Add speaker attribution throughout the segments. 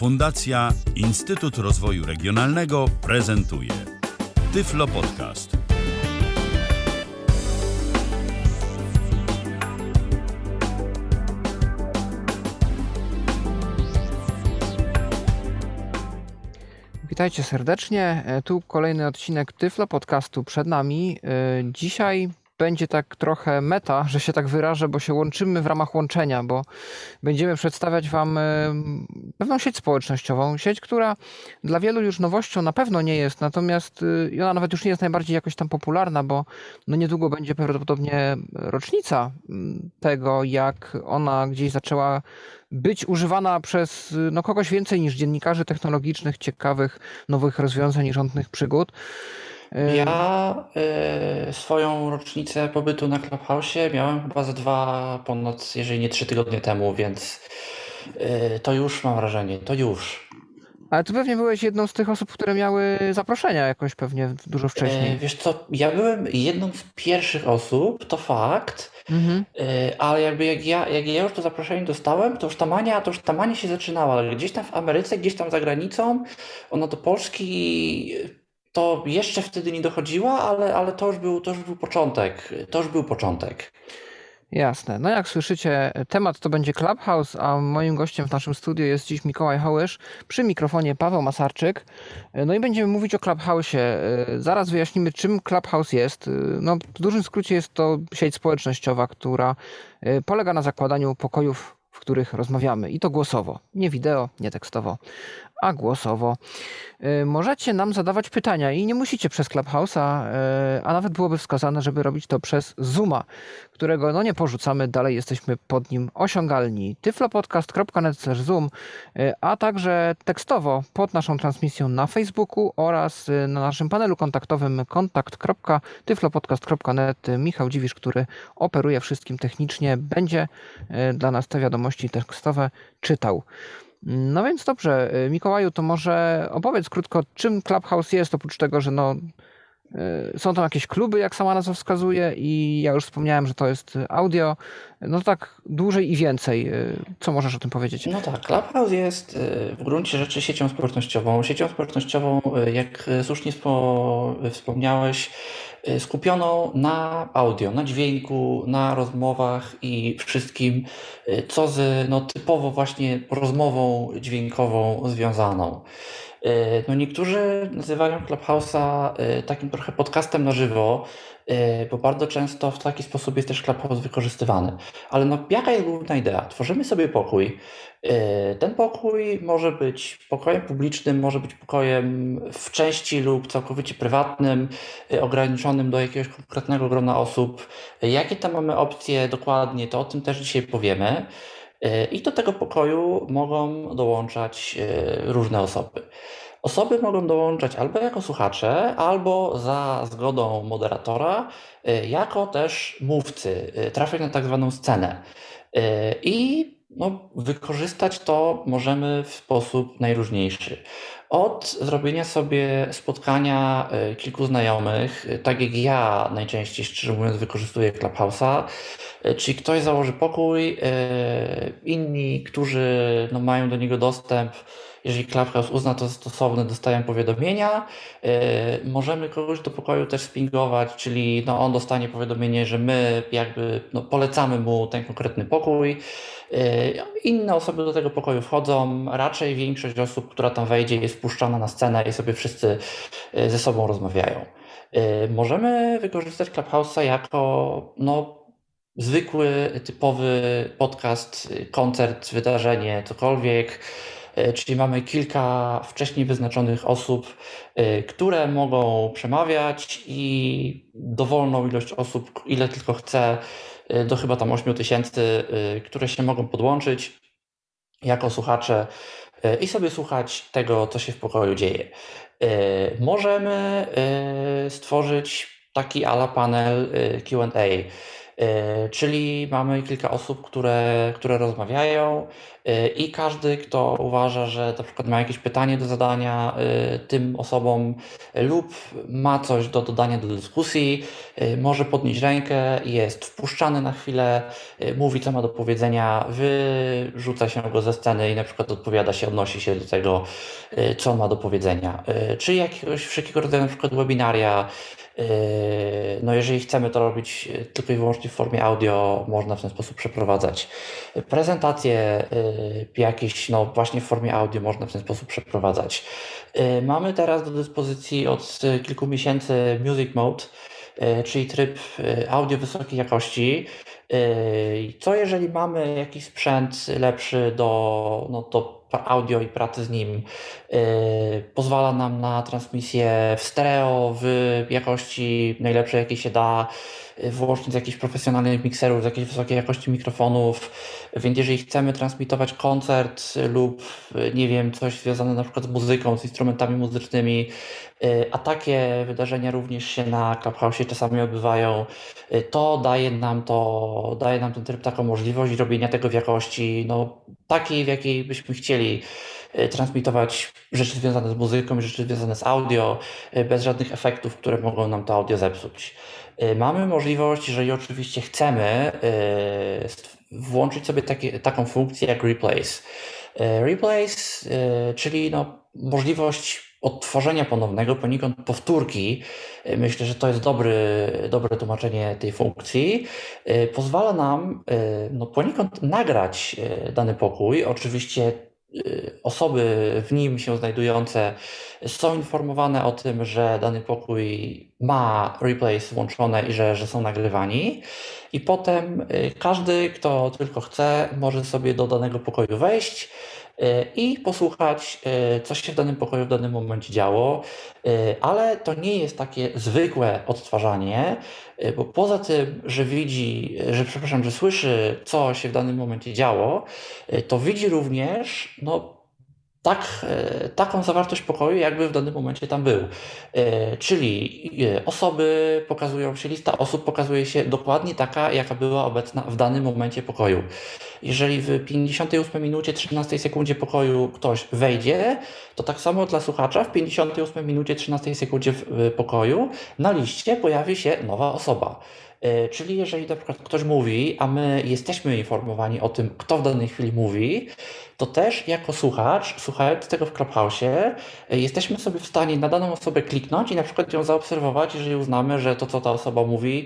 Speaker 1: Fundacja Instytut Rozwoju Regionalnego prezentuje Tyflo Podcast.
Speaker 2: Witajcie serdecznie. Tu kolejny odcinek Tyflo Podcastu przed nami. Dzisiaj będzie tak trochę meta, że się tak wyrażę, bo się łączymy w ramach łączenia, bo będziemy przedstawiać Wam pewną sieć społecznościową. Sieć, która dla wielu już nowością na pewno nie jest, natomiast ona nawet już nie jest najbardziej jakoś tam popularna, bo niedługo będzie prawdopodobnie rocznica tego, jak ona gdzieś zaczęła być używana przez kogoś więcej niż dziennikarzy technologicznych, ciekawych, nowych rozwiązań i rządnych przygód.
Speaker 3: Ja swoją rocznicę pobytu na Clubhouse'ie miałem chyba ze 2 ponad, jeżeli nie 3 tygodnie temu, więc to już mam wrażenie, to już.
Speaker 2: Ale ty pewnie byłeś jedną z tych osób, które miały zaproszenia jakoś pewnie dużo wcześniej.
Speaker 3: Wiesz co, ja byłem jedną z pierwszych osób, to fakt, ale jak ja już to zaproszenie dostałem, to już ta mania się zaczynała, ale gdzieś tam w Ameryce, gdzieś tam za granicą, ona do Polski to jeszcze wtedy nie dochodziła, ale to już był początek. To już był początek.
Speaker 2: Jasne. No jak słyszycie, temat to będzie Clubhouse, a moim gościem w naszym studiu jest dziś Mikołaj Hołysz, przy mikrofonie Paweł Masarczyk. No i będziemy mówić o Clubhouse'ie. Zaraz wyjaśnimy, czym Clubhouse jest. No, w dużym skrócie jest to sieć społecznościowa, która polega na zakładaniu pokojów, w których rozmawiamy. I to głosowo. Nie wideo, nie tekstowo, a głosowo. Możecie nam zadawać pytania i nie musicie przez Clubhouse'a, a nawet byłoby wskazane, żeby robić to przez Zooma, którego nie porzucamy, dalej jesteśmy pod nim osiągalni. tyflopodcast.net/zoom, a także tekstowo pod naszą transmisją na Facebooku oraz na naszym panelu kontaktowym kontakt.tyflopodcast.net. Michał Dziwisz, który operuje wszystkim technicznie, będzie dla nas te wiadomości tekstowe czytał. No więc dobrze, Mikołaju, to może opowiedz krótko, czym Clubhouse jest, oprócz tego, że są tam jakieś kluby, jak sama nazwa wskazuje, i ja już wspomniałem, że to jest audio. No tak dłużej i więcej. Co możesz o tym powiedzieć?
Speaker 3: No tak, Clubhouse jest w gruncie rzeczy siecią społecznościową. Siecią społecznościową, jak słusznie wspomniałeś, skupioną na audio, na dźwięku, na rozmowach i wszystkim, co z typowo właśnie rozmową dźwiękową związaną. No niektórzy nazywają Clubhouse'a takim trochę podcastem na żywo, bo bardzo często w taki sposób jest też Clubhouse wykorzystywany. Ale jaka jest główna idea? Tworzymy sobie pokój. Ten pokój może być pokojem publicznym, może być pokojem w części lub całkowicie prywatnym, ograniczonym do jakiegoś konkretnego grona osób. Jakie tam mamy opcje dokładnie, to o tym też dzisiaj powiemy. I do tego pokoju mogą dołączać różne osoby. Osoby mogą dołączać albo jako słuchacze, albo za zgodą moderatora, jako też mówcy, trafiać na tak zwaną scenę. I wykorzystać to możemy w sposób najróżniejszy. Od zrobienia sobie spotkania kilku znajomych, tak jak ja najczęściej, szczerze mówiąc, wykorzystuję Clubhouse'a, czyli ktoś założy pokój, inni, którzy mają do niego dostęp, jeżeli Clubhouse uzna to za stosowne, dostają powiadomienia. Możemy kogoś do pokoju też spingować, czyli on dostanie powiadomienie, że my jakby polecamy mu ten konkretny pokój. Inne osoby do tego pokoju wchodzą, raczej większość osób, która tam wejdzie, jest wpuszczana na scenę i sobie wszyscy ze sobą rozmawiają. Możemy wykorzystać Clubhouse'a jako zwykły, typowy podcast, koncert, wydarzenie, cokolwiek. Czyli mamy kilka wcześniej wyznaczonych osób, które mogą przemawiać, i dowolną ilość osób, ile tylko chce, do chyba tam 8000, które się mogą podłączyć jako słuchacze i sobie słuchać tego, co się w pokoju dzieje. Możemy stworzyć taki a la panel Q&A. Czyli mamy kilka osób, które rozmawiają i każdy, kto uważa, że na przykład ma jakieś pytanie do zadania tym osobom lub ma coś do dodania do dyskusji, może podnieść rękę, jest wpuszczany na chwilę, mówi co ma do powiedzenia, wyrzuca się go ze sceny i na przykład odpowiada się, odnosi się do tego, co on ma do powiedzenia. Czy jakiegoś wszelkiego rodzaju na przykład webinaria. No jeżeli chcemy to robić tylko i wyłącznie w formie audio, można w ten sposób przeprowadzać. Prezentacje jakieś, no właśnie w formie audio można w ten sposób przeprowadzać. Mamy teraz do dyspozycji od kilku miesięcy Music Mode, czyli tryb audio wysokiej jakości. Co jeżeli mamy jakiś sprzęt lepszy do audio i pracy z nim, pozwala nam na transmisję w stereo w jakości najlepszej, jakiej się da, włącznie z jakichś profesjonalnych mikserów, z jakiejś wysokiej jakości mikrofonów, więc jeżeli chcemy transmitować koncert lub nie wiem, coś związane na przykład z muzyką, z instrumentami muzycznymi, a takie wydarzenia również się na Clubhouse czasami odbywają, to daje nam ten tryb taką możliwość robienia tego w jakości takiej, w jakiej byśmy chcieli transmitować rzeczy związane z muzyką i rzeczy związane z audio, bez żadnych efektów, które mogą nam to audio zepsuć. Mamy możliwość, jeżeli oczywiście chcemy, włączyć sobie taką funkcję jak Replace. Replace, czyli możliwość odtworzenia ponownego, poniekąd powtórki. Myślę, że to jest dobre tłumaczenie tej funkcji. Pozwala nam poniekąd nagrać dany pokój. Oczywiście osoby w nim się znajdujące są informowane o tym, że dany pokój ma replays włączone i że są nagrywani. I potem każdy, kto tylko chce, może sobie do danego pokoju wejść i posłuchać, co się w danym pokoju w danym momencie działo, ale to nie jest takie zwykłe odtwarzanie, bo poza tym, że słyszy, co się w danym momencie działo, to widzi również taką zawartość pokoju, jakby w danym momencie tam był. Czyli osoby pokazują się, lista osób pokazuje się dokładnie taka, jaka była obecna w danym momencie pokoju. Jeżeli w 58 minucie 13 sekundzie pokoju ktoś wejdzie, to tak samo dla słuchacza w 58 minucie 13 sekundzie pokoju na liście pojawi się nowa osoba. Czyli jeżeli na przykład ktoś mówi, a my jesteśmy informowani o tym, kto w danej chwili mówi, to też jako słuchacz, słuchając tego w Clubhouse'ie, jesteśmy sobie w stanie na daną osobę kliknąć i na przykład ją zaobserwować, jeżeli uznamy, że to, co ta osoba mówi,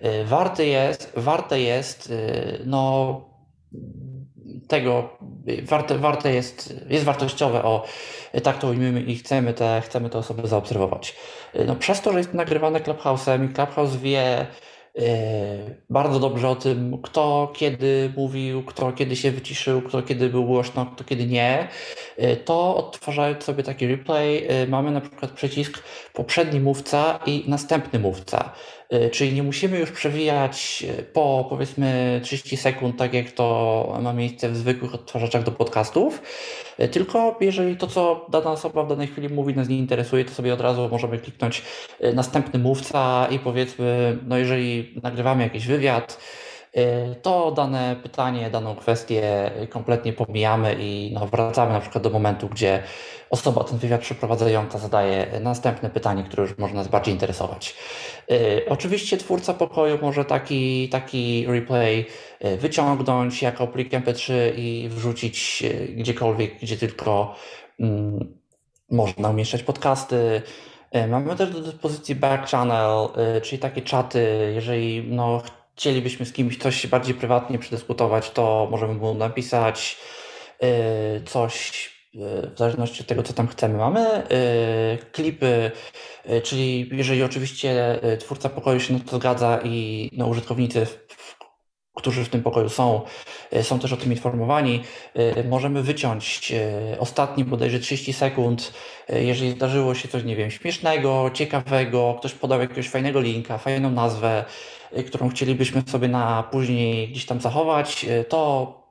Speaker 3: jest wartościowe, tak to ujmijmy i chcemy te osoby zaobserwować. Przez to, że jest nagrywane Clubhouse'em i Clubhouse wie bardzo dobrze o tym, kto kiedy mówił, kto kiedy się wyciszył, kto kiedy był głośno, kto kiedy nie, to odtwarzając sobie taki replay mamy na przykład przycisk poprzedni mówca i następny mówca. Czyli nie musimy już przewijać po powiedzmy 30 sekund, tak jak to ma miejsce w zwykłych odtwarzaczach do podcastów, tylko jeżeli to, co dana osoba w danej chwili mówi, nas nie interesuje, to sobie od razu możemy kliknąć następny mówca i powiedzmy, jeżeli nagrywamy jakiś wywiad, to dane pytanie, daną kwestię kompletnie pomijamy i wracamy na przykład do momentu, gdzie osoba, ten wywiad przeprowadzająca zadaje następne pytanie, które już może nas bardziej interesować. Oczywiście twórca pokoju może taki replay wyciągnąć jako plik MP3 i wrzucić gdziekolwiek, gdzie tylko można umieszczać podcasty. Mamy też do dyspozycji back channel, czyli takie czaty, jeżeli chcielibyśmy z kimś coś bardziej prywatnie przedyskutować, to możemy mu napisać coś w zależności od tego, co tam chcemy. Mamy klipy, czyli jeżeli oczywiście twórca pokoju się na to zgadza i użytkownicy, którzy w tym pokoju są też o tym informowani, możemy wyciąć ostatnie bodajże 30 sekund, jeżeli zdarzyło się coś, nie wiem, śmiesznego, ciekawego, ktoś podał jakiegoś fajnego linka, fajną nazwę, którą chcielibyśmy sobie na później gdzieś tam zachować, to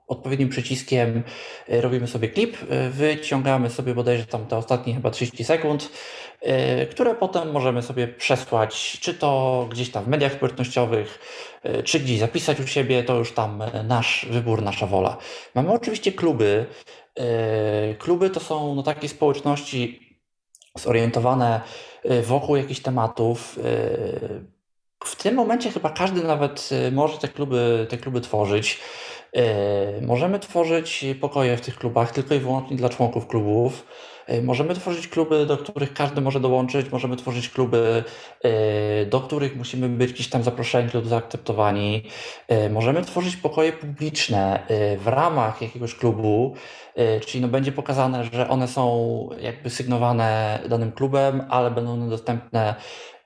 Speaker 3: odpowiednim przyciskiem robimy sobie klip, wyciągamy sobie bodajże tam te ostatnie chyba 30 sekund, które potem możemy sobie przesłać, czy to gdzieś tam w mediach społecznościowych, czy gdzieś zapisać u siebie, to już tam nasz wybór, nasza wola. Mamy oczywiście kluby. Kluby to są takie społeczności zorientowane wokół jakichś tematów. W tym momencie chyba każdy nawet może te kluby tworzyć. Możemy tworzyć pokoje w tych klubach tylko i wyłącznie dla członków klubów. Możemy tworzyć kluby, do których każdy może dołączyć. Możemy tworzyć kluby, do których musimy być gdzieś tam zaproszeni lub zaakceptowani. Możemy tworzyć pokoje publiczne w ramach jakiegoś klubu, czyli będzie pokazane, że one są jakby sygnowane danym klubem, ale będą one dostępne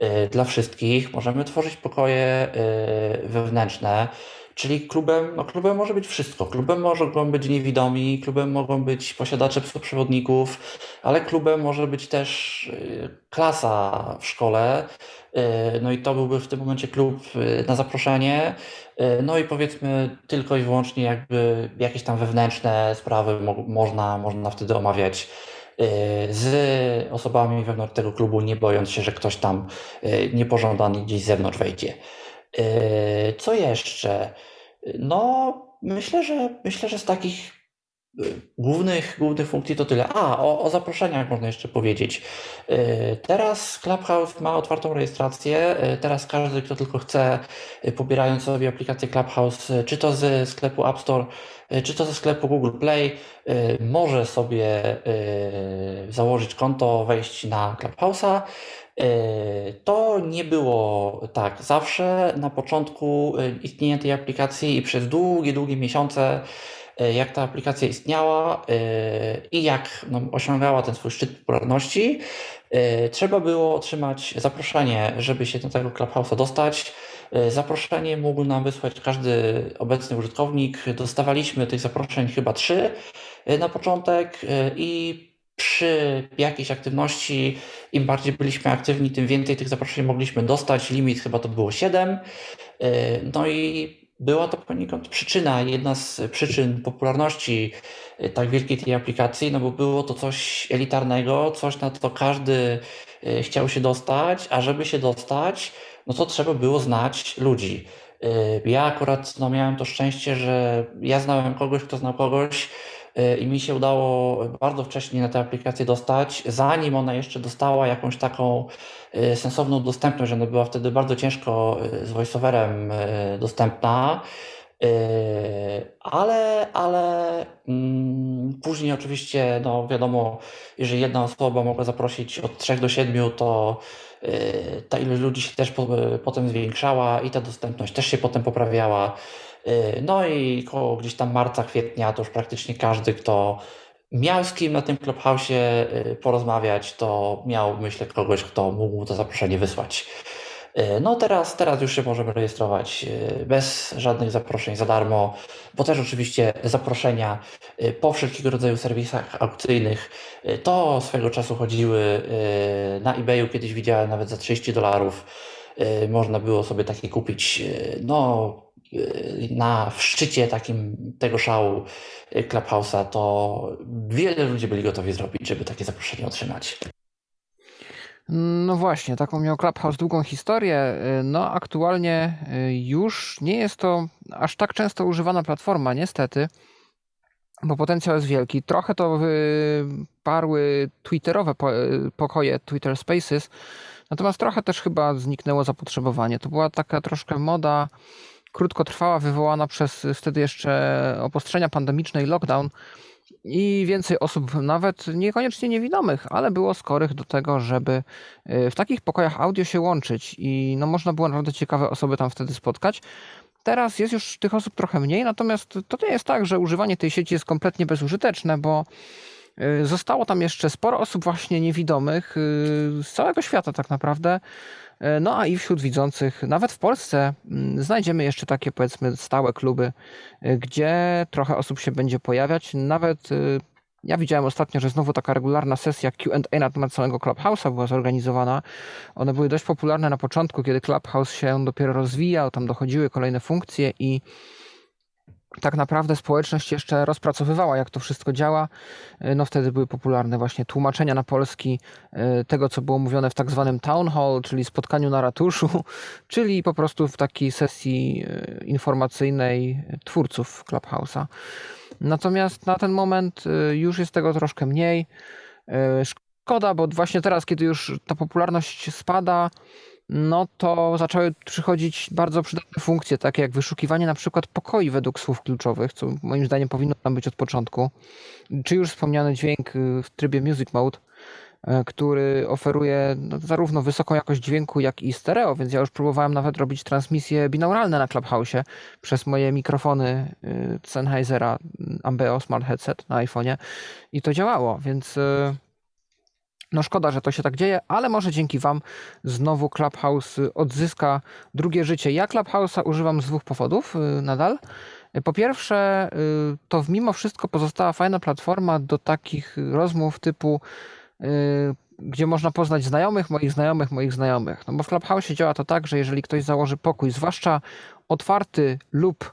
Speaker 3: dla wszystkich. Możemy tworzyć pokoje wewnętrzne, czyli klubem może być wszystko. Klubem mogą być niewidomi, klubem mogą być posiadacze psów przewodników, ale klubem może być też klasa w szkole. No i to byłby w tym momencie klub na zaproszenie. No i powiedzmy tylko i wyłącznie jakby jakieś tam wewnętrzne sprawy można wtedy omawiać z osobami wewnątrz tego klubu, nie bojąc się, że ktoś tam niepożądany gdzieś z zewnątrz wejdzie. Co jeszcze? No, myślę, że z takich głównych funkcji to tyle. O zaproszeniach można jeszcze powiedzieć. Teraz Clubhouse ma otwartą rejestrację. Teraz każdy, kto tylko chce, pobierając sobie aplikację Clubhouse, czy to ze sklepu App Store, czy to ze sklepu Google Play, może sobie założyć konto, wejść na Clubhouse'a. To nie było tak zawsze. Na początku istnienia tej aplikacji i przez długie miesiące, jak ta aplikacja istniała i jak osiągała ten swój szczyt popularności, trzeba było otrzymać zaproszenie, żeby się do tego Clubhouse'a dostać. Zaproszenie mógł nam wysłać każdy obecny użytkownik. Dostawaliśmy tych zaproszeń chyba 3 na początek i przy jakiejś aktywności, im bardziej byliśmy aktywni, tym więcej tych zaproszeń mogliśmy dostać. Limit chyba to było 7. No i była to poniekąd jedna z przyczyn popularności tak wielkiej tej aplikacji, no bo było to coś elitarnego, coś na co każdy chciał się dostać, a żeby się dostać, no to trzeba było znać ludzi. Ja akurat miałem to szczęście, że ja znałem kogoś, kto znał kogoś, i mi się udało bardzo wcześnie na tę aplikację dostać, zanim ona jeszcze dostała jakąś taką sensowną dostępność. Ona była wtedy bardzo ciężko z voiceoverem dostępna, ale później oczywiście, no wiadomo, jeżeli jedna osoba mogła zaprosić od 3 do 7, to ta ilość ludzi się też potem zwiększała i ta dostępność też się potem poprawiała. No i koło gdzieś tam marca, kwietnia to już praktycznie każdy, kto miał z kim na tym Clubhouse'ie porozmawiać, to miał, myślę, kogoś, kto mógł mu to zaproszenie wysłać. No teraz już się możemy rejestrować bez żadnych zaproszeń, za darmo, bo też oczywiście zaproszenia po wszelkiego rodzaju serwisach aukcyjnych to swego czasu chodziły na eBayu, kiedyś widziałem nawet za $30. Można było sobie takie kupić, w szczycie takim tego szału Clubhouse'a, to wiele ludzi byli gotowi zrobić, żeby takie zaproszenie otrzymać.
Speaker 2: No właśnie, taką miał Clubhouse długą historię. No aktualnie już nie jest to aż tak często używana platforma, niestety, bo potencjał jest wielki. Trochę to wyparły twitterowe pokoje, Twitter Spaces, natomiast trochę też chyba zniknęło zapotrzebowanie. To była taka troszkę moda krótkotrwała, wywołana przez wtedy jeszcze obostrzenia pandemiczne i lockdown, i więcej osób, nawet niekoniecznie niewidomych, ale było skorych do tego, żeby w takich pokojach audio się łączyć i można było naprawdę ciekawe osoby tam wtedy spotkać. Teraz jest już tych osób trochę mniej, natomiast to nie jest tak, że używanie tej sieci jest kompletnie bezużyteczne, bo zostało tam jeszcze sporo osób właśnie niewidomych z całego świata tak naprawdę. No a i wśród widzących, nawet w Polsce znajdziemy jeszcze takie, powiedzmy, stałe kluby, gdzie trochę osób się będzie pojawiać. Nawet ja widziałem ostatnio, że znowu taka regularna sesja Q&A na temat samego Clubhouse'a była zorganizowana. One były dość popularne na początku, kiedy Clubhouse się dopiero rozwijał, tam dochodziły kolejne funkcje i tak naprawdę społeczność jeszcze rozpracowywała, jak to wszystko działa. No wtedy były popularne właśnie tłumaczenia na polski tego, co było mówione w tak zwanym town hall, czyli spotkaniu na ratuszu, czyli po prostu w takiej sesji informacyjnej twórców Clubhouse'a. Natomiast na ten moment już jest tego troszkę mniej. Szkoda, bo właśnie teraz, kiedy już ta popularność spada, no to zaczęły przychodzić bardzo przydatne funkcje, takie jak wyszukiwanie na przykład pokoi według słów kluczowych, co moim zdaniem powinno tam być od początku, czy już wspomniany dźwięk w trybie Music Mode, który oferuje zarówno wysoką jakość dźwięku, jak i stereo, więc ja już próbowałem nawet robić transmisje binauralne na Clubhouse'ie przez moje mikrofony Sennheisera Ambeo Smart Headset na iPhone'ie i to działało, więc no szkoda, że to się tak dzieje, ale może dzięki Wam znowu Clubhouse odzyska drugie życie. Ja Clubhouse'a używam z 2 powodów nadal. Po pierwsze, to mimo wszystko pozostała fajna platforma do takich rozmów typu, gdzie można poznać moich znajomych. No bo w Clubhouse'ie działa to tak, że jeżeli ktoś założy pokój, zwłaszcza otwarty lub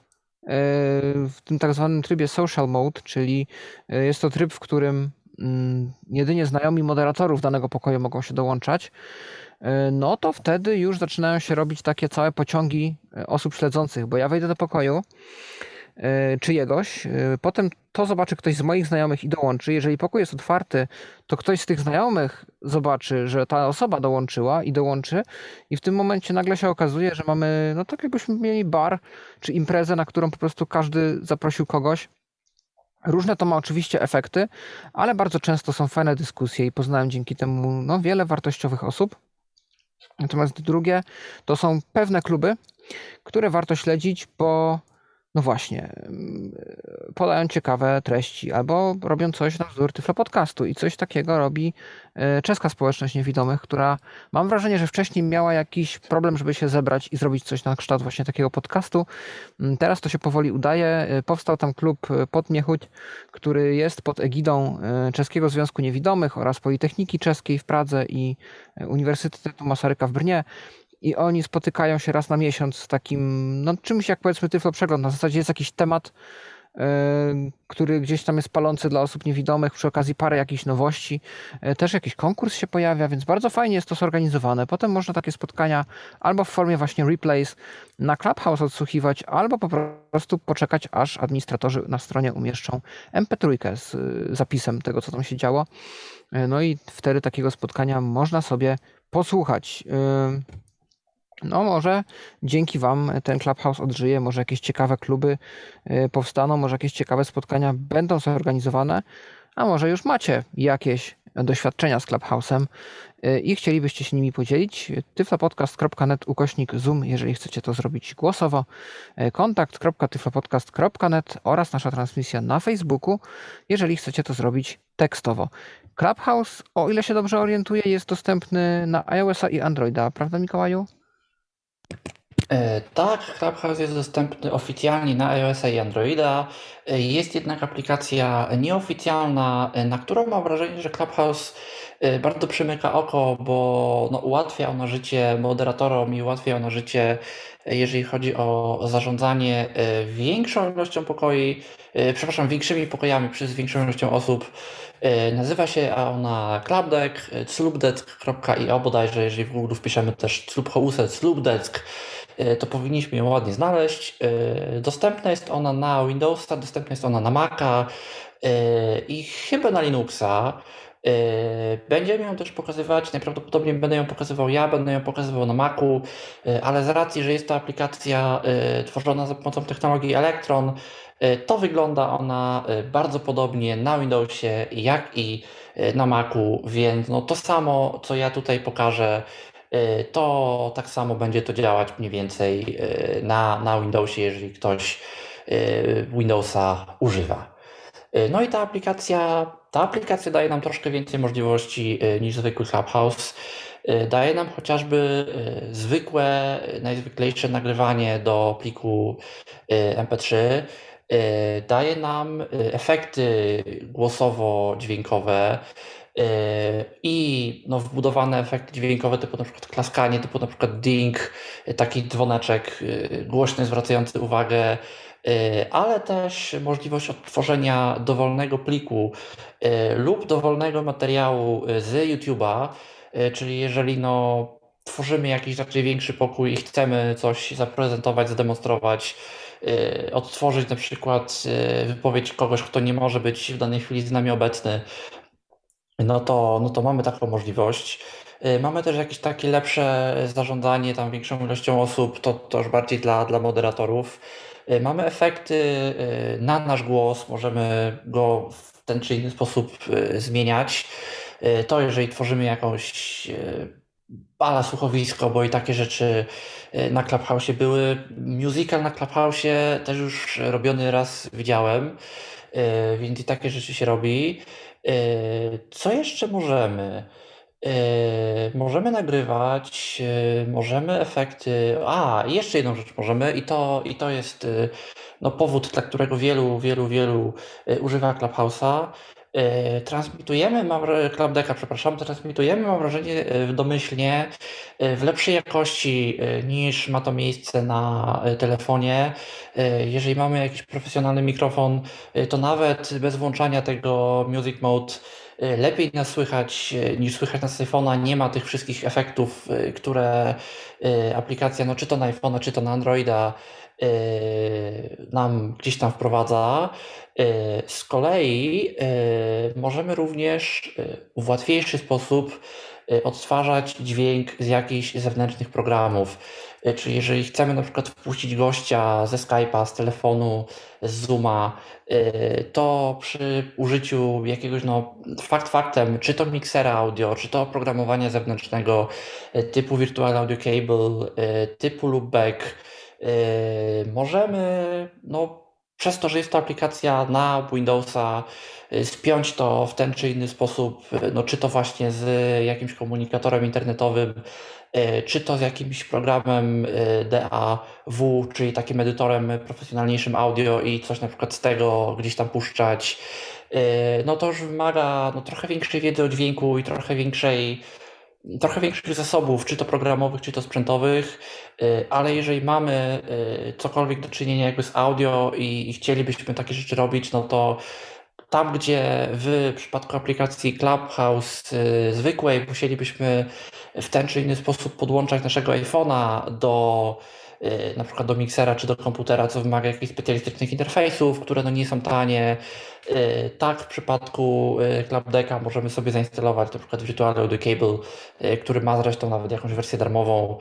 Speaker 2: w tym tak zwanym trybie social mode, czyli jest to tryb, w którym jedynie znajomi moderatorów danego pokoju mogą się dołączać, no to wtedy już zaczynają się robić takie całe pociągi osób śledzących, bo ja wejdę do pokoju czyjegoś, potem to zobaczy ktoś z moich znajomych i dołączy. Jeżeli pokój jest otwarty, to ktoś z tych znajomych zobaczy, że ta osoba dołączyła i dołączy i w tym momencie nagle się okazuje, że mamy, no tak jakbyśmy mieli bar czy imprezę, na którą po prostu każdy zaprosił kogoś. Różne to ma oczywiście efekty, ale bardzo często są fajne dyskusje i poznałem dzięki temu no, wiele wartościowych osób. Natomiast drugie to są pewne kluby, które warto śledzić, bo no właśnie, podają ciekawe treści albo robią coś na wzór Tyflo Podcastu i coś takiego robi czeska społeczność niewidomych, która mam wrażenie, że wcześniej miała jakiś problem, żeby się zebrać i zrobić coś na kształt właśnie takiego podcastu. Teraz to się powoli udaje. Powstał tam klub Podmiechuć, który jest pod egidą Czeskiego Związku Niewidomych oraz Politechniki Czeskiej w Pradze i Uniwersytetu Masaryka w Brnie. I oni spotykają się raz na miesiąc z takim, no czymś jak powiedzmy Tyflo Przegląd. Na zasadzie jest jakiś temat, który gdzieś tam jest palący dla osób niewidomych, przy okazji parę jakichś nowości. Też jakiś konkurs się pojawia, więc bardzo fajnie jest to zorganizowane. Potem można takie spotkania albo w formie właśnie replays na Clubhouse odsłuchiwać, albo po prostu poczekać, aż administratorzy na stronie umieszczą MP3 z zapisem tego, co tam się działo. No i wtedy takiego spotkania można sobie posłuchać. No może dzięki Wam ten Clubhouse odżyje, może jakieś ciekawe kluby powstaną, może jakieś ciekawe spotkania będą zorganizowane, a może już macie jakieś doświadczenia z Clubhouse'em i chcielibyście się nimi podzielić. tyflopodcast.net/Zoom, jeżeli chcecie to zrobić głosowo, kontakt.tyflopodcast.net oraz nasza transmisja na Facebooku, jeżeli chcecie to zrobić tekstowo. Clubhouse, o ile się dobrze orientuję, jest dostępny na iOS-a i Androida, prawda Mikołaju?
Speaker 3: Tak, Clubhouse jest dostępny oficjalnie na iOS-a i Androida. Jest jednak aplikacja nieoficjalna, na którą mam wrażenie, że Clubhouse bardzo przymyka oko, bo no, ułatwia ono życie moderatorom i ułatwia ono życie, jeżeli chodzi o zarządzanie większą ilością pokoi, większymi pokojami przez większą ilością osób. Nazywa się ona Clubdeck, sloopdeck.io bodajże, jeżeli w Google wpiszemy też sloopdeck, to powinniśmy ją ładnie znaleźć. Dostępna jest ona na Windowsa, dostępna jest ona na Maca i chyba na Linuxa. Będziemy ją też pokazywać, najprawdopodobniej będę ją pokazywał ja, będę ją pokazywał na Macu, ale z racji, że jest to aplikacja tworzona za pomocą technologii Electron, to wygląda ona bardzo podobnie na Windowsie jak i na Macu, więc no to samo, co ja tutaj pokażę, to tak samo będzie to działać mniej więcej na Windowsie, jeżeli ktoś Windowsa używa. No i ta aplikacja daje nam troszkę więcej możliwości niż zwykły Clubhouse. Daje nam chociażby najzwyklejsze nagrywanie do pliku MP3. Daje nam efekty głosowo-dźwiękowe i no, wbudowane efekty dźwiękowe typu na przykład klaskanie, typu na przykład ding, taki dzwoneczek głośny zwracający uwagę. ale też możliwość odtworzenia dowolnego pliku lub dowolnego materiału z YouTube'a, czyli jeżeli tworzymy jakiś raczej większy pokój i chcemy coś zaprezentować, zademonstrować, odtworzyć na przykład wypowiedź kogoś, kto nie może być w danej chwili z nami obecny, no to mamy taką możliwość. Mamy też jakieś takie lepsze zarządzanie tam większą ilością osób, to już bardziej dla moderatorów. Mamy efekty na nasz głos, możemy go w ten czy inny sposób zmieniać. To jeżeli tworzymy jakąś ala słuchowisko, bo i takie rzeczy na Clubhouse były. Musical na Clubhouse też już robiony raz widziałem, więc i takie rzeczy się robi. Co jeszcze możemy? Możemy nagrywać, możemy efekty. I jeszcze jedną rzecz możemy, i to jest powód, dla którego wielu używa Clubhouse'a. Transmitujemy, mam wrażenie, domyślnie, w lepszej jakości niż ma to miejsce na telefonie. Jeżeli mamy jakiś profesjonalny mikrofon, to nawet bez włączania tego Music Mode lepiej nas słychać niż słychać nas z iPhone'a. Nie ma tych wszystkich efektów, które aplikacja, czy to na iPhone'a, czy to na Androida nam gdzieś tam wprowadza. Z kolei możemy również w łatwiejszy sposób odtwarzać dźwięk z jakichś zewnętrznych programów. Czyli jeżeli chcemy na przykład wpuścić gościa ze Skype'a, z telefonu, z Zooma, to przy użyciu jakiegoś, faktem, czy to miksera audio, czy to oprogramowania zewnętrznego typu Virtual Audio Cable, typu Loopback, możemy, przez to, że jest to aplikacja na Windowsa, spiąć to w ten czy inny sposób, czy to właśnie z jakimś komunikatorem internetowym, czy to z jakimś programem DAW, czyli takim edytorem profesjonalniejszym audio i coś na przykład z tego gdzieś tam puszczać. To już wymaga trochę większej wiedzy o dźwięku i trochę większych zasobów, czy to programowych, czy to sprzętowych, ale jeżeli mamy cokolwiek do czynienia jakby z audio i chcielibyśmy takie rzeczy robić, to tam, gdzie w przypadku aplikacji Clubhouse zwykłej musielibyśmy w ten czy inny sposób podłączać naszego iPhone'a na przykład do miksera czy do komputera, co wymaga jakichś specjalistycznych interfejsów, które nie są tanie. Tak, w przypadku Clubdecka możemy sobie zainstalować na przykład Virtual Audio Cable, który ma zresztą nawet jakąś wersję darmową,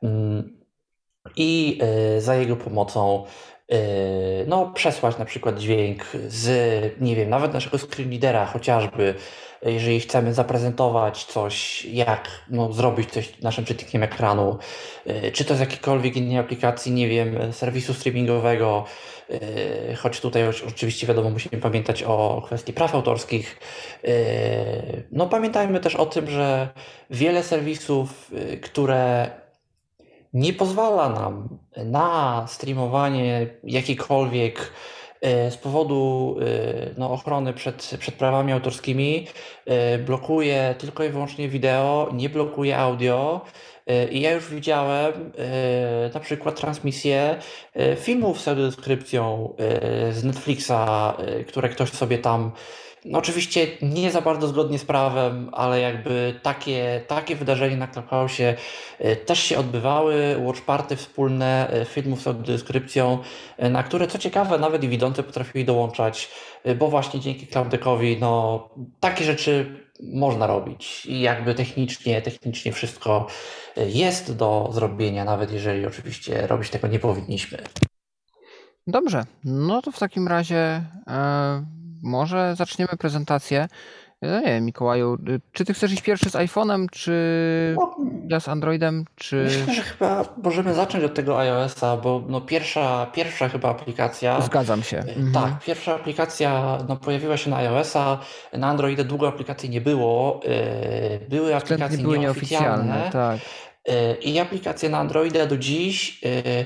Speaker 3: i za jego pomocą przesłać na przykład dźwięk z, nie wiem, nawet naszego screenreadera chociażby, jeżeli chcemy zaprezentować coś, jak zrobić coś naszym czytnikiem ekranu, czy to z jakiejkolwiek innej aplikacji, nie wiem, serwisu streamingowego, choć tutaj oczywiście wiadomo, musimy pamiętać o kwestii praw autorskich. Pamiętajmy też o tym, że wiele serwisów, które nie pozwala nam na streamowanie jakiejkolwiek z powodu ochrony przed prawami autorskimi, blokuje tylko i wyłącznie wideo, nie blokuje audio. I ja już widziałem na przykład transmisję filmów z audiodeskrypcją z Netflixa, które ktoś sobie tam, oczywiście nie za bardzo zgodnie z prawem, ale jakby takie wydarzenia na Clubhouse też się odbywały, watch party wspólne filmów z audiodeskrypcją, na które co ciekawe nawet i widzący potrafili dołączać, bo właśnie dzięki Cloudeckowi takie rzeczy można robić i jakby technicznie wszystko jest do zrobienia, nawet jeżeli oczywiście robić tego nie powinniśmy.
Speaker 2: Dobrze, to w takim razie może zaczniemy prezentację. Nie wiem, Mikołaju, czy ty chcesz iść pierwszy z iPhone'em, czy ja z Androidem, czy...
Speaker 3: Myślę, że chyba możemy zacząć od tego iOS-a, bo pierwsza chyba aplikacja...
Speaker 2: Zgadzam się.
Speaker 3: Tak, pierwsza aplikacja pojawiła się na iOS-a, na Androida długo aplikacji nie było, były aplikacje
Speaker 2: były
Speaker 3: nieoficjalne,
Speaker 2: tak.
Speaker 3: I aplikacje na Androida do dziś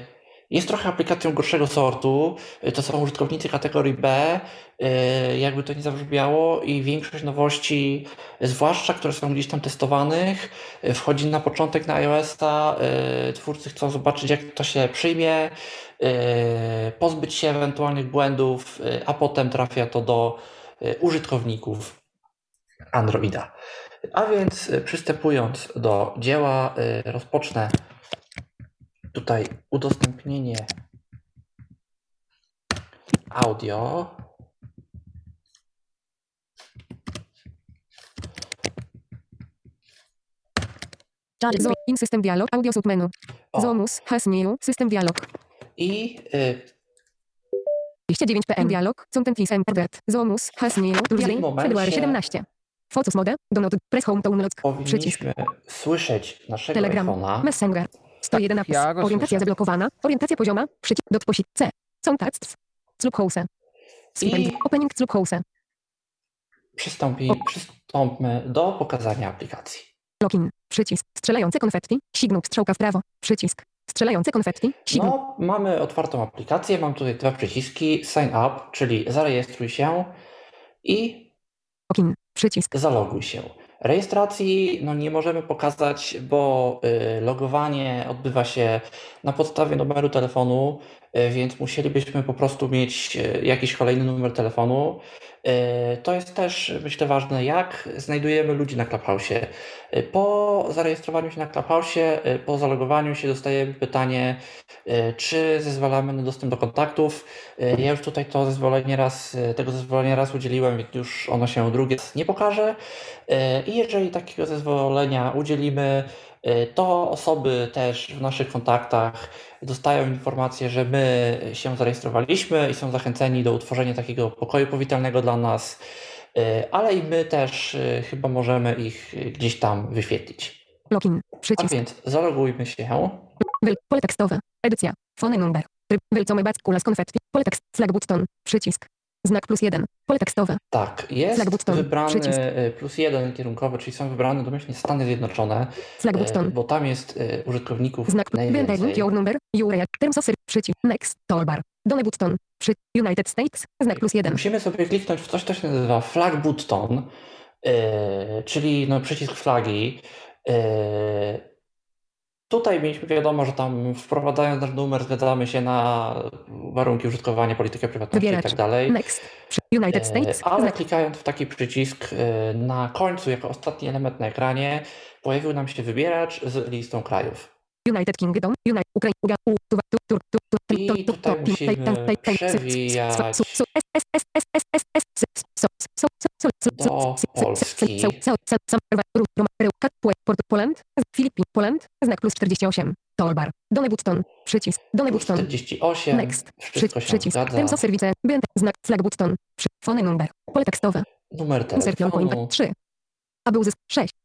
Speaker 3: jest trochę aplikacją gorszego sortu. To są użytkownicy kategorii B, jakby to nie zabrzmiało, i większość nowości, zwłaszcza które są gdzieś tam testowanych, wchodzi na początek na iOS-a. Twórcy chcą zobaczyć, jak to się przyjmie, pozbyć się ewentualnych błędów, a potem trafia to do użytkowników Androida. A więc przystępując do dzieła, rozpocznę tutaj udostępnienie audio.
Speaker 4: In system dialog, audio submenu.
Speaker 3: O.
Speaker 4: Zomus, has new, system dialog.
Speaker 3: I
Speaker 4: 29 PM dialog, content is embedded. Zomus, has new, Tuesday,
Speaker 3: momencie
Speaker 4: February 17. Focus mode, do not, press home to unlock, przycisk.
Speaker 3: powinniśmy słyszeć naszego
Speaker 4: Telegram,
Speaker 3: iPhone'a.
Speaker 4: Messenger. 101 napis,
Speaker 2: ja go
Speaker 4: orientacja
Speaker 2: słyszę.
Speaker 4: zablokowana, orientacja pozioma, przycisk, dot posit, C. Contacts, Clubhouse.
Speaker 3: I
Speaker 4: Opening Clubhouse.
Speaker 3: przystąpmy do pokazania aplikacji.
Speaker 4: Login, przycisk, strzelające konfetti, signał, strzałka w prawo, przycisk, strzelające konfetti, signał.
Speaker 3: No, mamy otwartą aplikację, mam tutaj dwa przyciski, sign up, czyli zarejestruj się, i
Speaker 4: Login, przycisk,
Speaker 3: zaloguj się. Rejestracji nie możemy pokazać, bo logowanie odbywa się na podstawie numeru telefonu, więc musielibyśmy po prostu mieć jakiś kolejny numer telefonu. To jest też, myślę, ważne, jak znajdujemy ludzi na Clubhouse'ie. Po zarejestrowaniu się na Clubhouse'ie, po zalogowaniu się dostajemy pytanie, czy zezwalamy na dostęp do kontaktów. Ja już tutaj tego zezwolenia raz udzieliłem, więc już ono się drugi raz nie pokaże. I jeżeli takiego zezwolenia udzielimy, to osoby też w naszych kontaktach dostają informację, że my się zarejestrowaliśmy i są zachęceni do utworzenia takiego pokoju powitalnego dla nas, ale i my też chyba możemy ich gdzieś tam wyświetlić.
Speaker 4: login,
Speaker 3: A
Speaker 4: przycisk,
Speaker 3: więc zalogujmy się.
Speaker 4: pole tekstowe, edycja, phone number, tryb, welcome back, kula z konfetti, pole tekst, flag button, przycisk, znak +1, pole tekstowe,
Speaker 3: Tak, jest
Speaker 4: Flag button,
Speaker 3: wybrany
Speaker 4: przycisk.
Speaker 3: +1 kierunkowy, czyli są wybrane domyślnie Stany Zjednoczone,
Speaker 4: flag button,
Speaker 3: bo tam jest użytkowników
Speaker 4: znak
Speaker 3: najwięcej.
Speaker 4: your number, your terms of service, przycisk, next, toolbar, dole button, United States, znak +1,
Speaker 3: Musimy sobie kliknąć w coś, co się nazywa flag button, czyli przycisk flagi. Tutaj mieliśmy wiadomo, że tam wprowadzając nasz numer zgadzamy się na warunki użytkowania, politykę prywatności i
Speaker 4: Wybierać.
Speaker 3: tak dalej.
Speaker 4: next, United States,
Speaker 3: Ale
Speaker 4: znak,
Speaker 3: klikając w taki przycisk na końcu, jako ostatni element na ekranie, pojawił nam się wybieracz z listą krajów.
Speaker 4: United Kingdom, Ukraina,
Speaker 3: I tutaj musimy przewijać do Polski.
Speaker 4: Poland, Filipin, Poland, znak +48, toolbar, dole button, przycisk, dole button,
Speaker 3: 48,
Speaker 4: next,
Speaker 3: wszystko się
Speaker 4: przycisk,
Speaker 3: zgadza.
Speaker 4: terms of service, znak, flag button, phone number, pole tekstowe,
Speaker 3: Numer
Speaker 4: insert your
Speaker 3: telefonu.
Speaker 4: point 3, aby uzyskać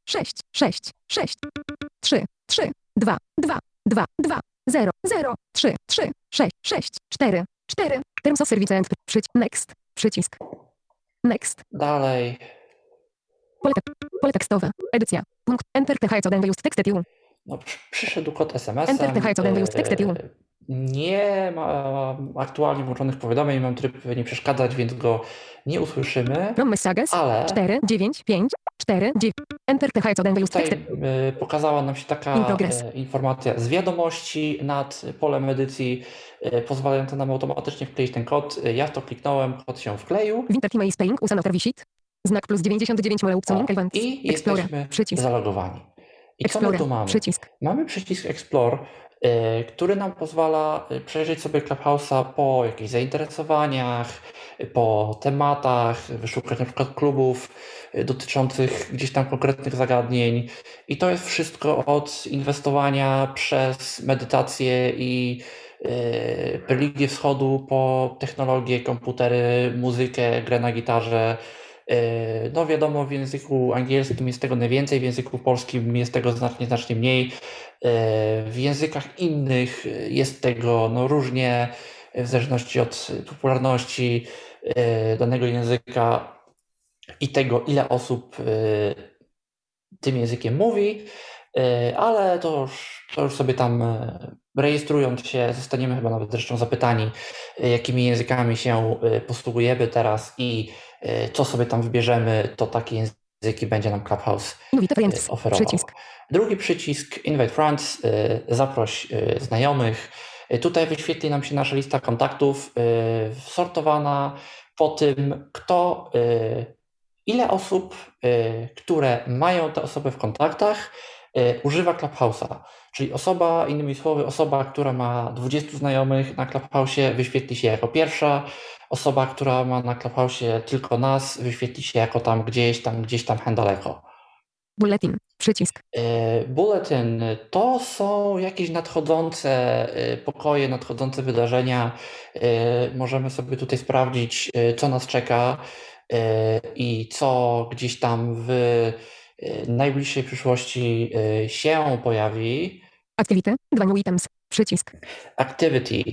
Speaker 4: 3, 2, 0, 3, 4, terms of service and next, przycisk, next,
Speaker 3: Dalej.
Speaker 4: pole tekstowe, edycja, punkt, enter the heights of the used text edu,
Speaker 3: Przyszedł kod SMS-em.
Speaker 4: Enter the heights of the used text edu.
Speaker 3: Nie ma aktualnie włączonych powiadomień, mam tryb nie przeszkadzać, więc go nie usłyszymy,
Speaker 4: from messages,
Speaker 3: ale
Speaker 4: 4, 9, 5, 4, 9, enter the heights of the used
Speaker 3: tutaj
Speaker 4: text
Speaker 3: pokazała nam się taka
Speaker 4: In progress.
Speaker 3: informacja z wiadomości nad polem edycji, pozwalająca nam automatycznie wkleić ten kod. Ja w to kliknąłem, kod się wkleił.
Speaker 4: Winter Team Spelling, usan of visit, znak +99 mole opcjoning events,
Speaker 3: I
Speaker 4: Explorer,
Speaker 3: jesteśmy
Speaker 4: przycisk,
Speaker 3: zalogowani. I co my
Speaker 4: Explorer,
Speaker 3: tu mamy?
Speaker 4: przycisk,
Speaker 3: Mamy przycisk Explore, który nam pozwala przejrzeć sobie Clubhouse'a po jakichś zainteresowaniach, po tematach, wyszukać na przykład klubów dotyczących gdzieś tam konkretnych zagadnień. I to jest wszystko od inwestowania przez medytację i religię wschodu po technologię, komputery, muzykę, grę na gitarze. No wiadomo, w języku angielskim jest tego najwięcej, w języku polskim jest tego znacznie mniej. W językach innych jest tego różnie, w zależności od popularności danego języka i tego, ile osób tym językiem mówi, ale to już sobie tam rejestrując się, zostaniemy chyba nawet zresztą zapytani, jakimi językami się posługujemy teraz i co sobie tam wybierzemy, to takie języki będzie nam Clubhouse
Speaker 4: Invite friends.
Speaker 3: oferował.
Speaker 4: Przycisk.
Speaker 3: Drugi przycisk Invite Friends, zaproś znajomych. Tutaj wyświetli nam się nasza lista kontaktów sortowana po tym, ile osób, które mają te osoby w kontaktach, używa Clubhouse'a. Czyli innymi słowy, osoba, która ma 20 znajomych na Clubhouse'ie, wyświetli się jako pierwsza. Osoba, która ma na Clubhouse'ie tylko nas, wyświetli się jako tam gdzieś tam daleko.
Speaker 4: Bulletin. Przycisk.
Speaker 3: Bulletin to są jakieś nadchodzące pokoje, nadchodzące wydarzenia. Możemy sobie tutaj sprawdzić, co nas czeka i co gdzieś tam w najbliższej przyszłości się pojawi.
Speaker 4: Activity. 2 new items. Przycisk.
Speaker 3: Activity.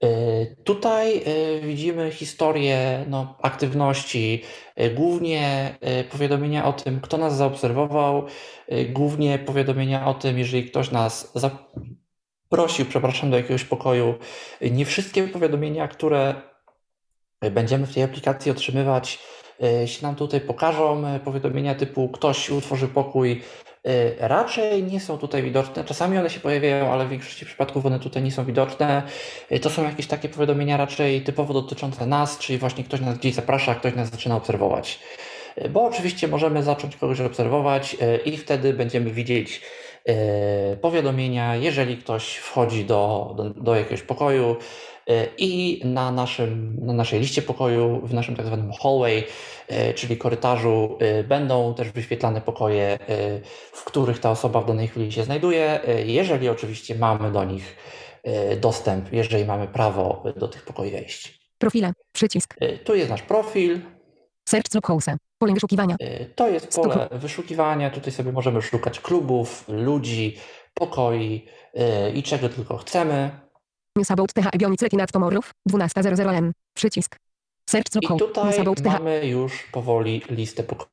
Speaker 3: Tutaj widzimy historię aktywności, głównie powiadomienia o tym, kto nas zaobserwował, głównie powiadomienia o tym, jeżeli ktoś nas zaprosił, do jakiegoś pokoju. Nie wszystkie powiadomienia, które będziemy w tej aplikacji otrzymywać, się nam tutaj pokażą. Powiadomienia typu ktoś utworzył pokój raczej nie są tutaj widoczne. Czasami one się pojawiają, ale w większości przypadków one tutaj nie są widoczne. To są jakieś takie powiadomienia raczej typowo dotyczące nas, czyli właśnie ktoś nas gdzieś zaprasza, ktoś nas zaczyna obserwować. Bo oczywiście możemy zacząć kogoś obserwować i wtedy będziemy widzieć powiadomienia, jeżeli ktoś wchodzi do jakiegoś pokoju i na naszej liście pokoju, w naszym tak zwanym hallway, czyli korytarzu, będą też wyświetlane pokoje, w których ta osoba w danej chwili się znajduje, jeżeli oczywiście mamy do nich dostęp, jeżeli mamy prawo do tych pokoi wejść.
Speaker 4: Profile. Przycisk.
Speaker 3: Tu jest nasz profil.
Speaker 4: Search Clubhouse. Pole wyszukiwania.
Speaker 3: To jest pole wyszukiwania. Tutaj sobie możemy szukać klubów, ludzi, pokoi i czego tylko chcemy.
Speaker 4: News about TH Bionic Retinat Tomorrow. 12:00 am. Przycisk. Search
Speaker 3: I tutaj mamy już powoli listę pokoi.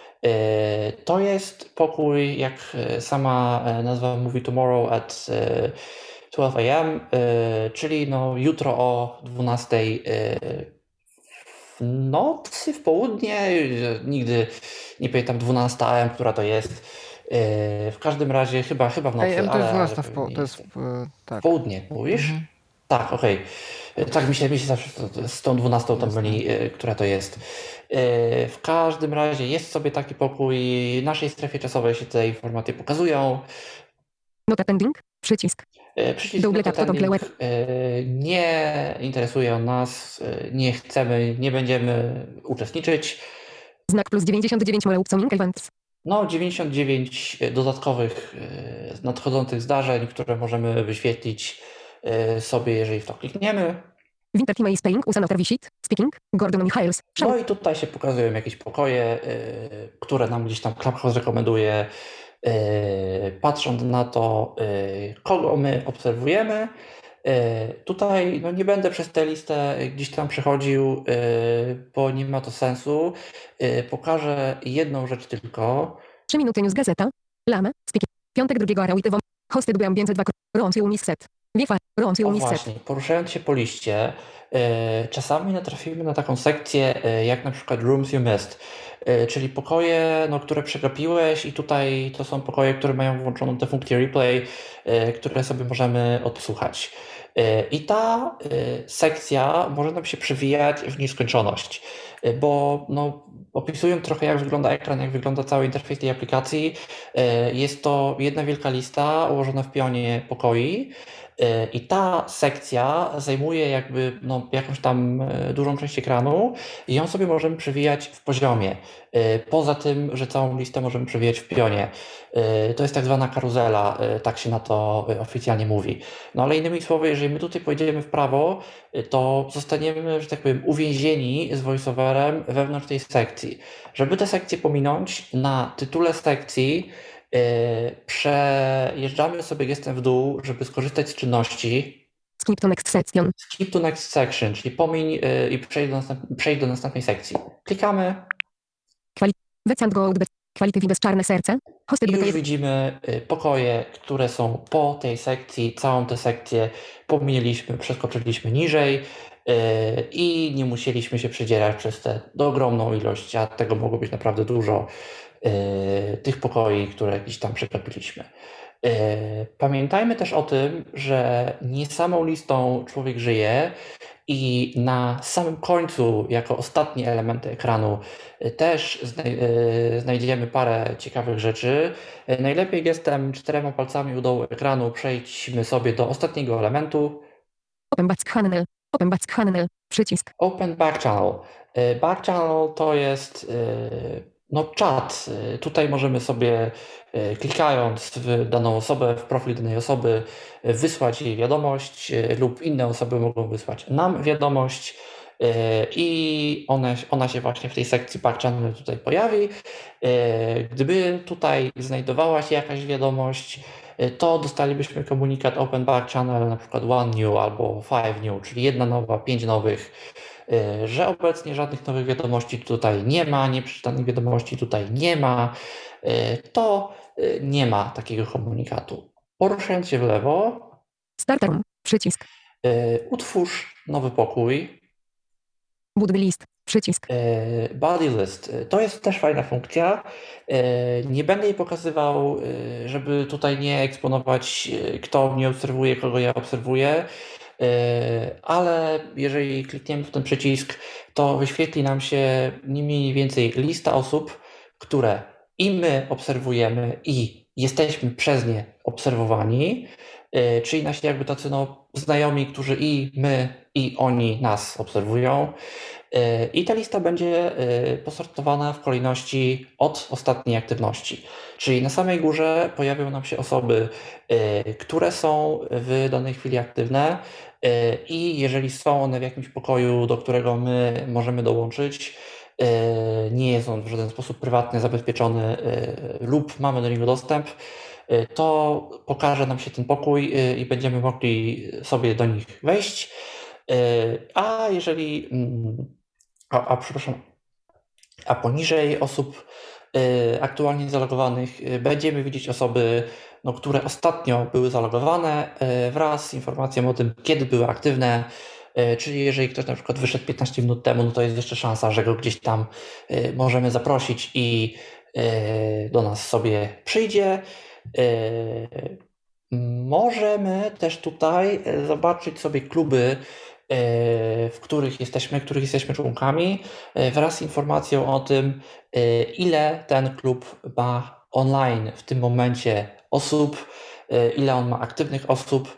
Speaker 3: To jest pokój, jak sama nazwa mówi, tomorrow at 12 am, czyli jutro o 12 w nocy, w południe, nigdy nie pamiętam 12 am, która to jest. W każdym razie chyba w nocy.
Speaker 2: AM to jest 12 to jest tak.
Speaker 3: W południe, mówisz? Mhm. Tak, okej. Tak mi się zawsze z tą 12 tam myli, która to jest. W każdym razie jest sobie taki pokój, w naszej strefie czasowej się te informacje pokazują.
Speaker 4: Not attending, przycisk.
Speaker 3: Przycisk not attending nie interesuje nas, nie chcemy, nie będziemy uczestniczyć.
Speaker 4: Znak plus 99 more upcoming events.
Speaker 3: 99 dodatkowych nadchodzących zdarzeń, które możemy wyświetlić sobie, jeżeli w to klikniemy.
Speaker 4: Winter Team is paying Usan Visit, speaking, Gordon Michaels.
Speaker 3: No i tutaj się pokazują jakieś pokoje, które nam gdzieś tam Clubhouse rekomenduje, patrząc na to, kogo my obserwujemy. Tutaj nie będę przez tę listę gdzieś tam przechodził, bo nie ma to sensu. Pokażę jedną rzecz tylko.
Speaker 4: 3 minuty news gazeta. Lame, speaking. Piątek 2 Arawitywom. Hosted by Ambience 2. Rąc i set. Wiefa, rąc i set.
Speaker 3: Właśnie, poruszając się po liście, czasami natrafimy na taką sekcję, jak na przykład Rooms You Missed, czyli pokoje, które przegapiłeś i tutaj to są pokoje, które mają włączoną tę funkcję replay, które sobie możemy odsłuchać. I ta sekcja może nam się przewijać w nieskończoność, bo opisując trochę, jak wygląda ekran, jak wygląda cały interfejs tej aplikacji, jest to jedna wielka lista ułożona w pionie pokoi i ta sekcja zajmuje jakby jakąś tam dużą część ekranu i ją sobie możemy przewijać w poziomie. Poza tym, że całą listę możemy przewijać w pionie. To jest tak zwana karuzela, tak się na to oficjalnie mówi. Ale innymi słowy, jeżeli my tutaj pojedziemy w prawo, to zostaniemy, że tak powiem, uwięzieni z voiceoverem wewnątrz tej sekcji. Żeby tę sekcję pominąć, na tytule sekcji przejeżdżamy sobie gestem w dół, żeby skorzystać z czynności
Speaker 4: Skip to next section.
Speaker 3: Skip to next section, czyli pomiń i przejdź do następnej sekcji. Klikamy.
Speaker 4: Quality bez czarne serce. Hosted
Speaker 3: I już
Speaker 4: BTF.
Speaker 3: widzimy pokoje, które są po tej sekcji. Całą tę sekcję pominęliśmy, przeskoczyliśmy niżej i nie musieliśmy się przedzierać przez tę ogromną ilość, a tego mogło być naprawdę dużo, tych pokoi, które gdzieś tam przegapiliśmy. Pamiętajmy też o tym, że nie samą listą człowiek żyje i na samym końcu, jako ostatnie elementy ekranu, też znajdziemy parę ciekawych rzeczy. Najlepiej gestem 4 palcami u dołu ekranu przejdźmy sobie do ostatniego elementu.
Speaker 4: Open Back Channel. Open Back Channel. Przycisk.
Speaker 3: Open Back Channel. Back Channel to jest czat. Tutaj możemy sobie, klikając w daną osobę, w profil danej osoby, wysłać jej wiadomość lub inne osoby mogą wysłać nam wiadomość i ona się właśnie w tej sekcji Back Channel tutaj pojawi. Gdyby tutaj znajdowała się jakaś wiadomość, to dostalibyśmy komunikat Open Back Channel, na przykład 1 new albo 5 new, czyli 1 nowa, 5 nowych, że obecnie żadnych nowych wiadomości tutaj nie ma, nieprzeczytanych wiadomości tutaj nie ma, to nie ma takiego komunikatu. Poruszając się w lewo,
Speaker 4: Start Room. Przycisk.
Speaker 3: utwórz nowy pokój.
Speaker 4: Buddy List. Przycisk.
Speaker 3: Body List. To jest też fajna funkcja. Nie będę jej pokazywał, żeby tutaj nie eksponować, kto mnie obserwuje, kogo ja obserwuję, ale jeżeli klikniemy w ten przycisk, to wyświetli nam się nie mniej więcej lista osób, które i my obserwujemy i jesteśmy przez nie obserwowani, czyli nasi jakby tacy znajomi, którzy i my, i oni nas obserwują. I ta lista będzie posortowana w kolejności od ostatniej aktywności. Czyli na samej górze pojawią nam się osoby, które są w danej chwili aktywne i jeżeli są one w jakimś pokoju, do którego my możemy dołączyć, nie jest on w żaden sposób prywatny, zabezpieczony lub mamy do niego dostęp, to pokaże nam się ten pokój i będziemy mogli sobie do nich wejść. A jeżeli, a poniżej osób aktualnie zalogowanych będziemy widzieć osoby, które ostatnio były zalogowane wraz z informacją o tym, kiedy były aktywne. Czyli jeżeli ktoś na przykład wyszedł 15 minut temu, to jest jeszcze szansa, że go gdzieś tam możemy zaprosić i do nas sobie przyjdzie. Możemy też tutaj zobaczyć sobie kluby, w których jesteśmy członkami, wraz z informacją o tym, ile ten klub ma online w tym momencie osób, ile on ma aktywnych osób,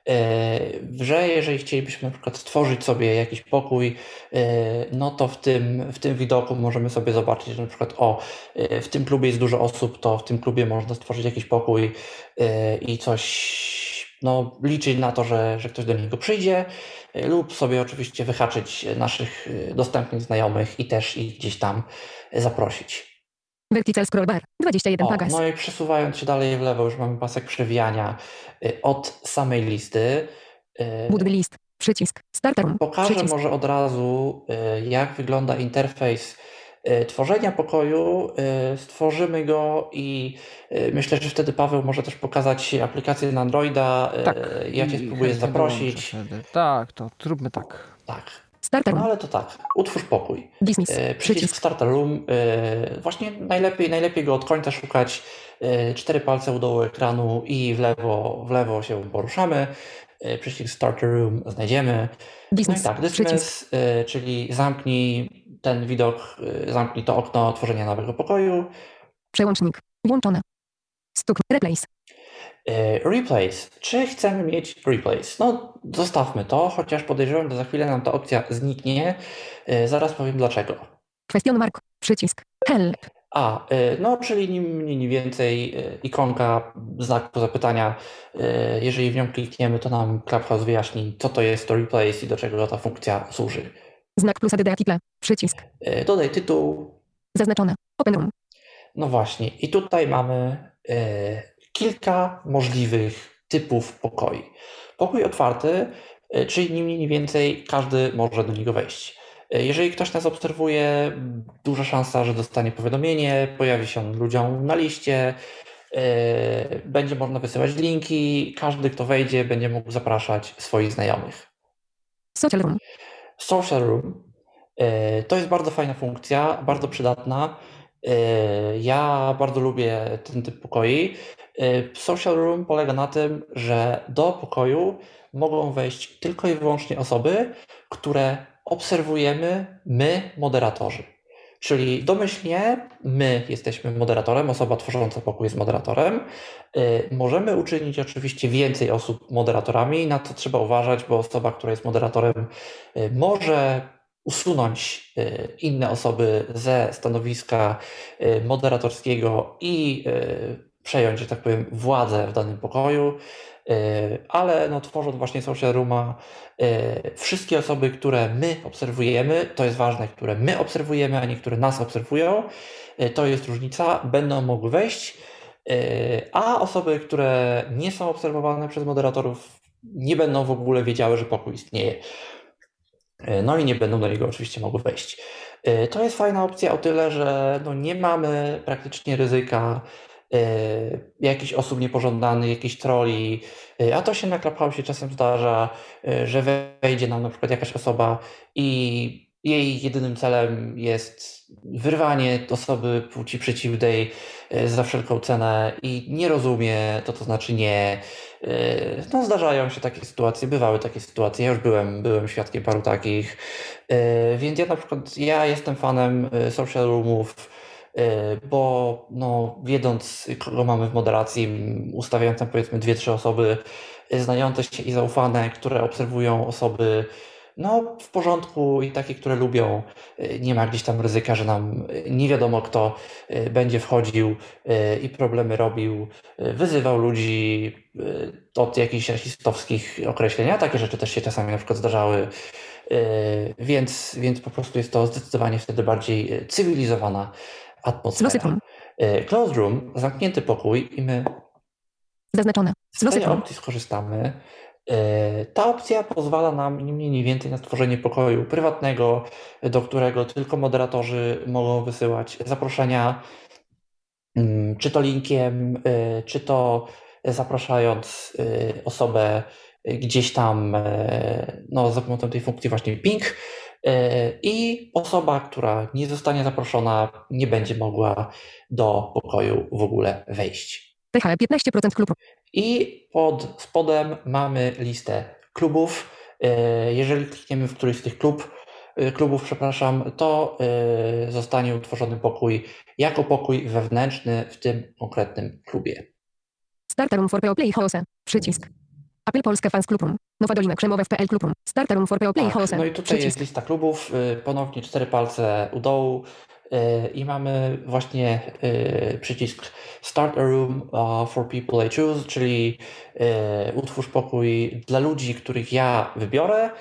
Speaker 3: że jeżeli chcielibyśmy na przykład stworzyć sobie jakiś pokój, no to w tym widoku możemy sobie zobaczyć, że na przykład w tym klubie jest dużo osób, to w tym klubie można stworzyć jakiś pokój i coś liczyć na to, że ktoś do niego przyjdzie, lub sobie oczywiście wyhaczyć naszych dostępnych znajomych i też ich gdzieś tam zaprosić.
Speaker 4: Vertical scroll bar. 21 pagas.
Speaker 3: No i przesuwając się dalej w lewo, już mamy pasek przewijania od samej listy.
Speaker 4: Buddy List. Przycisk. Start Room.
Speaker 3: Pokażę
Speaker 4: Przycisk.
Speaker 3: może od razu, jak wygląda interfejs tworzenia pokoju. Stworzymy go i myślę, że wtedy Paweł może też pokazać aplikację na Androida.
Speaker 2: Tak.
Speaker 3: Ja Cię spróbuję zaprosić.
Speaker 2: Tak, to zróbmy tak.
Speaker 3: Tak.
Speaker 4: Start Room.
Speaker 3: Ale to tak, utwórz pokój.
Speaker 4: Dismiss.
Speaker 3: Przycisk
Speaker 4: Przycisk.
Speaker 3: Start Room. Właśnie najlepiej go od końca szukać. 4 palce u dołu ekranu i w lewo się poruszamy. Przycisk Start Room znajdziemy.
Speaker 4: Dismiss.
Speaker 3: No i tak, Dismiss, czyli zamknij ten widok, zamknij to okno tworzenia nowego pokoju.
Speaker 4: Przełącznik. Włączone. Stuk. Replace.
Speaker 3: Replace. Czy chcemy mieć replace? Zostawmy to, chociaż podejrzewam, że za chwilę nam ta opcja zniknie. Zaraz powiem dlaczego.
Speaker 4: Question mark. Przycisk. Help.
Speaker 3: Czyli ni mniej, ni więcej ikonka znaku zapytania. Jeżeli w nią klikniemy, to nam Clubhouse wyjaśni, co to jest to replace i do czego ta funkcja służy.
Speaker 4: Znak plus add article. Przycisk.
Speaker 3: Dodaj tytuł.
Speaker 4: Zaznaczone. Open Room.
Speaker 3: No właśnie. I tutaj mamy kilka możliwych typów pokoi. Pokój otwarty, czyli ni mniej, ni więcej każdy może do niego wejść. Jeżeli ktoś nas obserwuje, duża szansa, że dostanie powiadomienie, pojawi się on ludziom na liście, będzie można wysyłać linki, każdy, kto wejdzie, będzie mógł zapraszać swoich znajomych.
Speaker 4: Social Room.
Speaker 3: Social Room to jest bardzo fajna funkcja, bardzo przydatna. Ja bardzo lubię ten typ pokoi. Social Room polega na tym, że do pokoju mogą wejść tylko i wyłącznie osoby, które obserwujemy my, moderatorzy. Czyli domyślnie my jesteśmy moderatorem, osoba tworząca pokój jest moderatorem. Możemy uczynić oczywiście więcej osób moderatorami, na to trzeba uważać, bo osoba, która jest moderatorem, może usunąć inne osoby ze stanowiska moderatorskiego i przejąć, że tak powiem, władzę w danym pokoju, ale no, tworząc właśnie Social Rooma, wszystkie osoby, które my obserwujemy, to jest ważne, które my obserwujemy, a nie które nas obserwują, to jest różnica, będą mogły wejść, a osoby, które nie są obserwowane przez moderatorów, nie będą w ogóle wiedziały, że pokój istnieje. No i nie będą do niego oczywiście mogły wejść. To jest fajna opcja o tyle, że no nie mamy praktycznie ryzyka jakichś osób niepożądanych, jakichś trolli, a to się na Clubhouse czasem zdarza, że wejdzie nam na przykład jakaś osoba i jej jedynym celem jest wyrwanie osoby płci przeciwnej za wszelką cenę i nie rozumie, to znaczy nie. No zdarzają się takie sytuacje, bywały takie sytuacje, ja już byłem świadkiem paru takich, więc ja na przykład, ja jestem fanem social roomów, bo no, wiedząc, kogo mamy w moderacji, ustawiając tam powiedzmy 2-3 osoby znające się i zaufane, które obserwują osoby no, w porządku i takie, które lubią, nie ma gdzieś tam ryzyka, że nam nie wiadomo kto będzie wchodził i problemy robił, wyzywał ludzi od jakichś rasistowskich określeń, a takie rzeczy też się czasami na przykład zdarzały, więc po prostu jest to zdecydowanie wtedy bardziej cywilizowana atmosfera. Closed room, zamknięty pokój i my
Speaker 4: Zaznaczone.
Speaker 3: z tej opcji skorzystamy. Ta opcja pozwala nam ni mniej, ni więcej na stworzenie pokoju prywatnego, do którego tylko moderatorzy mogą wysyłać zaproszenia, czy to linkiem, czy to zapraszając osobę gdzieś tam no, za pomocą tej funkcji właśnie ping, i osoba, która nie zostanie zaproszona, nie będzie mogła do pokoju w ogóle wejść.
Speaker 4: THE 15% klubu.
Speaker 3: I pod spodem mamy listę klubów. Jeżeli klikniemy w któryś z tych klubów, to zostanie utworzony pokój jako pokój wewnętrzny w tym konkretnym klubie.
Speaker 4: Starter Room for PO Play House. Przycisk. Apple Polska Fans Club Room. Nowa Dolina Krzemowa w PL Club Room. Starter Room for PO Play House.
Speaker 3: No i tutaj
Speaker 4: przycisk.
Speaker 3: jest lista klubów. Ponownie 4 palce u dołu. I mamy właśnie przycisk Start a Room for People I Choose, czyli utwórz pokój dla ludzi, których ja wybiorę,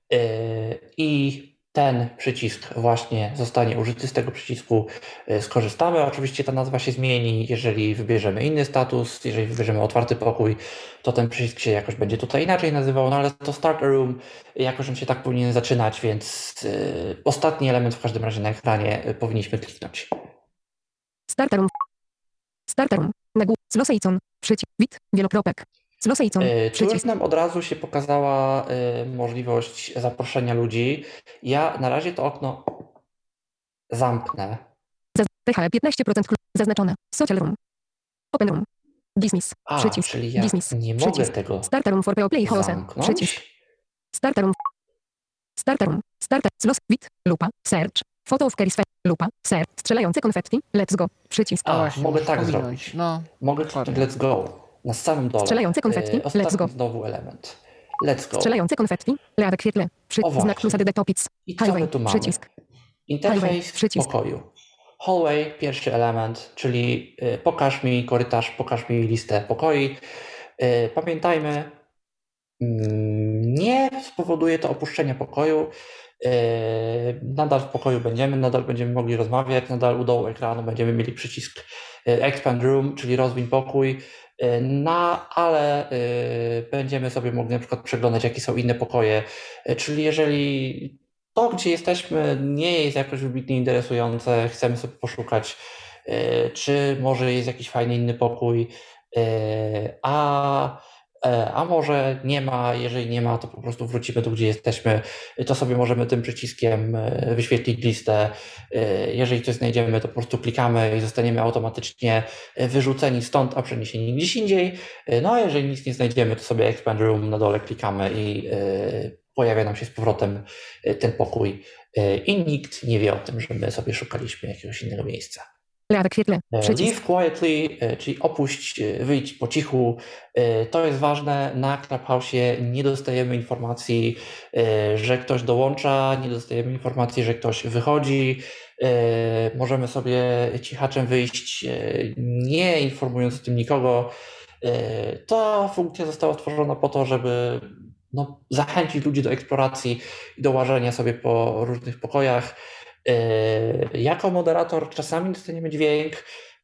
Speaker 3: i ten przycisk właśnie zostanie użyty. Z tego przycisku skorzystamy. Oczywiście ta nazwa się zmieni, jeżeli wybierzemy inny status, jeżeli wybierzemy otwarty pokój, to ten przycisk się jakoś będzie tutaj inaczej nazywał, no ale to Start a Room, jakoś on się tak powinien zaczynać, więc ostatni element w każdym razie na ekranie powinniśmy kliknąć.
Speaker 4: Starter Room. Starter Room. Na górze. Slosejcon. Przycisk. Wid. Wielokropek. Slosejcon.
Speaker 3: Tu już
Speaker 4: Przycisk.
Speaker 3: nam od razu się pokazała możliwość zaproszenia ludzi. Ja na razie to okno zamknę.
Speaker 4: THE 15% klub. Zaznaczone. Social Room. Open Room. Dismiss. Przycisk.
Speaker 3: Czyli ja
Speaker 4: Dismiss.
Speaker 3: nie mogę
Speaker 4: Przycisk.
Speaker 3: tego
Speaker 4: Starter Room for PO Play House.
Speaker 3: zamknąć.
Speaker 4: Przycisk. Starter Room. Starter Room. Starter. Slos. Wid. Lupa. Search. Photo of Keris. Lupa. Search. Strzelające konfetti. Let's go. Przycisk.
Speaker 2: Właśnie,
Speaker 3: mogę
Speaker 2: możesz
Speaker 3: tak
Speaker 2: pominąć.
Speaker 3: zrobić.
Speaker 2: No,
Speaker 3: Mogę
Speaker 2: dokładnie.
Speaker 3: kliknąć Let's Go. Na samym dole.
Speaker 4: Strzelające konfetti.
Speaker 3: Ostatni
Speaker 4: Let's go.
Speaker 3: znowu element. Let's go.
Speaker 4: Strzelające konfetti. Leadek świetle.
Speaker 3: O właśnie.
Speaker 4: Znak plus add topics.
Speaker 3: I co my
Speaker 4: Highway.
Speaker 3: tu mamy?
Speaker 4: Przycisk.
Speaker 3: Interfejs
Speaker 4: Przycisk.
Speaker 3: pokoju. Hallway, pierwszy element, czyli pokaż mi korytarz, pokaż mi listę pokoi. Pamiętajmy, nie spowoduje to opuszczenia pokoju. Nadal w pokoju będziemy, nadal będziemy mogli rozmawiać, nadal u dołu ekranu będziemy mieli przycisk Expand Room, czyli rozwiń pokój, ale będziemy sobie mogli na przykład przeglądać, jakie są inne pokoje, czyli jeżeli to, gdzie jesteśmy, nie jest jakoś wybitnie interesujące. Chcemy sobie poszukać, czy może jest jakiś fajny inny pokój, a może nie ma. Jeżeli nie ma, to po prostu wrócimy tu, gdzie jesteśmy. To sobie możemy tym przyciskiem wyświetlić listę. Jeżeli coś znajdziemy, to po prostu klikamy i zostaniemy automatycznie wyrzuceni stąd, a przeniesieni gdzieś indziej. No a jeżeli nic nie znajdziemy, to sobie Expand Room na dole klikamy i pojawia nam się z powrotem ten pokój i nikt nie wie o tym, że my sobie szukaliśmy jakiegoś innego miejsca.
Speaker 4: Leave świetle. Przycisk.
Speaker 3: Leave quietly, czyli opuść, wyjdź po cichu. To jest ważne. Na Clubhouse'ie nie dostajemy informacji, że ktoś dołącza, nie dostajemy informacji, że ktoś wychodzi. Możemy sobie cichaczem wyjść, nie informując o tym nikogo. Ta funkcja została stworzona po to, żeby zachęcić ludzi do eksploracji i do łażenia sobie po różnych pokojach. Jako moderator czasami dostaniemy dźwięk,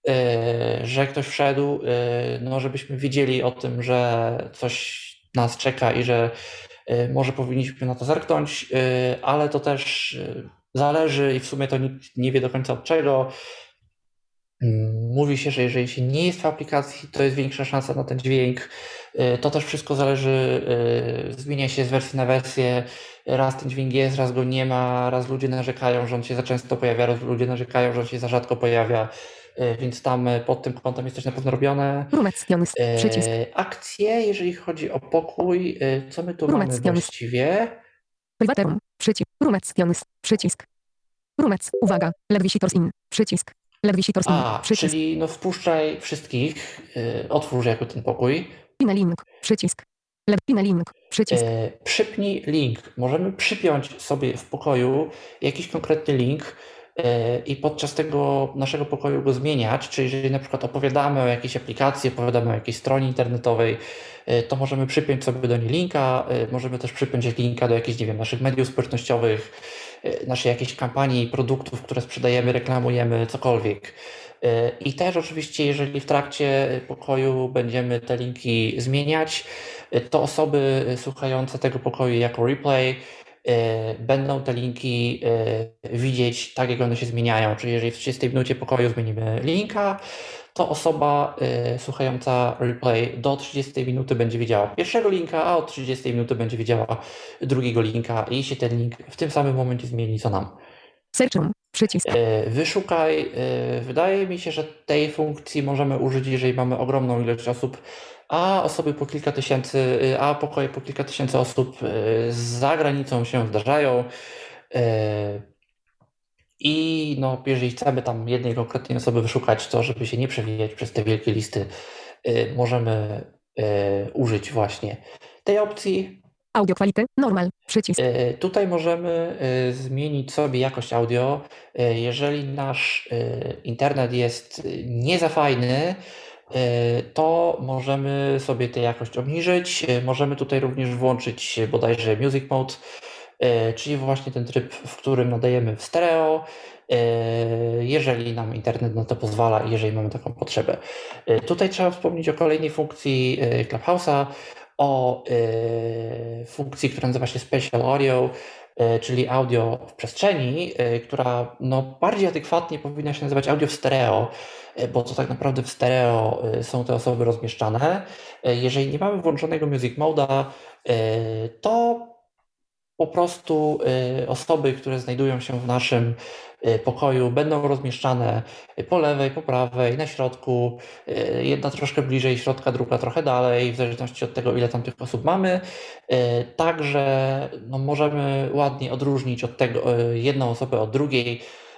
Speaker 3: że ktoś wszedł, żebyśmy wiedzieli o tym, że coś nas czeka i że może powinniśmy na to zerknąć, ale to też zależy i w sumie to nikt nie wie do końca od czego. Mówi się, że jeżeli się nie jest w aplikacji, to jest większa szansa na ten dźwięk. To też wszystko zależy, zmienia się z wersji na wersję. Raz ten dźwięk jest, raz go nie ma, raz ludzie narzekają, że on się za często pojawia, raz ludzie narzekają, że on się za rzadko pojawia, więc tam pod tym kątem jest coś na pewno robione.
Speaker 4: Przycisk.
Speaker 3: Akcje, jeżeli chodzi o pokój, co my tu mamy właściwie?
Speaker 4: Private room. Przycisk. Przycisk. Roommates. Uwaga. Let visitors in. Przycisk. Let visitors in. Przycisk.
Speaker 3: Czyli wpuszczaj wszystkich, otwórz jako ten pokój.
Speaker 4: Pin link. Przycisk. Pin link. Przycisk.
Speaker 3: Przypnij link. Możemy przypiąć sobie w pokoju jakiś konkretny link i podczas tego naszego pokoju go zmieniać, czyli jeżeli na przykład opowiadamy o jakiejś aplikacji, opowiadamy o jakiejś stronie internetowej, to możemy przypiąć sobie do niej linka, możemy też przypiąć linka do jakichś, naszych mediów społecznościowych, naszej jakiejś kampanii, produktów, które sprzedajemy, reklamujemy, cokolwiek. I też oczywiście, jeżeli w trakcie pokoju będziemy te linki zmieniać, to osoby słuchające tego pokoju jako replay będą te linki widzieć tak, jak one się zmieniają. Czyli jeżeli w 30 minucie pokoju zmienimy linka, to osoba słuchająca replay do 30 minuty będzie widziała pierwszego linka, a od 30 minuty będzie widziała drugiego linka i się ten link w tym samym momencie zmieni, co nam.
Speaker 4: Search room. Przycisk.
Speaker 3: Wyszukaj. Wydaje mi się, że tej funkcji możemy użyć, jeżeli mamy ogromną ilość osób, a osoby po kilka tysięcy, a pokoje po kilka tysięcy osób za granicą się zdarzają. I jeżeli chcemy tam jednej konkretnej osoby wyszukać, to żeby się nie przewijać przez te wielkie listy, możemy użyć właśnie tej opcji.
Speaker 4: Audio quality, normal, przycisk.
Speaker 3: Tutaj możemy zmienić sobie jakość audio. Jeżeli nasz internet jest nie za fajny, to możemy sobie tę jakość obniżyć. Możemy tutaj również włączyć bodajże Music Mode, czyli właśnie ten tryb, w którym nadajemy w stereo, jeżeli nam internet na to pozwala i jeżeli mamy taką potrzebę. Tutaj trzeba wspomnieć o kolejnej funkcji Clubhouse'a, o funkcji, która nazywa się Spatial Audio, czyli audio w przestrzeni, która bardziej adekwatnie powinna się nazywać audio w stereo, bo to tak naprawdę w stereo są te osoby rozmieszczane. Jeżeli nie mamy włączonego Music Mode'a, to po prostu osoby, które znajdują się w naszym pokoju, będą rozmieszczane po lewej, po prawej, na środku. Jedna troszkę bliżej środka, druga trochę dalej, w zależności od tego, ile tam tych osób mamy. Także możemy ładnie odróżnić od tego jedną osobę od drugiej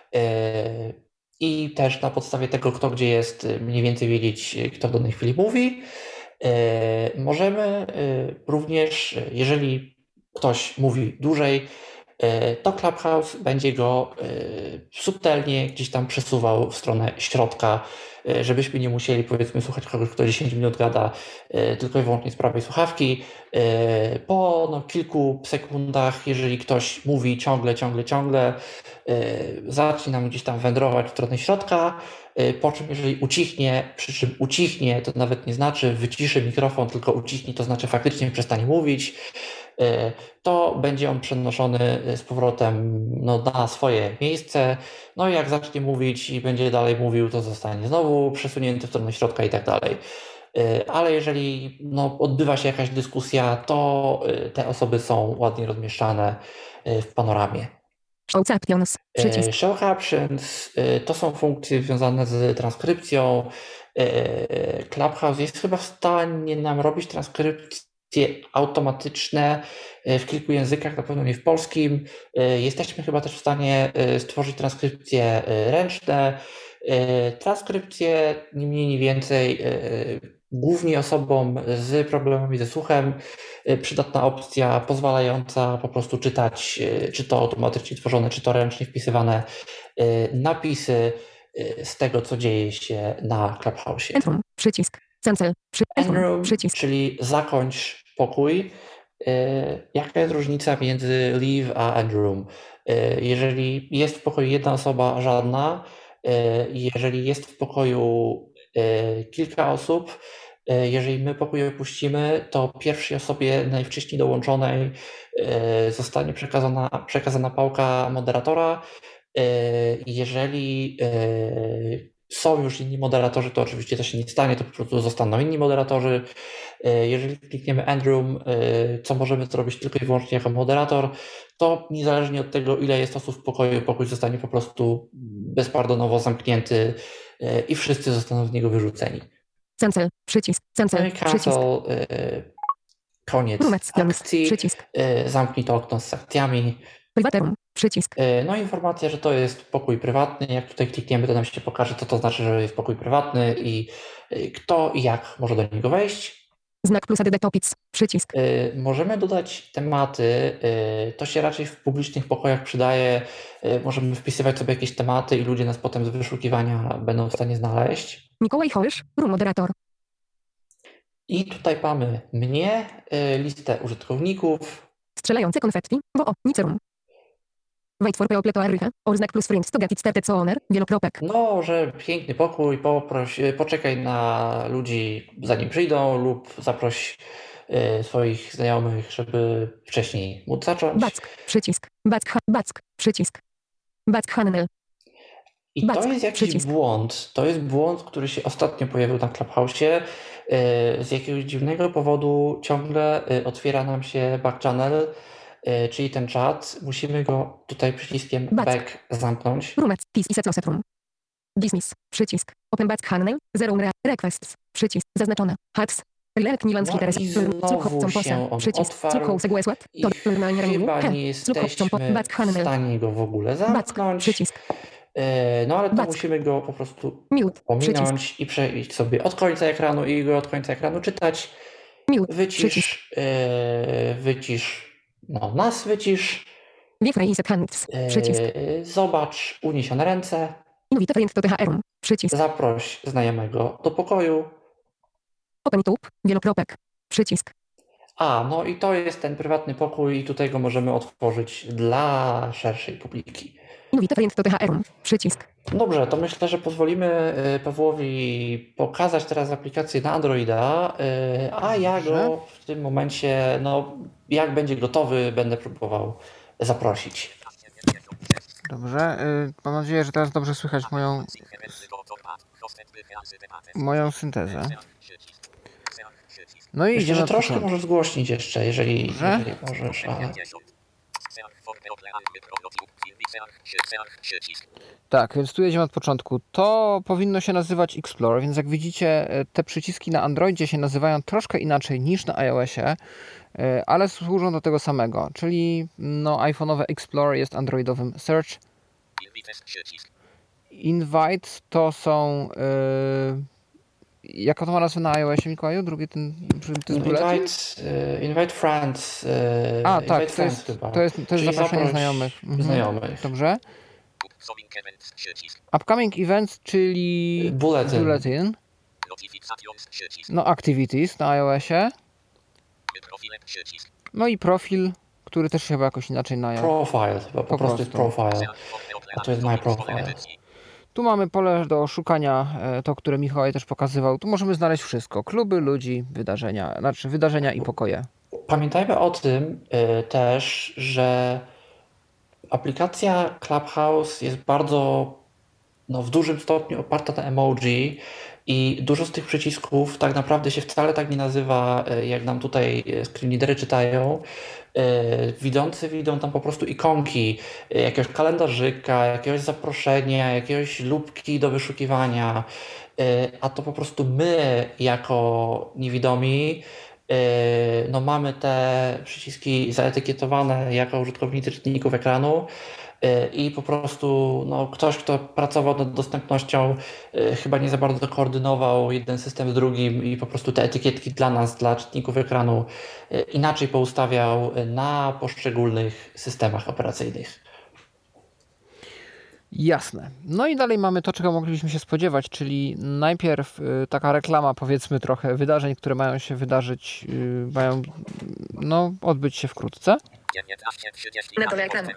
Speaker 3: i też na podstawie tego, kto gdzie jest, mniej więcej wiedzieć, kto w danej chwili mówi. Możemy również, jeżeli ktoś mówi dłużej, to Clubhouse będzie go subtelnie gdzieś tam przesuwał w stronę środka, żebyśmy nie musieli, powiedzmy, słuchać kogoś, kto 10 minut gada tylko i wyłącznie z prawej słuchawki. Po kilku sekundach, jeżeli ktoś mówi ciągle, zacznie nam gdzieś tam wędrować w stronę środka, po czym jeżeli ucichnie, przy czym ucichnie to nawet nie znaczy wyciszy mikrofon, tylko ucichnie to znaczy faktycznie przestanie mówić. to będzie on przenoszony z powrotem na swoje miejsce. No i jak zacznie mówić i będzie dalej mówił, to zostanie znowu przesunięty w stronę środka i tak dalej. Ale jeżeli odbywa się jakaś dyskusja, to te osoby są ładnie rozmieszczane w panoramie.
Speaker 4: Show captions. Przycisk.
Speaker 3: Show captions to są funkcje związane z transkrypcją. Clubhouse jest chyba w stanie nam robić transkrypcje automatyczne w kilku językach, na pewno nie w polskim. Jesteśmy chyba też w stanie stworzyć transkrypcje ręczne. Transkrypcje ni mniej, ni więcej głównie osobom z problemami ze słuchem przydatna opcja pozwalająca po prostu czytać, czy to automatycznie tworzone, czy to ręcznie wpisywane napisy z tego, co dzieje się na Clubhouse.
Speaker 4: End room. Przycisk. Cancel.
Speaker 3: End room,
Speaker 4: Przycisk.
Speaker 3: czyli zakończ pokój. Jaka jest różnica między leave a end room? Jeżeli jest w pokoju jedna osoba, żadna. Jeżeli jest w pokoju kilka osób, jeżeli my pokój opuścimy, to pierwszej osobie najwcześniej dołączonej zostanie przekazana pałka moderatora. Jeżeli są już inni moderatorzy, to oczywiście to się nie stanie, to po prostu zostaną inni moderatorzy. Jeżeli klikniemy End Room, co możemy zrobić tylko i wyłącznie jako moderator, to niezależnie od tego, ile jest osób w pokoju, pokój zostanie po prostu bezpardonowo zamknięty i wszyscy zostaną z niego wyrzuceni.
Speaker 4: Cancel. Przycisk. Cancel.
Speaker 3: No i cancel, koniec akcji.
Speaker 4: Przycisk.
Speaker 3: Zamknij to okno z akcjami.
Speaker 4: Private room. Przycisk.
Speaker 3: No informacja, że to jest pokój prywatny. Jak tutaj klikniemy, to nam się pokaże, co to znaczy, że jest pokój prywatny i kto i jak może do niego wejść.
Speaker 4: Znak plus add topics. Przycisk.
Speaker 3: Możemy dodać tematy. To się raczej w publicznych pokojach przydaje. Możemy wpisywać sobie jakieś tematy i ludzie nas potem z wyszukiwania będą w stanie znaleźć.
Speaker 4: Mikołaj Hołysz, room moderator.
Speaker 3: I tutaj mamy mnie, listę użytkowników.
Speaker 4: Strzelające konfetti, bo o, nic room. Wait for people to arrive, or znak plus friends to get it started so owner, wielokropek.
Speaker 3: No, że piękny pokój, poczekaj na ludzi zanim przyjdą lub zaproś swoich znajomych, żeby wcześniej móc zacząć.
Speaker 4: Back, przycisk, back, przycisk. Back handle.
Speaker 3: I to jest jakiś błąd. To jest błąd, który się ostatnio pojawił na Clubhouse'ie. Z jakiegoś dziwnego powodu ciągle otwiera nam się back channel, czyli ten czat. Musimy go tutaj przyciskiem back zamknąć.
Speaker 4: Roommates, this is a closet room. Dismiss, przycisk. Open back handle, zero requests, przycisk. Zaznaczone. Hacks. Relek Nilanski teraz.
Speaker 3: I znowu się on otwarł i chyba nie jesteśmy w stanie go w ogóle zamknąć.
Speaker 4: Przycisk.
Speaker 3: No ale to musimy go po prostu pominąć i przejść sobie od końca ekranu i go od końca ekranu czytać. Wycisz, nas wycisz. Zobacz uniesione ręce. Zaproś znajomego do pokoju.
Speaker 4: Open tube, wielokropek, przycisk.
Speaker 3: No i to jest ten prywatny pokój i tutaj go możemy otworzyć dla szerszej publiki.
Speaker 4: Przycisk.
Speaker 3: Dobrze, to myślę, że pozwolimy Pawłowi pokazać teraz aplikację na Androida, a ja go w tym momencie, jak będzie gotowy, będę próbował zaprosić.
Speaker 2: Dobrze, mam nadzieję, że teraz dobrze słychać moją syntezę. No i
Speaker 3: myślę, że troszkę możesz zgłośnić jeszcze, jeżeli możesz.
Speaker 2: Tak, więc tu jedziemy od początku. To powinno się nazywać Explorer, więc jak widzicie, te przyciski na Androidzie się nazywają troszkę inaczej niż na iOSie, ale służą do tego samego, czyli iPhone'owe Explorer jest androidowym Search. Invite to są... Jaka to ma nazwę na iOSie, Mikołaju? Drugi ten
Speaker 3: Invite friends.
Speaker 2: Tak, to jest zaproszenie znajomych. Dobrze. Upcoming events, czyli bulletin. Activities na iOSie. No i profil, który też się chyba jakoś inaczej na
Speaker 3: Profile, po prostu jest profile. A to jest my profile.
Speaker 2: Tu mamy pole do szukania, to, które Mikołaj też pokazywał. Tu możemy znaleźć wszystko. Kluby, ludzi, wydarzenia i pokoje.
Speaker 3: Pamiętajmy o tym też, że aplikacja Clubhouse jest bardzo w dużym stopniu oparta na emoji i dużo z tych przycisków tak naprawdę się wcale tak nie nazywa, jak nam tutaj screenreadery czytają. Widzący widzą tam po prostu ikonki, jakiegoś kalendarzyka, jakiegoś zaproszenia, jakiegoś lubki do wyszukiwania, a to po prostu my jako niewidomi mamy te przyciski zaetykietowane jako użytkownicy czytników ekranu i po prostu ktoś, kto pracował nad dostępnością, chyba nie za bardzo koordynował jeden system z drugim i po prostu te etykietki dla nas, dla czytników ekranu inaczej poustawiał na poszczególnych systemach operacyjnych.
Speaker 2: Jasne. No i dalej mamy to, czego moglibyśmy się spodziewać, czyli najpierw taka reklama, powiedzmy trochę, wydarzeń, które mają się wydarzyć, mają odbyć się wkrótce.
Speaker 4: Na dole ekranu.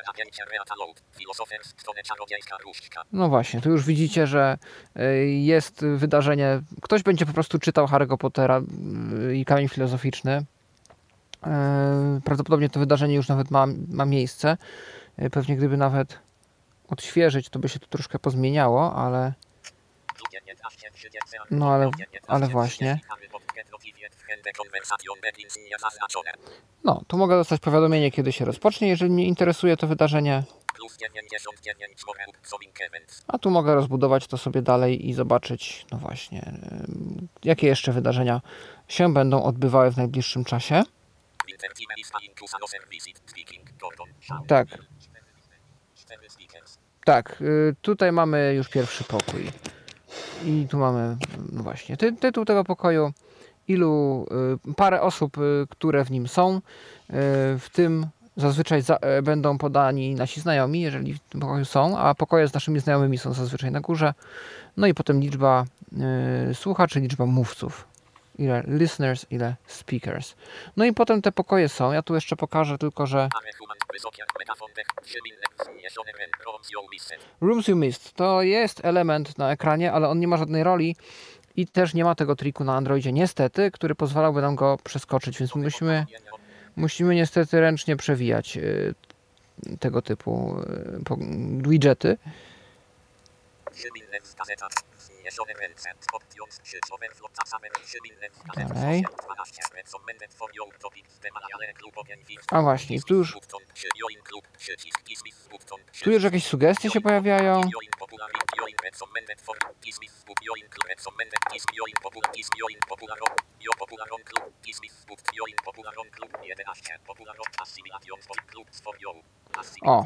Speaker 2: No właśnie, tu już widzicie, że jest wydarzenie, ktoś będzie po prostu czytał Harry'ego Pottera i Kamień Filozoficzny. Prawdopodobnie to wydarzenie już nawet ma miejsce. Pewnie gdyby nawet odświeżyć, to by się to troszkę pozmieniało, ale ale właśnie. Tu mogę dostać powiadomienie, kiedy się rozpocznie, jeżeli mnie interesuje to wydarzenie. A tu mogę rozbudować to sobie dalej i zobaczyć, właśnie, jakie jeszcze wydarzenia się będą odbywały w najbliższym czasie. Tak, tutaj mamy już pierwszy pokój. I tu mamy właśnie tytuł tego pokoju, parę osób, które w nim są. W tym zazwyczaj będą podani nasi znajomi, jeżeli w tym pokoju są, a pokoje z naszymi znajomymi są zazwyczaj na górze. No i potem liczba słuchaczy, liczba mówców. Ile listeners, ile speakers. No i potem te pokoje są. Ja tu jeszcze pokażę tylko, że Rooms You Missed to jest element na ekranie, ale on nie ma żadnej roli i też nie ma tego triku na Androidzie niestety, który pozwalałby nam go przeskoczyć, więc musimy niestety ręcznie przewijać tego typu widgety. Dalej. A właśnie, tu już jakieś sugestie się pojawiają. O.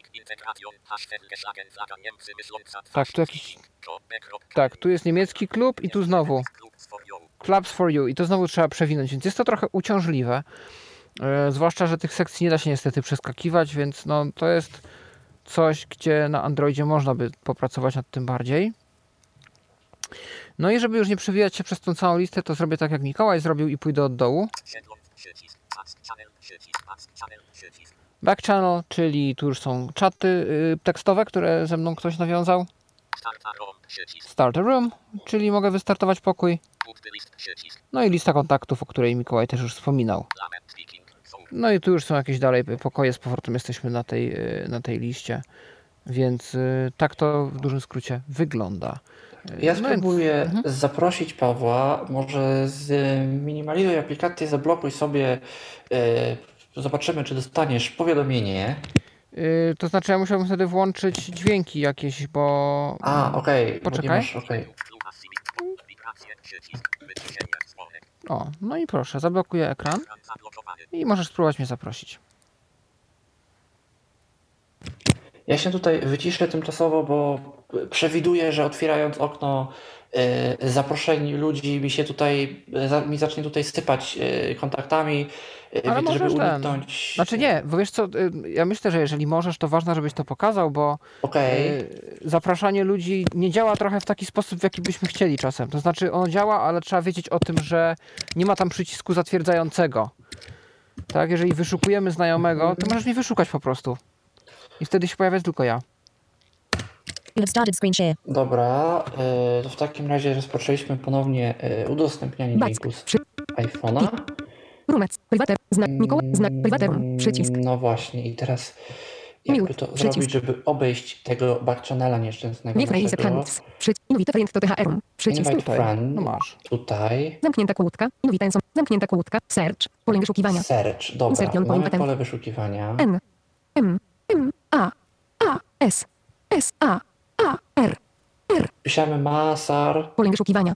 Speaker 2: Tu jest niemiecki klub i tu znowu Clubs for You i to znowu trzeba przewinąć, więc jest to trochę uciążliwe. Zwłaszcza, że tych sekcji nie da się niestety przeskakiwać, więc to jest coś, gdzie na Androidzie można by popracować nad tym bardziej. No i żeby już nie przewijać się przez tą całą listę, to zrobię tak jak Mikołaj zrobił i pójdę od dołu. Back channel, czyli tu już są czaty tekstowe, które ze mną ktoś nawiązał. Start a room, czyli mogę wystartować pokój. No i lista kontaktów, o której Mikołaj też już wspominał. No i tu już są jakieś dalej pokoje, z powrotem jesteśmy na tej liście. Więc tak to w dużym skrócie wygląda.
Speaker 3: Ja spróbuję zaprosić Pawła, może zminimalizuj aplikację, zablokuj sobie, zobaczymy, czy dostaniesz powiadomienie.
Speaker 2: To znaczy ja musiałbym wtedy włączyć dźwięki jakieś, bo...
Speaker 3: Okej.
Speaker 2: Poczekaj.
Speaker 3: Okay.
Speaker 2: O, no i proszę, zablokuję ekran i możesz spróbować mnie zaprosić.
Speaker 3: Ja się tutaj wyciszę tymczasowo, bo przewiduję, że otwierając okno zaproszeń ludzi mi zacznie tutaj sypać kontaktami.
Speaker 2: Ale
Speaker 3: żeby uniknąć...
Speaker 2: Znaczy nie, bo wiesz co, ja myślę, że jeżeli możesz, to ważne, żebyś to pokazał, bo zapraszanie ludzi nie działa trochę w taki sposób, w jaki byśmy chcieli czasem. To znaczy ono działa, ale trzeba wiedzieć o tym, że nie ma tam przycisku zatwierdzającego. Tak, jeżeli wyszukujemy znajomego, to możesz mnie wyszukać po prostu. I wtedy się pojawia tylko ja.
Speaker 5: You have started screen share.
Speaker 3: Dobra, to w takim razie rozpoczęliśmy ponownie udostępnianie
Speaker 4: Back.
Speaker 3: dźwięku z
Speaker 4: Przy.
Speaker 3: iPhone'a.
Speaker 4: Roommates. Prywater. Znak Mikołaj. Znak Prywaterum. Przycisk.
Speaker 3: No właśnie, i teraz jakby
Speaker 4: Mute.
Speaker 3: to
Speaker 4: Przycisk.
Speaker 3: zrobić, żeby obejść tego backchannela nieszczęsnego
Speaker 4: Nie frame
Speaker 3: naszego.
Speaker 4: friends. Invite friend to THR. Przycisk.
Speaker 3: Invite
Speaker 2: Tutaj.
Speaker 3: friend.
Speaker 2: No masz.
Speaker 3: Tutaj.
Speaker 4: Zamknięta kłódka. Invite zamknięta kłódka. Search. Pole wyszukiwania.
Speaker 3: Search. Dobra,
Speaker 4: Insert on
Speaker 3: mamy
Speaker 4: point
Speaker 3: pole wyszukiwania.
Speaker 4: N. M. A. S. A. R.
Speaker 3: Piszemy Masar.
Speaker 4: Pole wyszukiwania.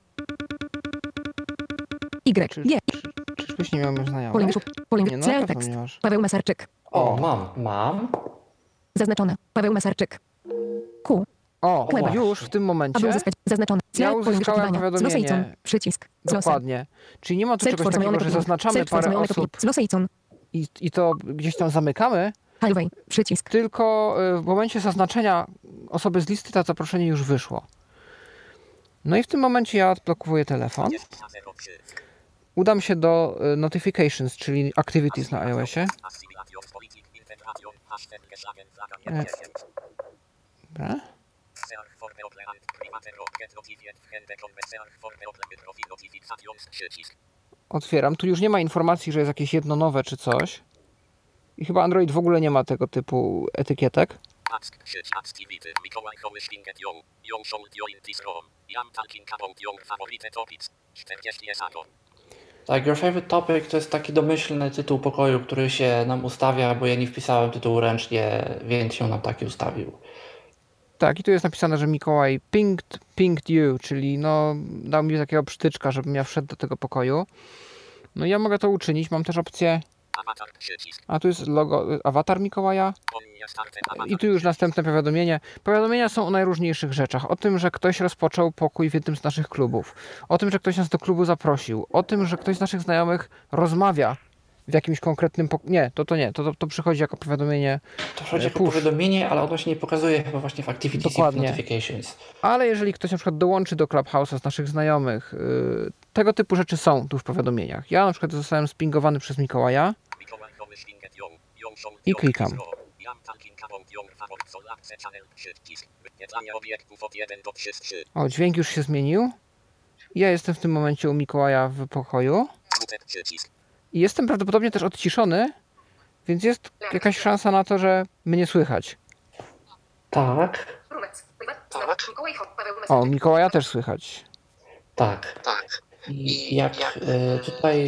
Speaker 4: Y. G.
Speaker 2: Czyżbyś nie miał już
Speaker 4: Pole
Speaker 2: znajomych?
Speaker 4: wyszukiwania. Pole
Speaker 2: Nie, no
Speaker 4: Clear
Speaker 2: na pewno
Speaker 4: tekst.
Speaker 2: nie masz.
Speaker 4: Paweł Masarczyk.
Speaker 3: O, mam.
Speaker 4: Zaznaczone. Paweł Masarczyk. Q.
Speaker 2: O,
Speaker 3: Właśnie.
Speaker 2: już w tym
Speaker 4: Aby
Speaker 2: momencie.
Speaker 4: uzyskać zaznaczone.
Speaker 2: Ja
Speaker 4: Pole
Speaker 2: uzyskałem
Speaker 4: wyszukiwania.
Speaker 2: powiadomienie.
Speaker 4: Slosejcon. Przycisk. Slosej.
Speaker 2: Dokładnie. Czyli nie ma tu
Speaker 4: Search
Speaker 2: czegoś
Speaker 4: for
Speaker 2: takiego,
Speaker 4: znajome
Speaker 2: że
Speaker 4: kopie.
Speaker 2: zaznaczamy
Speaker 4: Search for
Speaker 2: parę
Speaker 4: znajome
Speaker 2: osób
Speaker 4: kopie. Slosejcon.
Speaker 2: i to gdzieś tam zamykamy,
Speaker 4: Highway. Przycisk.
Speaker 2: tylko w momencie zaznaczenia osoby z listy to zaproszenie już wyszło. No i w tym momencie ja odblokowuję telefon. Udam się do notifications, czyli activities na iOSie. Dobra. Otwieram. Tu już nie ma informacji, że jest jakieś jedno nowe czy coś. I chyba Android w ogóle nie ma tego typu etykietek.
Speaker 3: Tak, Your Favorite Topic to jest taki domyślny tytuł pokoju, który się nam ustawia, bo ja nie wpisałem tytułu ręcznie, więc się nam taki ustawił.
Speaker 2: Tak, i tu jest napisane, że Mikołaj pinged you, czyli no dał mi takiego przytyczka, żebym ja wszedł do tego pokoju. No i ja mogę to uczynić, mam też opcję, a tu jest logo, awatar Mikołaja i tu już następne powiadomienie. Powiadomienia są o najróżniejszych rzeczach. O tym, że ktoś rozpoczął pokój w jednym z naszych klubów. O tym, że ktoś nas do klubu zaprosił. O tym, że ktoś z naszych znajomych rozmawia w jakimś konkretnym nie, to przychodzi jako powiadomienie.
Speaker 3: To chodzi jako
Speaker 2: push.
Speaker 3: powiadomienie, ale ono się nie pokazuje chyba właśnie w Activities i w
Speaker 2: Dokładnie.
Speaker 3: Notifications.
Speaker 2: Ale jeżeli ktoś na przykład dołączy do Clubhouse'a z naszych znajomych, tego typu rzeczy są tu w powiadomieniach. Ja na przykład zostałem spingowany przez Mikołaja i klikam. O, dźwięk już się zmienił. Ja jestem w tym momencie u Mikołaja w pokoju. I jestem prawdopodobnie też odciszony, więc jest jakaś szansa na to, że mnie słychać.
Speaker 3: Tak,
Speaker 2: O, Mikołaja też słychać.
Speaker 3: tak. I jak tutaj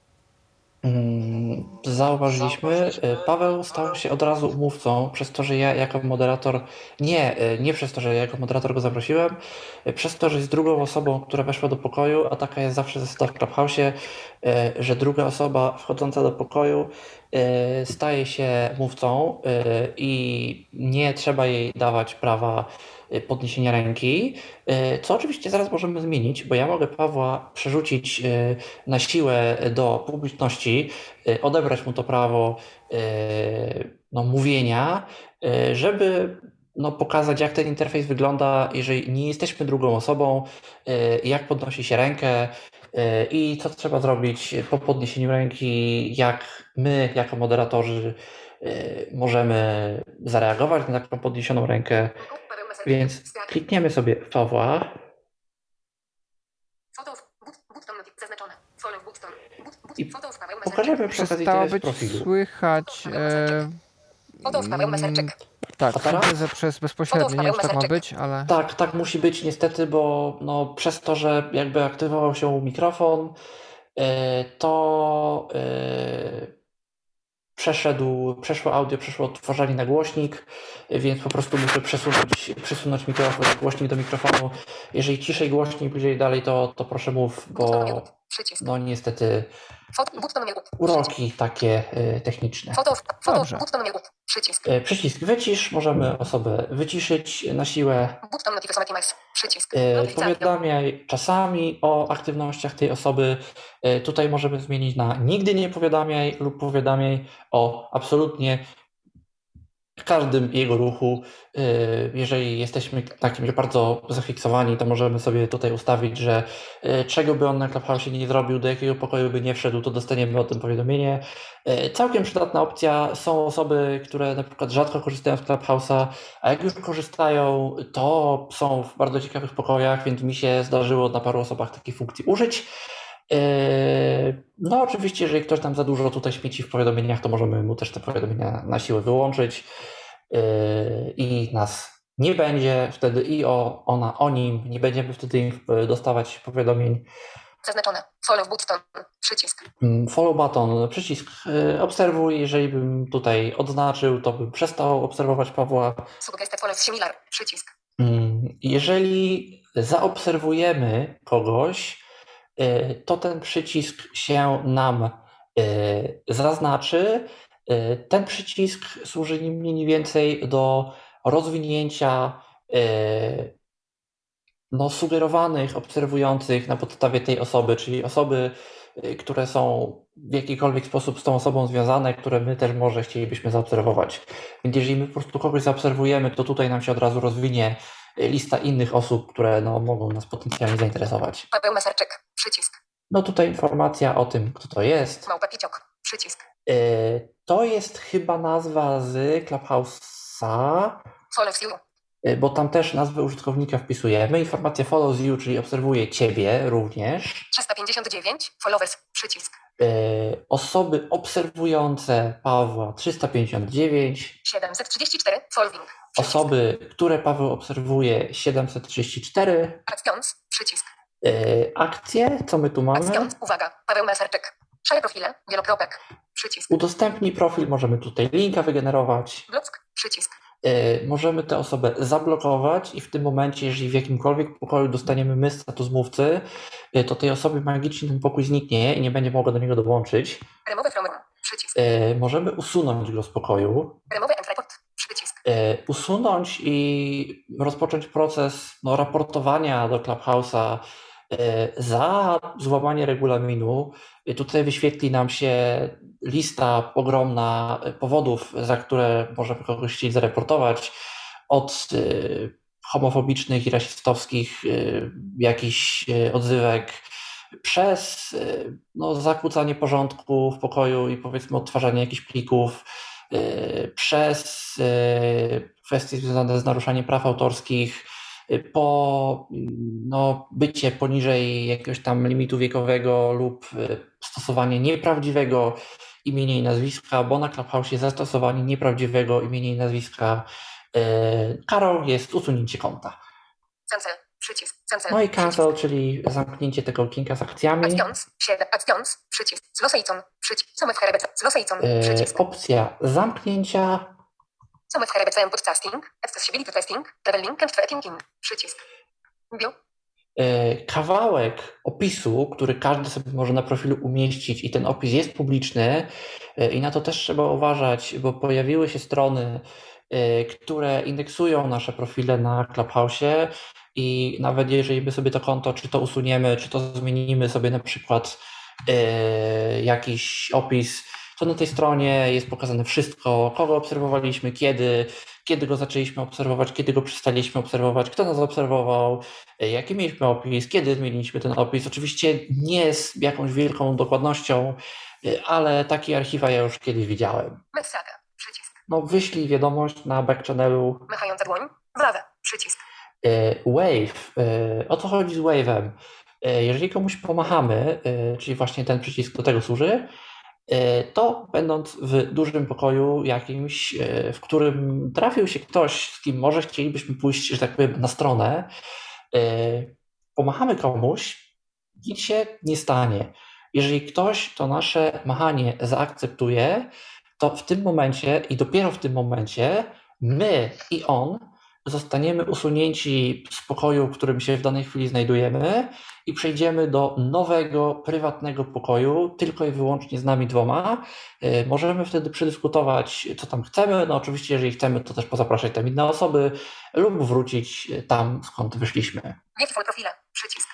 Speaker 3: zauważyliśmy, Paweł stał się od razu mówcą, przez to, że ja jako moderator, nie przez to, że ja jako moderator go zaprosiłem, przez to, że jest drugą osobą, która weszła do pokoju, a taka jest zawsze zasada w Clubhouse'ie, że druga osoba wchodząca do pokoju staje się mówcą i nie trzeba jej dawać prawa podniesienia ręki, co oczywiście zaraz możemy zmienić, bo ja mogę Pawła przerzucić na siłę do publiczności, odebrać mu to prawo mówienia, żeby pokazać, jak ten interfejs wygląda, jeżeli nie jesteśmy drugą osobą, jak podnosi się rękę i co trzeba zrobić po podniesieniu ręki, jak my jako moderatorzy możemy zareagować na taką podniesioną rękę. Więc klikniemy sobie w Pawła. I pokażemy przy okazji,
Speaker 2: Przestało
Speaker 3: co jest w
Speaker 2: być
Speaker 3: profilu.
Speaker 2: słychać tak, syntezę przez bezpośrednio. Nie wiem, czy tak ma być, ale
Speaker 3: Tak musi być niestety, bo przez to, że jakby aktywował się mikrofon, to przeszło audio, przeszło odtwarzanie na głośnik, więc po prostu muszę przesunąć mikrofon, głośnik do mikrofonu. Jeżeli ciszej, głośniej, bliżej dalej, to proszę mów, bo niestety uroki takie techniczne.
Speaker 2: dobrze.
Speaker 3: Przycisk wycisz, możemy osobę wyciszyć na siłę. Powiadamiaj czasami o aktywnościach tej osoby. Tutaj możemy zmienić na nigdy nie powiadamiaj lub powiadamiaj o absolutnie w każdym jego ruchu. Jeżeli jesteśmy na kimś bardzo zafiksowani, to możemy sobie tutaj ustawić, że czego by on na Clubhouse nie zrobił, do jakiego pokoju by nie wszedł, to dostaniemy o tym powiadomienie. Całkiem przydatna opcja. Są osoby, które na przykład rzadko korzystają z Clubhouse'a, a jak już korzystają, to są w bardzo ciekawych pokojach, więc mi się zdarzyło na paru osobach takiej funkcji użyć. No oczywiście, jeżeli ktoś tam za dużo tutaj śmieci w powiadomieniach, to możemy mu też te powiadomienia na siłę wyłączyć i nas nie będzie wtedy i o nim nie będziemy wtedy dostawać powiadomień.
Speaker 4: Zaznaczone. Follow button. Przycisk.
Speaker 3: Follow button, przycisk obserwuj. Jeżeli bym tutaj odznaczył, to bym przestał obserwować Pawła.
Speaker 4: Suggested follow similar. Przycisk.
Speaker 3: Jeżeli zaobserwujemy kogoś, to ten przycisk się nam zaznaczy. Ten przycisk służy nie mniej więcej do rozwinięcia sugerowanych obserwujących na podstawie tej osoby, czyli osoby, które są w jakikolwiek sposób z tą osobą związane, które my też może chcielibyśmy zaobserwować. Więc jeżeli my po prostu kogoś zaobserwujemy, to tutaj nam się od razu rozwinie lista innych osób, które mogą nas potencjalnie zainteresować.
Speaker 4: Paweł Masarczyk. Przycisk.
Speaker 3: No tutaj informacja o tym, kto to jest.
Speaker 4: Małpa Piciok. Przycisk.
Speaker 3: To jest chyba nazwa z Clubhouse'a,
Speaker 4: Follows you.
Speaker 3: bo tam też nazwę użytkownika wpisujemy. Informacja follows you, czyli obserwuje Ciebie również.
Speaker 4: 359. Followers. Przycisk.
Speaker 3: Osoby obserwujące Pawła 359.
Speaker 4: 734. Following. Przycisk.
Speaker 3: Osoby, które Paweł obserwuje 734.
Speaker 4: Actions. Przycisk.
Speaker 3: Akcje, co my tu mamy?
Speaker 4: Actions. Uwaga. Paweł Masarczyk. Share profile. Wielokropek. Przycisk.
Speaker 3: Udostępnij profil, możemy tutaj linka wygenerować.
Speaker 4: Block. Przycisk.
Speaker 3: Możemy tę osobę zablokować i w tym momencie, jeżeli w jakimkolwiek pokoju dostaniemy my status mówcy, to tej osobie magicznie ten pokój zniknie i nie będzie mogła do niego dołączyć.
Speaker 4: Remove from room. Przycisk.
Speaker 3: Możemy usunąć go z pokoju.
Speaker 4: Remove and report. Przycisk.
Speaker 3: Usunąć i rozpocząć proces raportowania do Clubhouse'a za złamanie regulaminu. Tutaj wyświetli nam się lista ogromna powodów, za które możemy kogoś chcieć zareportować, od homofobicznych i rasistowskich jakichś odzywek, przez zakłócanie porządku w pokoju i powiedzmy odtwarzanie jakichś plików, przez kwestie związane z naruszaniem praw autorskich, po bycie poniżej jakiegoś tam limitu wiekowego lub stosowanie nieprawdziwego imienia i nazwiska, bo na Clubhouse'ie za stosowanie nieprawdziwego imienia i nazwiska karą jest usunięcie konta.
Speaker 4: Cancel. Przycisk. Cancel.
Speaker 3: No i cancel, czyli zamknięcie tego okienka z akcjami.
Speaker 4: Actions. 7. Actions. Przycisk. Zlosejcon. Przycisk. Summit herebece. Zlosejcon. Przycisk.
Speaker 3: Opcja zamknięcia.
Speaker 4: Summit herebece podcasting. Accessibility testing. Traveling and tracking. Przycisk. View.
Speaker 3: Kawałek opisu, który każdy sobie może na profilu umieścić i ten opis jest publiczny i na to też trzeba uważać, bo pojawiły się strony, które indeksują nasze profile na Clubhouse'ie i nawet jeżeli my sobie to konto, czy to usuniemy, czy to zmienimy sobie na przykład jakiś opis, to na tej stronie jest pokazane wszystko, kogo obserwowaliśmy, kiedy go zaczęliśmy obserwować, kiedy go przestaliśmy obserwować, kto nas obserwował, jaki mieliśmy opis, kiedy zmieniliśmy ten opis. Oczywiście nie z jakąś wielką dokładnością, ale takie archiwa ja już kiedyś widziałem.
Speaker 4: Messaga. Przycisk.
Speaker 3: Wyślij wiadomość na backchannelu.
Speaker 4: Machająca dłoń. Wawę. Przycisk.
Speaker 3: Wave. O co chodzi z Wave'em? Jeżeli komuś pomachamy, czyli właśnie ten przycisk do tego służy, to będąc w dużym pokoju jakimś, w którym trafił się ktoś, z kim może chcielibyśmy pójść, że tak powiem, na stronę, pomachamy komuś, nic się nie stanie. Jeżeli ktoś to nasze machanie zaakceptuje, to w tym momencie i dopiero w tym momencie my i on zostaniemy usunięci z pokoju, w którym się w danej chwili znajdujemy i przejdziemy do nowego, prywatnego pokoju, tylko i wyłącznie z nami dwoma. Możemy wtedy przedyskutować, co tam chcemy. Oczywiście, jeżeli chcemy, to też pozapraszać tam inne osoby lub wrócić tam, skąd wyszliśmy.
Speaker 4: Full profile. Przycisk.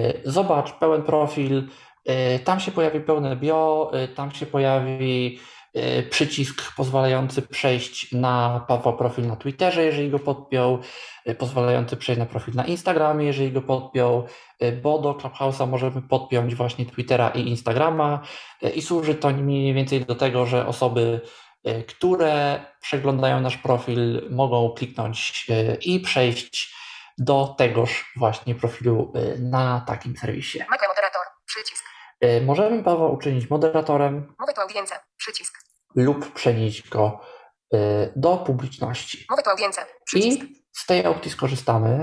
Speaker 3: Zobacz pełen profil. Tam się pojawi pełne bio, tam się pojawi przycisk pozwalający przejść na Pawła profil na Twitterze, jeżeli go podpiął, pozwalający przejść na profil na Instagramie, jeżeli go podpiął, bo do Clubhouse'a możemy podpiąć właśnie Twittera i Instagrama i służy to mniej więcej do tego, że osoby, które przeglądają nasz profil, mogą kliknąć i przejść do tegoż właśnie profilu na takim serwisie.
Speaker 4: Mapę moderator. Przycisk.
Speaker 3: Możemy Pawła uczynić moderatorem
Speaker 4: Mowę to audience. Przycisk.
Speaker 3: lub przenieść go do publiczności.
Speaker 4: Mowę to audience. Przycisk.
Speaker 3: I z tej opcji skorzystamy.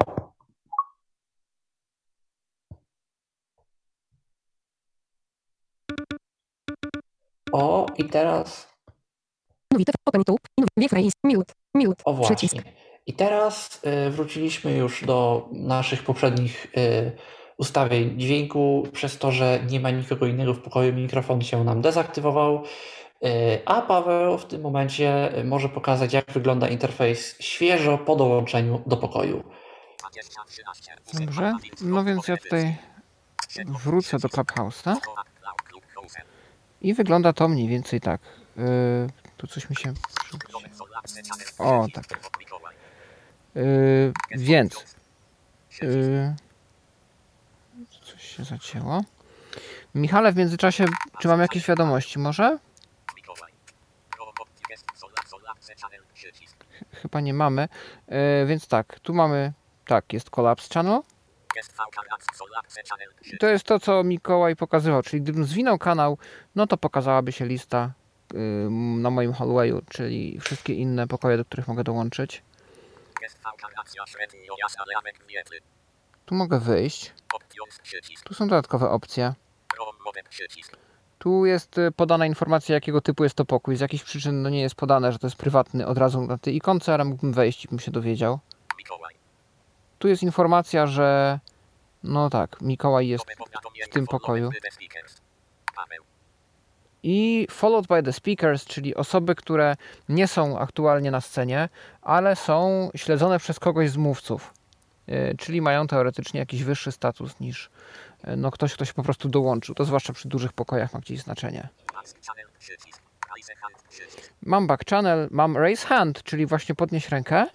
Speaker 3: O, i teraz...
Speaker 4: Open tube. Phrase. Mute. Mute.
Speaker 3: O
Speaker 4: Przycisk.
Speaker 3: właśnie. I teraz wróciliśmy już do naszych poprzednich ustawień dźwięku, przez to, że nie ma nikogo innego w pokoju, mikrofon się nam dezaktywował, a Paweł w tym momencie może pokazać, jak wygląda interfejs świeżo po dołączeniu do pokoju.
Speaker 2: Dobrze, no więc ja tutaj wrócę do Clubhouse'a i wygląda to mniej więcej tak. Tu coś mi się... O, tak. Więc... coś się zacięło. Michale, w międzyczasie, czy mam jakieś wiadomości może? Chyba nie mamy. Więc tak, tu mamy... Tak, jest Collapse Channel. I to jest to, co Mikołaj pokazywał, czyli gdybym zwinął kanał, no to pokazałaby się lista na moim hallwayu, czyli wszystkie inne pokoje, do których mogę dołączyć. Tu mogę wyjść. Tu są dodatkowe opcje. Tu jest podana informacja, jakiego typu jest to pokój. Z jakichś przyczyn no nie jest podane, że to jest prywatny od razu na tej ikonce, ale mógłbym wejść i bym się dowiedział. Tu jest informacja, że no tak, Mikołaj jest w tym pokoju. I followed by the speakers, czyli osoby, które nie są aktualnie na scenie, ale są śledzone przez kogoś z mówców. Czyli mają teoretycznie jakiś wyższy status niż no ktoś, kto się po prostu dołączył. To zwłaszcza przy dużych pokojach ma gdzieś znaczenie. Mam back channel, mam raise hand, czyli właśnie podnieść rękę.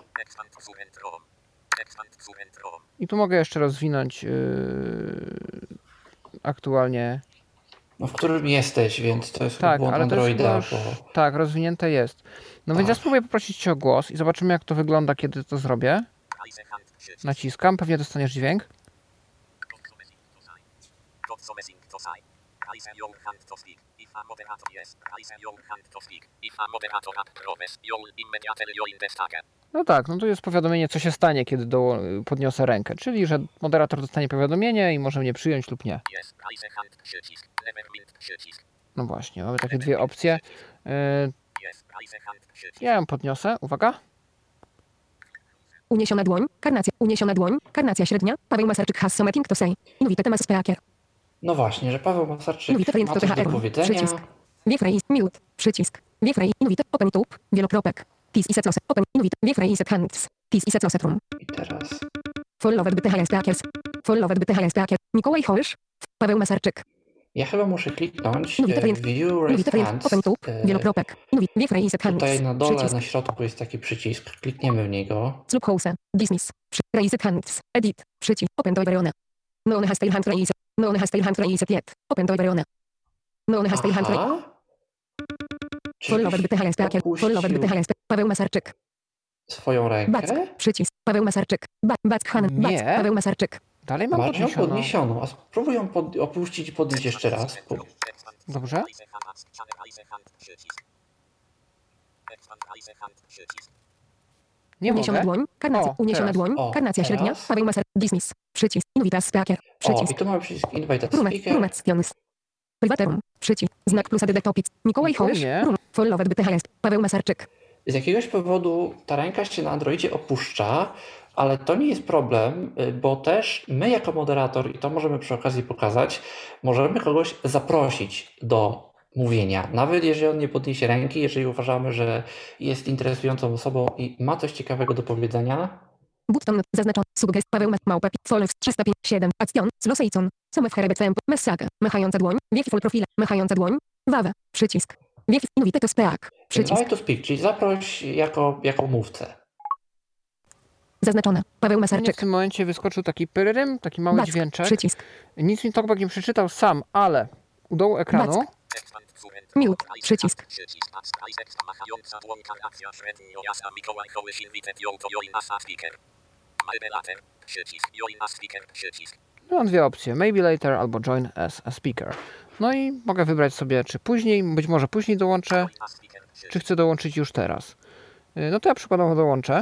Speaker 2: I tu mogę jeszcze rozwinąć aktualnie.
Speaker 3: No, w którym jesteś, więc to jest
Speaker 2: tak,
Speaker 3: błąd
Speaker 2: ale
Speaker 3: Androida.
Speaker 2: to jest już, tak, rozwinięte jest. No więc ja spróbuję poprosić Cię o głos i zobaczymy, jak to wygląda, kiedy to zrobię. Naciskam, pewnie dostaniesz dźwięk. No tak, no tu jest powiadomienie, co się stanie, kiedy podniosę rękę, czyli że moderator dostanie powiadomienie i może mnie przyjąć lub nie. No właśnie, mamy takie dwie opcje. Ja ją podniosę, uwaga.
Speaker 4: Uniesiona dłoń, karnacja średnia, Paweł Masarczyk has something to say. Invite temas speaker.
Speaker 3: No właśnie, że Paweł Masarczyk
Speaker 4: Invite friend
Speaker 3: ma
Speaker 4: to
Speaker 3: coś do
Speaker 4: THR.
Speaker 3: powiedzenia.
Speaker 4: Przycisk. Phrase. Mute. Przycisk. Phrase. Invite. Open tube. Wielokropek. Tis i seclose. Open. Invite. Phrase hands. Tis i seclose room.
Speaker 3: I teraz...
Speaker 4: Followed by THR speakers. Followed by THR speaker. Mikołaj Hołysz. Paweł Masarczyk.
Speaker 3: Ja chyba muszę kliknąć
Speaker 4: Invite friend.
Speaker 3: View
Speaker 4: Invite
Speaker 3: Raised
Speaker 4: friend.
Speaker 3: Hands.
Speaker 4: Open tube. Wielokropek. Invite. Phrase hands.
Speaker 3: Tutaj na dole,
Speaker 4: Przycisk.
Speaker 3: na środku jest taki przycisk. Klikniemy w niego.
Speaker 4: Clubhouse. Dismiss. Raised hands. Edit. Przycisk. Open to everyone. No one has their hand raised. No one has their hand raised yet. Open to everyone. No one has their hand raised.
Speaker 3: Aha.
Speaker 4: Followed by THR speaker. Followed by THR speaker. Paweł Masarczyk.
Speaker 3: Swoją rękę.
Speaker 4: Back. Przycisk. Paweł Masarczyk. Back hand. Back.
Speaker 2: Nie.
Speaker 4: Paweł Masarczyk.
Speaker 2: Dalej mam
Speaker 3: Masz ją
Speaker 2: podniesioną.
Speaker 3: podniesioną. A spróbuj ją opuścić i podnieść jeszcze raz.
Speaker 2: Dobrze. Nie
Speaker 4: Uniesiona
Speaker 2: mogę.
Speaker 4: dłoń. Karnacja.
Speaker 2: O,
Speaker 4: Uniesiona
Speaker 2: teraz.
Speaker 4: dłoń.
Speaker 3: O,
Speaker 4: Karnacja
Speaker 3: teraz.
Speaker 4: średnia. Paweł Masarczyk. Dismiss. Przycisk. Invite speaker.
Speaker 3: O,
Speaker 4: Przycisk.
Speaker 3: i tu mamy przycisk Invite
Speaker 4: Room
Speaker 3: Speaker.
Speaker 4: actions. Private room. Przycisk. Znak plus added topic. Mikołaj
Speaker 2: Tu
Speaker 4: Hołysz.
Speaker 2: nie.
Speaker 4: Room. Followed by THR. Paweł Masarczyk.
Speaker 3: Z jakiegoś powodu ta ręka się na Androidzie opuszcza, ale to nie jest problem, bo też my jako moderator, i to możemy przy okazji pokazać, możemy kogoś zaprosić do mówienia. Nawet jeżeli on nie podniesie ręki, jeżeli uważamy, że jest interesującą osobą i ma coś ciekawego do powiedzenia.
Speaker 4: Button zaznaczony. Sugest Paweł Małpę. Folew 307. Action. Slosejcon. Somew herebet tempo. Message. Machająca dłoń. Wieki full profile. Machająca dłoń. Wawe. Przycisk. Invite to speak. Przycisk.
Speaker 3: Invite to speak, czyli zaproś jako mówcę.
Speaker 4: Zaznaczone. Paweł
Speaker 2: W
Speaker 4: Masarczyk.
Speaker 2: tym momencie wyskoczył taki pyryrym, taki mały
Speaker 4: Back.
Speaker 2: dźwięczek.
Speaker 4: Przycisk.
Speaker 2: Nic mi Talkback nie przeczytał sam, ale u dołu ekranu
Speaker 4: Back. Mute. Przycisk.
Speaker 2: mam dwie opcje, maybe later albo join as a speaker. No i mogę wybrać sobie, czy później, być może później dołączę, czy chcę dołączyć już teraz. No to ja przykładowo dołączę.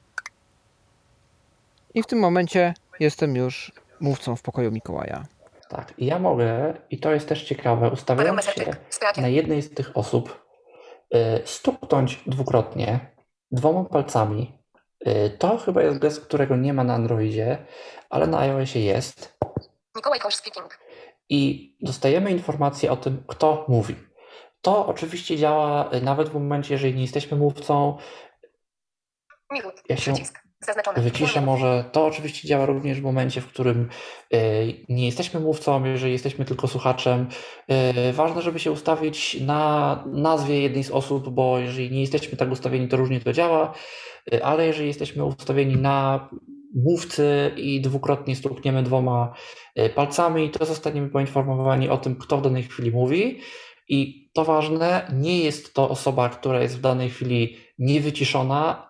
Speaker 2: I w tym momencie jestem już mówcą w pokoju Mikołaja.
Speaker 3: Tak, i ja mogę, i to jest też ciekawe, ustawiając się na jednej z tych osób, stuknąć dwukrotnie, 2 palcami. To chyba jest gest, którego nie ma na Androidzie, ale na iOSie jest.
Speaker 4: Mikołaj Hołsz speaking.
Speaker 3: I dostajemy informację o tym, kto mówi. To oczywiście działa nawet w momencie, jeżeli nie jesteśmy mówcą.
Speaker 4: Mute.
Speaker 3: Ja się
Speaker 4: Przycisk. Zaznaczone.
Speaker 3: wyciszę może. To oczywiście działa również w momencie, w którym nie jesteśmy mówcą, jeżeli jesteśmy tylko słuchaczem. Ważne, żeby się ustawić na nazwie jednej z osób, bo jeżeli nie jesteśmy tak ustawieni, to różnie to działa, ale jeżeli jesteśmy ustawieni na mówcy i dwukrotnie stukniemy 2 palcami, to zostaniemy poinformowani o tym, kto w danej chwili mówi. I to ważne, nie jest to osoba, która jest w danej chwili niewyciszona.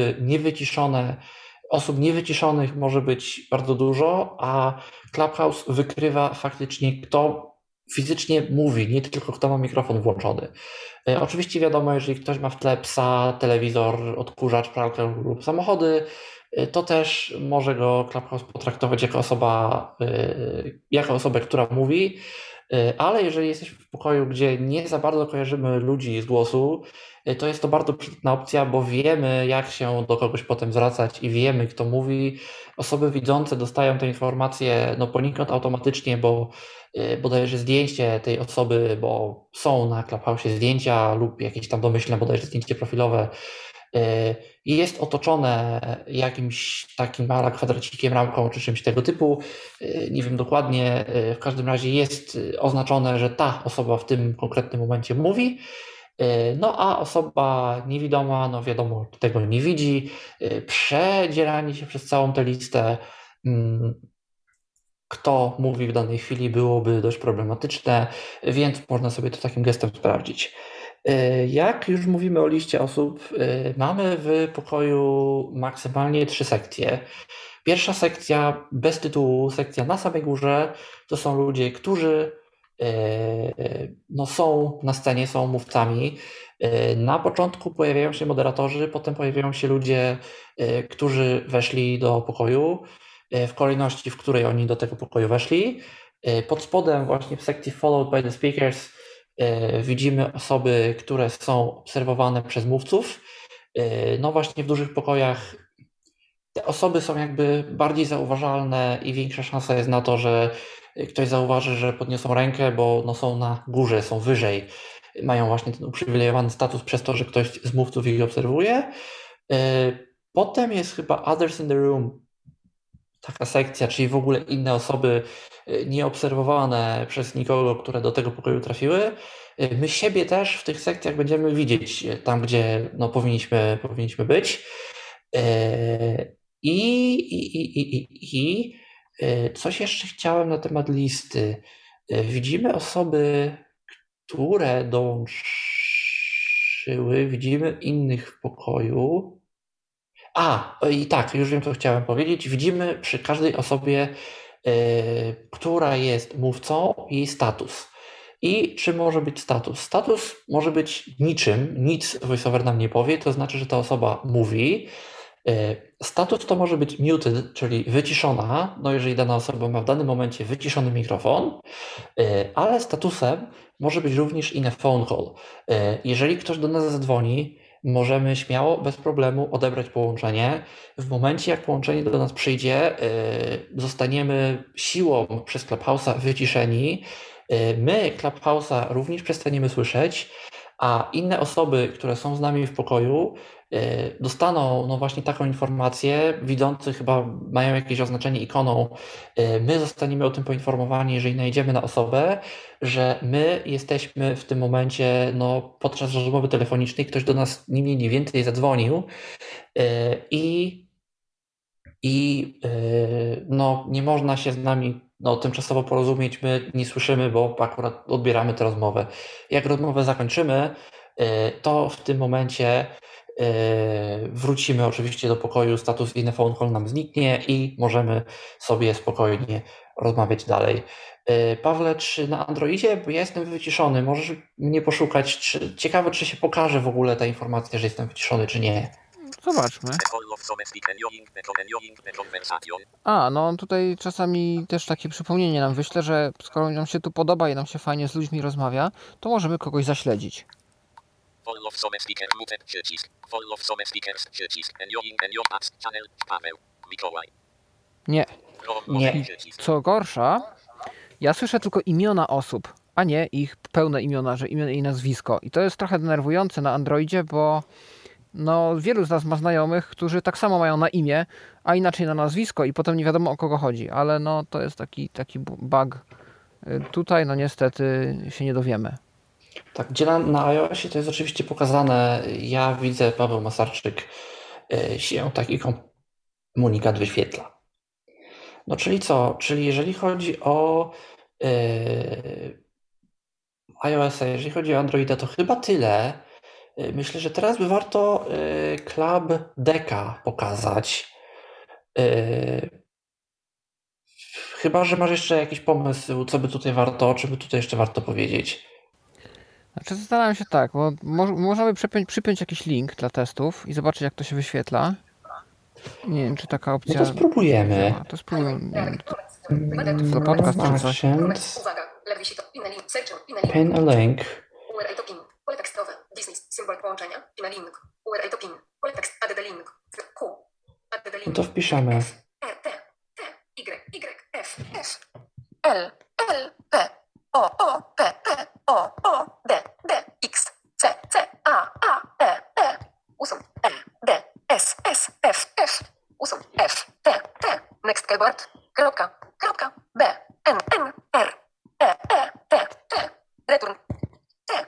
Speaker 3: Osób niewyciszonych może być bardzo dużo, a Clubhouse wykrywa faktycznie, kto fizycznie mówi, nie tylko kto ma mikrofon włączony. Oczywiście wiadomo, jeżeli ktoś ma w tle psa, telewizor, odkurzacz, pralkę lub samochody, to też może go Clubhouse potraktować jako osobę, która mówi. Ale jeżeli jesteśmy w pokoju, gdzie nie za bardzo kojarzymy ludzi z głosu, to jest to bardzo przydatna opcja, bo wiemy, jak się do kogoś potem zwracać i wiemy, kto mówi. Osoby widzące dostają te informacje poniekąd automatycznie, bo bodajże zdjęcie tej osoby, bo są na Clubhouse zdjęcia lub jakieś tam domyślne bodajże zdjęcie profilowe, i jest otoczone jakimś takim mała kwadracikiem, ramką czy czymś tego typu. Nie wiem dokładnie, w każdym razie jest oznaczone, że ta osoba w tym konkretnym momencie mówi, a osoba niewidoma, wiadomo, tego nie widzi. Przedzieranie się przez całą tę listę, kto mówi w danej chwili, byłoby dość problematyczne, więc można sobie to takim gestem sprawdzić. Jak już mówimy o liście osób, mamy w pokoju maksymalnie 3 sekcje. Pierwsza sekcja bez tytułu, sekcja na samej górze, to są ludzie, którzy są na scenie, są mówcami. Na początku pojawiają się moderatorzy, potem pojawiają się ludzie, którzy weszli do pokoju w kolejności, w której oni do tego pokoju weszli. Pod spodem właśnie w sekcji Followed by the Speakers widzimy osoby, które są obserwowane przez mówców. Właśnie w dużych pokojach te osoby są jakby bardziej zauważalne i większa szansa jest na to, że ktoś zauważy, że podniosą rękę, bo są na górze, są wyżej. Mają właśnie ten uprzywilejowany status przez to, że ktoś z mówców ich obserwuje. Potem jest chyba Others in the Room, taka sekcja, czyli w ogóle inne osoby nieobserwowane przez nikogo, które do tego pokoju trafiły. My siebie też w tych sekcjach będziemy widzieć tam, gdzie powinniśmy być. I coś jeszcze chciałem na temat listy. Widzimy osoby, które dołączyły, widzimy innych w pokoju. I tak, już wiem, co chciałem powiedzieć. Widzimy przy każdej osobie, która jest mówcą, jej status. I czym może być status? Status może być niczym, nic VoiceOver nam nie powie, to znaczy, że ta osoba mówi. Status to może być muted, czyli wyciszona, jeżeli dana osoba ma w danym momencie wyciszony mikrofon, ale statusem może być również in a phone call. Jeżeli ktoś do nas zadzwoni, możemy śmiało, bez problemu odebrać połączenie. W momencie, jak połączenie do nas przyjdzie, zostaniemy siłą przez Clubhouse'a wyciszeni. My Clubhouse'a również przestaniemy słyszeć, a inne osoby, które są z nami w pokoju, dostaną no właśnie taką informację, widzący chyba mają jakieś oznaczenie ikoną, my zostaniemy o tym poinformowani, jeżeli najedziemy na osobę, że my jesteśmy w tym momencie no, podczas rozmowy telefonicznej, ktoś do nas nie mniej, nie więcej zadzwonił i no, nie można się z nami no, tymczasowo porozumieć, my nie słyszymy, bo akurat odbieramy tę rozmowę. Jak rozmowę zakończymy, to w tym momencie wrócimy oczywiście do pokoju, status inny phone call nam zniknie i możemy sobie spokojnie rozmawiać dalej. Pawle, czy na Androidzie, bo ja jestem wyciszony, możesz mnie poszukać, ciekawe, czy się pokaże w ogóle ta informacja, że jestem wyciszony, czy nie.
Speaker 2: Zobaczmy. No tutaj czasami też takie przypomnienie nam wyślę, że skoro nam się tu podoba i nam się fajnie z ludźmi rozmawia, to możemy kogoś zaśledzić. Nie.
Speaker 3: Nie.
Speaker 2: Co gorsza, ja słyszę tylko imiona osób, a nie ich pełne imiona, że imię i nazwisko. I to jest trochę denerwujące na Androidzie, bo no, wielu z nas ma znajomych, którzy tak samo mają na imię, a inaczej na nazwisko i potem nie wiadomo o kogo chodzi. Ale no, to jest taki bug. Tutaj no niestety się nie dowiemy.
Speaker 3: Tak, gdzie na iOSie to jest oczywiście pokazane. Ja widzę, Paweł Masarczyk się taki komunikat wyświetla. No czyli co? Czyli jeżeli chodzi o iOS-a, jeżeli chodzi o Androida, to chyba tyle. Myślę, że teraz by warto Club Decka pokazać. Chyba że masz jeszcze jakiś pomysł, co by tutaj warto, o czym by tutaj jeszcze warto powiedzieć.
Speaker 2: Znaczy zastanawiam się tak, bo można by przypiąć jakiś link dla testów i zobaczyć, jak to się wyświetla. Nie wiem, czy taka opcja...
Speaker 3: No to spróbujemy.
Speaker 2: działa. To spróbujmy. Nie wiem, to podcast czy coś.
Speaker 5: Uwaga, lewy się to link,
Speaker 3: Pin a link.
Speaker 5: URL to pin, pole tekstowe, business, symbol połączenia, link, URL to pin, pole tekst, add the link, Q, add the link.
Speaker 3: No to wpiszemy.
Speaker 5: R, T, Y, F, L, P, O, P, O, D, X, C, A, E, usuń, D, S, F, usuń, F, T, next keyboard, B, N, R, T, return, T.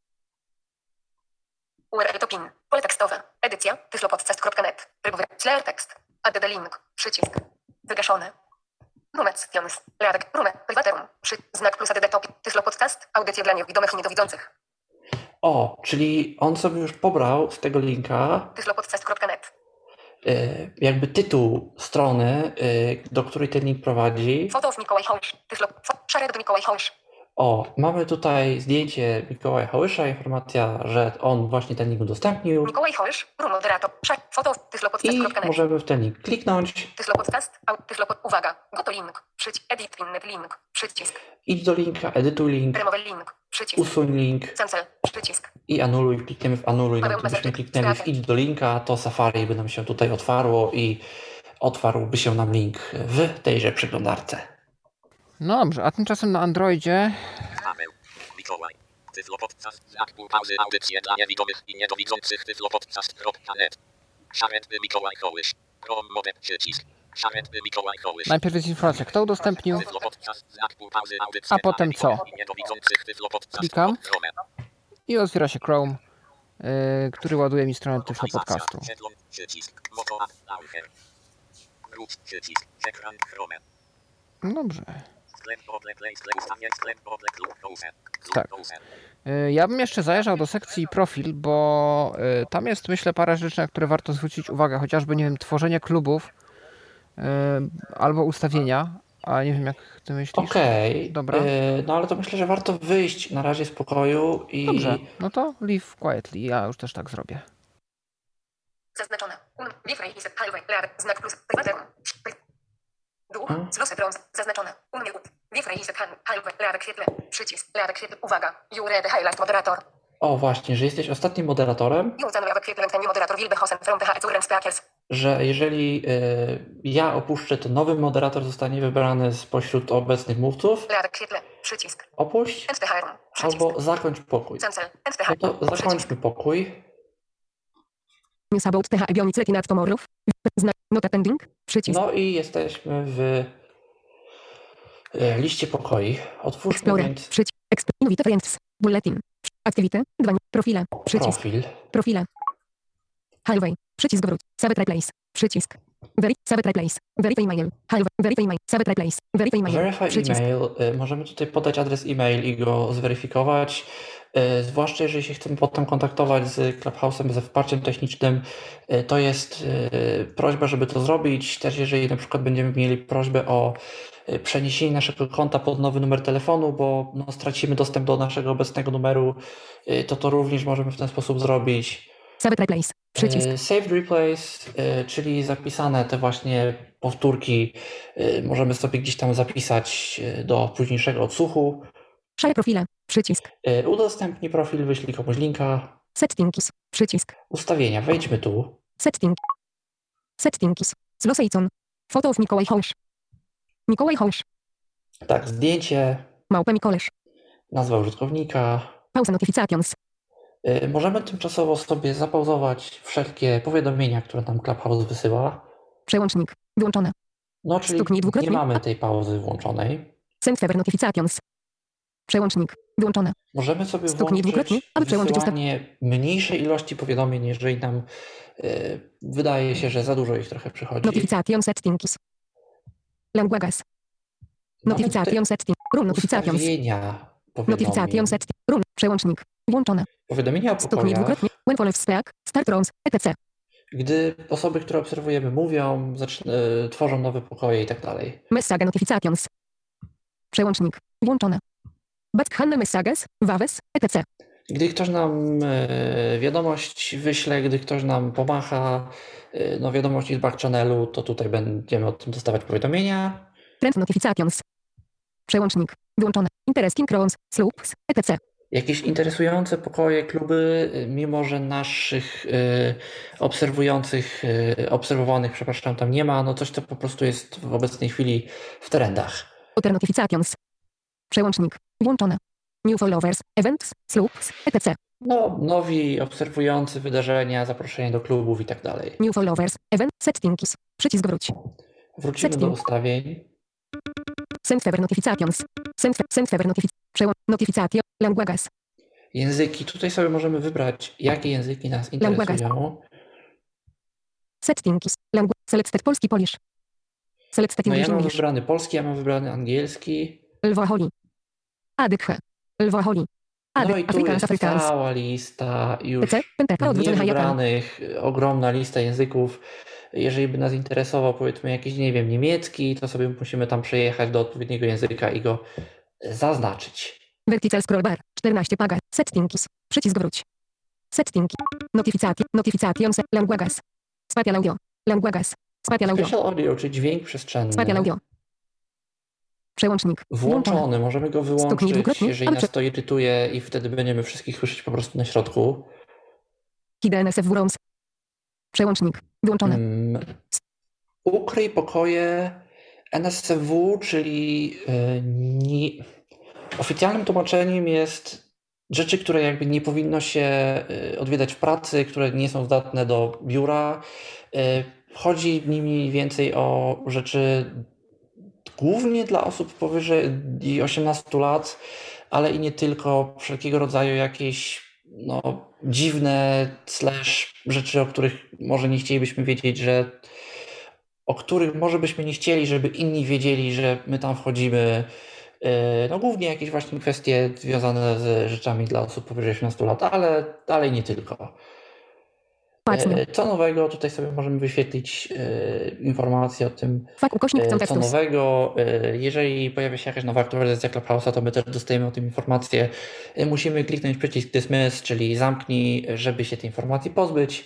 Speaker 5: URL to pin, pole tekstowe, edycja, tyflopodcast.net, tryb Slayer tekst, add the link, przycisk, wygaszony. Numec, Jones, Radek, Rume, Privaterum, znak plus add top, tyflopodcast, audycje dla niewidomych i niedowidzących.
Speaker 3: O, czyli on sobie już pobrał z tego linka
Speaker 5: tyflopodcast.net.
Speaker 3: Jakby tytuł strony, do której ten link prowadzi.
Speaker 5: Foto Mikołaj Hołysz, szereg Mikołaj Hołysz.
Speaker 3: O, mamy tutaj zdjęcie Mikołaja Hołysza, informacja, że on właśnie ten link udostępnił.
Speaker 5: Mikołaj Hołysz, moderator, foto,
Speaker 3: I
Speaker 5: tyflopodcast.net.
Speaker 3: możemy w ten link kliknąć.
Speaker 5: Tyflopodcast, uwaga, goto link, edit innet link, przycisk.
Speaker 3: Idź do linka, edytuj link,
Speaker 5: Remove link, przycisk.
Speaker 3: usuń link
Speaker 5: Cancel, przycisk.
Speaker 3: i anuluj. Klikniemy w anuluj. No, gdybyśmy kliknęli w idź do linka, to Safari by nam się tutaj otwarło i otwarłby się nam link w tejże przeglądarce.
Speaker 2: No dobrze, a tymczasem na Androidzie...
Speaker 6: Mikołaj. Tyflopodcast. Znak pół pauzy. Audycje dla niewidomych i niedowidzących. Tyflopodcast.net. Szarętny Mikołaj Hołysz. Prom modem przycisk. Szarętny Mikołaj Hołysz.
Speaker 2: Najpierw jest informacja, kto udostępnił,
Speaker 6: Tyflopodcast. Znak pół pauzy. Audycje
Speaker 2: a potem
Speaker 6: dla
Speaker 2: co?
Speaker 6: niewidomych i niedowidzących. Tyflopodcast.
Speaker 2: Klikam i otwiera się Chrome, który ładuje mi stronę Tyflo Podcastu.
Speaker 6: Przycisk. Moto app. Launcher. Wróć. Przycisk. Ekran Chrome.
Speaker 2: Dobrze.
Speaker 6: Sklep Google Play. Sklep Google Klub Browser.
Speaker 2: Tak. Ja bym jeszcze zajrzał do sekcji profil, bo tam jest, myślę, parę rzeczy, na które warto zwrócić uwagę, chociażby, nie wiem, tworzenie klubów albo ustawienia, a nie wiem, jak ty myślisz.
Speaker 3: Okej,
Speaker 2: Dobra.
Speaker 3: No ale to myślę, że warto wyjść na razie z pokoju i...
Speaker 2: Dobrze, no to leave quietly, ja już też tak zrobię.
Speaker 5: Zaznaczone. Znak plus, Privaterum. Dół, z losy brąz, zaznaczone. Radek świetle, przycisk, Radek świetle, uwaga. You read the highlight moderator.
Speaker 3: O właśnie, że jesteś ostatnim moderatorem,
Speaker 5: Moderator Wilbehosen from the Zuren Speakers.
Speaker 3: że jeżeli ja opuszczę, to nowy moderator zostanie wybrany spośród obecnych mówców.
Speaker 5: Radek świetle, przycisk.
Speaker 3: Opuść
Speaker 5: End the hirum, przycisk.
Speaker 3: albo zakończ pokój.
Speaker 5: Cancel, end the
Speaker 3: No
Speaker 5: hirum,
Speaker 3: to zakończmy pokój.
Speaker 4: News about TH Bionic Retinat Tomorrow. Znak. Not attending. Przycisk.
Speaker 3: No i jesteśmy w liście pokoi. Otwórzmy
Speaker 4: Explorer.
Speaker 3: więc
Speaker 4: Przycisk. Invite friends. Bulletin. Activity. 2. Profile. Przycisk.
Speaker 3: profil.
Speaker 4: Profile. Hallway. Przycisk wróć. Save replace. Przycisk. Save replace. Verify mail. Hallway. Verify mail. Save replace. Verify mail.
Speaker 3: Verify
Speaker 4: Przycisk.
Speaker 3: email. Możemy tutaj podać adres e-mail i go zweryfikować. Zwłaszcza jeżeli się chcemy potem kontaktować z Clubhouse'em, ze wsparciem technicznym, to jest prośba, żeby to zrobić. Też jeżeli na przykład będziemy mieli prośbę o przeniesienie naszego konta pod nowy numer telefonu, bo no, stracimy dostęp do naszego obecnego numeru, to również możemy w ten sposób zrobić.
Speaker 4: Save replace. Przycisk.
Speaker 3: Saved replace, czyli zapisane te właśnie powtórki, możemy sobie gdzieś tam zapisać do późniejszego odsłuchu.
Speaker 4: Share profile. Przycisk.
Speaker 3: Udostępnij profil, wyślij komuś linka.
Speaker 4: Settings. Przycisk.
Speaker 3: Ustawienia, wejdźmy tu.
Speaker 4: Setting. Settings. Slosejcon. Photo of Mikołaj Hołsz. Mikołaj Hołsz.
Speaker 3: Tak, zdjęcie,
Speaker 4: Małpę Mikołesz.
Speaker 3: nazwa użytkownika.
Speaker 4: Pauza notifications.
Speaker 3: Możemy tymczasowo sobie zapauzować wszelkie powiadomienia, które nam Clubhouse wysyła.
Speaker 4: Przełącznik. Wyłączone.
Speaker 3: No, czyli
Speaker 4: Stuknij dwukrotnie.
Speaker 3: nie mamy tej pauzy włączonej.
Speaker 4: Send favor notifications. Przełącznik. Wyłączone.
Speaker 3: Możemy sobie
Speaker 4: Stuknij dwukrotnie,
Speaker 3: włączyć
Speaker 4: aby przełączyć
Speaker 3: wysyłanie mniejszej ilości powiadomień, jeżeli nam wydaje się, że za dużo ich trochę przychodzi.
Speaker 4: Notification settings. Languages.
Speaker 3: Mamy
Speaker 4: Notification setting. Room
Speaker 3: tutaj
Speaker 4: notifications.
Speaker 3: ustawienia
Speaker 4: Notification
Speaker 3: powiadomień.
Speaker 4: setting. Room. Przełącznik. Włączone.
Speaker 3: Powiadomienia o
Speaker 4: Stuknij
Speaker 3: pokojach,
Speaker 4: dwukrotnie. When follows speak. Start rooms. etc.
Speaker 3: gdy osoby, które obserwujemy, mówią, tworzą nowe pokoje i tak dalej.
Speaker 4: Message notifications. Przełącznik. Włączone. Backhanne messages. Waves. etc.
Speaker 3: Gdy ktoś nam wiadomość wyśle, gdy ktoś nam pomacha, no wiadomości z back channelu, to tutaj będziemy o tym dostawać powiadomienia.
Speaker 4: Trend notifications. Przełącznik. Wyłączone. Interesting rooms. Sloops. etc.
Speaker 3: Jakieś interesujące pokoje, kluby, mimo że naszych obserwowanych, przepraszam, tam nie ma, no coś to po prostu jest w obecnej chwili w trendach.
Speaker 4: Other notifications. Przełącznik. Włączone. New followers. Events. Sloops. etc.
Speaker 3: No, nowi obserwujący wydarzenia, zaproszenie do klubów i tak dalej.
Speaker 4: New followers. Event. Settings. Przycisk wróć.
Speaker 3: Wrócimy do
Speaker 4: Setting.
Speaker 3: ustawień.
Speaker 4: Send favor notifications. Send favor notification. Languages.
Speaker 3: Języki. Tutaj sobie możemy wybrać, jakie języki nas interesują.
Speaker 4: Settings. Selected polski Polish. Selected
Speaker 3: No ja
Speaker 4: English
Speaker 3: mam
Speaker 4: English.
Speaker 3: wybrany polski, ja mam wybrany angielski.
Speaker 4: Lwoholi. Adykhe. Lwoholi.
Speaker 3: No i tu
Speaker 4: Afrikaans,
Speaker 3: jest
Speaker 4: Afrikaans.
Speaker 3: cała lista już
Speaker 4: PC. Penteka. Odwrócony hijakan.
Speaker 3: niewybranych, ogromna lista języków. Jeżeli by nas interesował, powiedzmy, jakiś, nie wiem, niemiecki, to sobie musimy tam przejechać do odpowiedniego języka i go zaznaczyć.
Speaker 4: Vertical scroll bar. 14 paga. Settings. Przycisk wróć. Settings. Notification. Languages. Spatial audio. Languages. Spatial audio.
Speaker 3: Spatial audio, czyli dźwięk przestrzenny.
Speaker 4: Spatial audio. Przełącznik. Włączone.
Speaker 3: Włączony, możemy go
Speaker 4: Stuknij
Speaker 3: wyłączyć,
Speaker 4: dwukrotnie,
Speaker 3: jeżeli
Speaker 4: ale
Speaker 3: nas to irytuje i wtedy będziemy wszystkich słyszeć po prostu na środku.
Speaker 4: Hide NSF rooms. Przełącznik. Wyłączone.
Speaker 3: Ukryj pokoje NSFW, czyli oficjalnym tłumaczeniem jest rzeczy, które jakby nie powinno się odwiedzać w pracy, które nie są zdatne do biura. Chodzi mniej więcej o rzeczy głównie dla osób powyżej 18 lat, ale i nie tylko, wszelkiego rodzaju jakieś dziwne rzeczy, o których może nie chcielibyśmy wiedzieć, o których może byśmy nie chcieli, żeby inni wiedzieli, że my tam wchodzimy. No głównie jakieś właśnie kwestie związane z rzeczami dla osób powyżej 18 lat, ale nie tylko. Co nowego? Tutaj sobie możemy wyświetlić informacje o tym, co nowego. Jeżeli pojawia się jakaś nowa aktualizacja Clubhouse'a, to my też dostajemy o tym informację. Musimy kliknąć przycisk Dismiss, czyli zamknij, żeby się tej informacji pozbyć.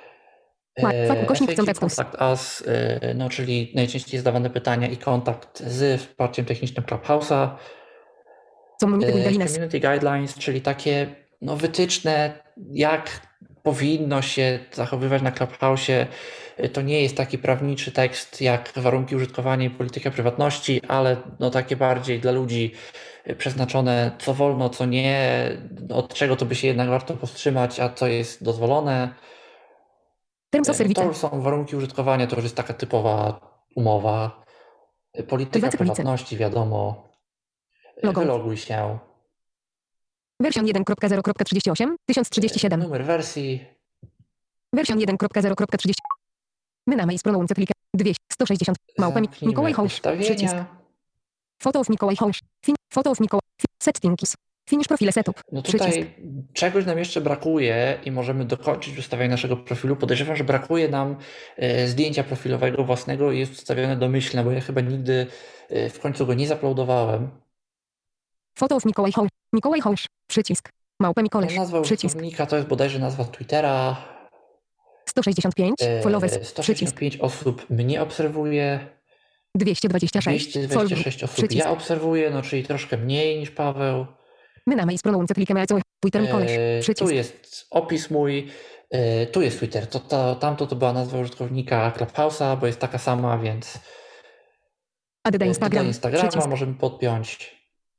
Speaker 3: Contact Us, no, czyli najczęściej zadawane pytania i kontakt z wsparciem technicznym Clubhouse'a. Community Guidelines, czyli takie wytyczne, jak powinno się zachowywać na Clubhouse'ie. To nie jest taki prawniczy tekst jak warunki użytkowania i polityka prywatności, ale takie bardziej dla ludzi przeznaczone, co wolno, co nie, od czego to by się jednak warto powstrzymać, a co jest dozwolone.
Speaker 4: Terms of
Speaker 3: To
Speaker 4: service.
Speaker 3: już są warunki użytkowania, to już jest taka typowa umowa. Polityka
Speaker 4: Dwa cyklice.
Speaker 3: prywatności, wiadomo.
Speaker 4: Logo.
Speaker 3: Wyloguj się.
Speaker 4: Wersjon 1.0.38, 1037.
Speaker 3: Numer wersji.
Speaker 4: Wersjon 1.0.30. My mail z pronounced klika. 200, 160. Małpa
Speaker 3: Zamknijmy
Speaker 4: Mikołaj Hołsz. Przycisk.
Speaker 3: ustawienia.
Speaker 4: Photo of Mikołaj Hołsz. Photo of Mikołaj. Settings. Finish profile setup.
Speaker 3: No
Speaker 4: Przycisk.
Speaker 3: tutaj czegoś nam jeszcze brakuje i możemy dokończyć ustawienie naszego profilu. Podejrzewam, że brakuje nam zdjęcia profilowego własnego i jest ustawione domyślne, bo ja chyba nigdy w końcu go nie zaploadowałem.
Speaker 4: Photo of Mikołaj Hołsz. Mikołaj Hołsz. Przycisk. Małpa Mikołaj.
Speaker 3: Nazwa
Speaker 4: Przycisk.
Speaker 3: użytkownika to jest bodajże nazwa Twittera.
Speaker 4: 165. Followers. Przycisk.
Speaker 3: 165 osób mnie obserwuje.
Speaker 4: 226.
Speaker 3: 226 osób
Speaker 4: Przycisk.
Speaker 3: ja obserwuję, no czyli troszkę mniej niż Paweł.
Speaker 4: My mail z pronounced klikiem. Twitter Mikołaj. Przycisk.
Speaker 3: Tu jest opis mój. Tu jest Twitter. Tamto to była nazwa użytkownika Clubhouse'a, bo jest taka sama, więc
Speaker 4: Add
Speaker 3: do
Speaker 4: Instagram.
Speaker 3: Instagrama
Speaker 4: Przycisk.
Speaker 3: możemy podpiąć.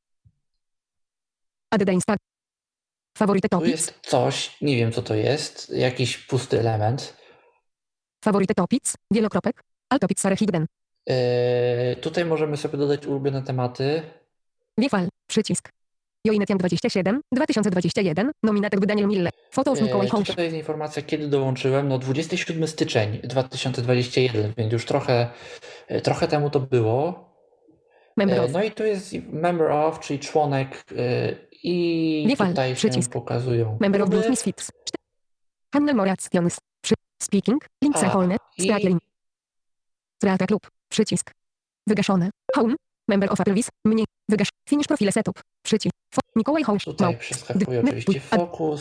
Speaker 4: Add Instagram. Favorite
Speaker 3: Tu
Speaker 4: topics.
Speaker 3: jest coś, nie wiem co to jest, jakiś pusty element.
Speaker 4: Favorite topics. Wielokropek. All topics are hidden.
Speaker 3: Tutaj możemy sobie dodać ulubione tematy.
Speaker 4: Wiefal. Przycisk. Joinetian 27. 2021. Nominatek Daniel Mille. Photo of Mikołaj Hołsz.
Speaker 3: Tutaj jest informacja, kiedy dołączyłem. No 27 styczeń 2021, więc już trochę temu to było.
Speaker 4: Member of.
Speaker 3: No i tu jest member of, czyli członek i
Speaker 4: Wiefal.
Speaker 3: tutaj się
Speaker 4: Przycisk.
Speaker 3: pokazują
Speaker 4: Member of
Speaker 3: kluby.
Speaker 4: Blues Misfits. Handel Morations. Speaking. Lince Holne. Strategy. Strata Klub. Przycisk. Wygaszone. Home. Member of Applevis. Mniej. Wygasz. Finish profile setup. Przycisk. Mikołaj Hołsz.
Speaker 3: Tutaj przeskakuje oczywiście fokus.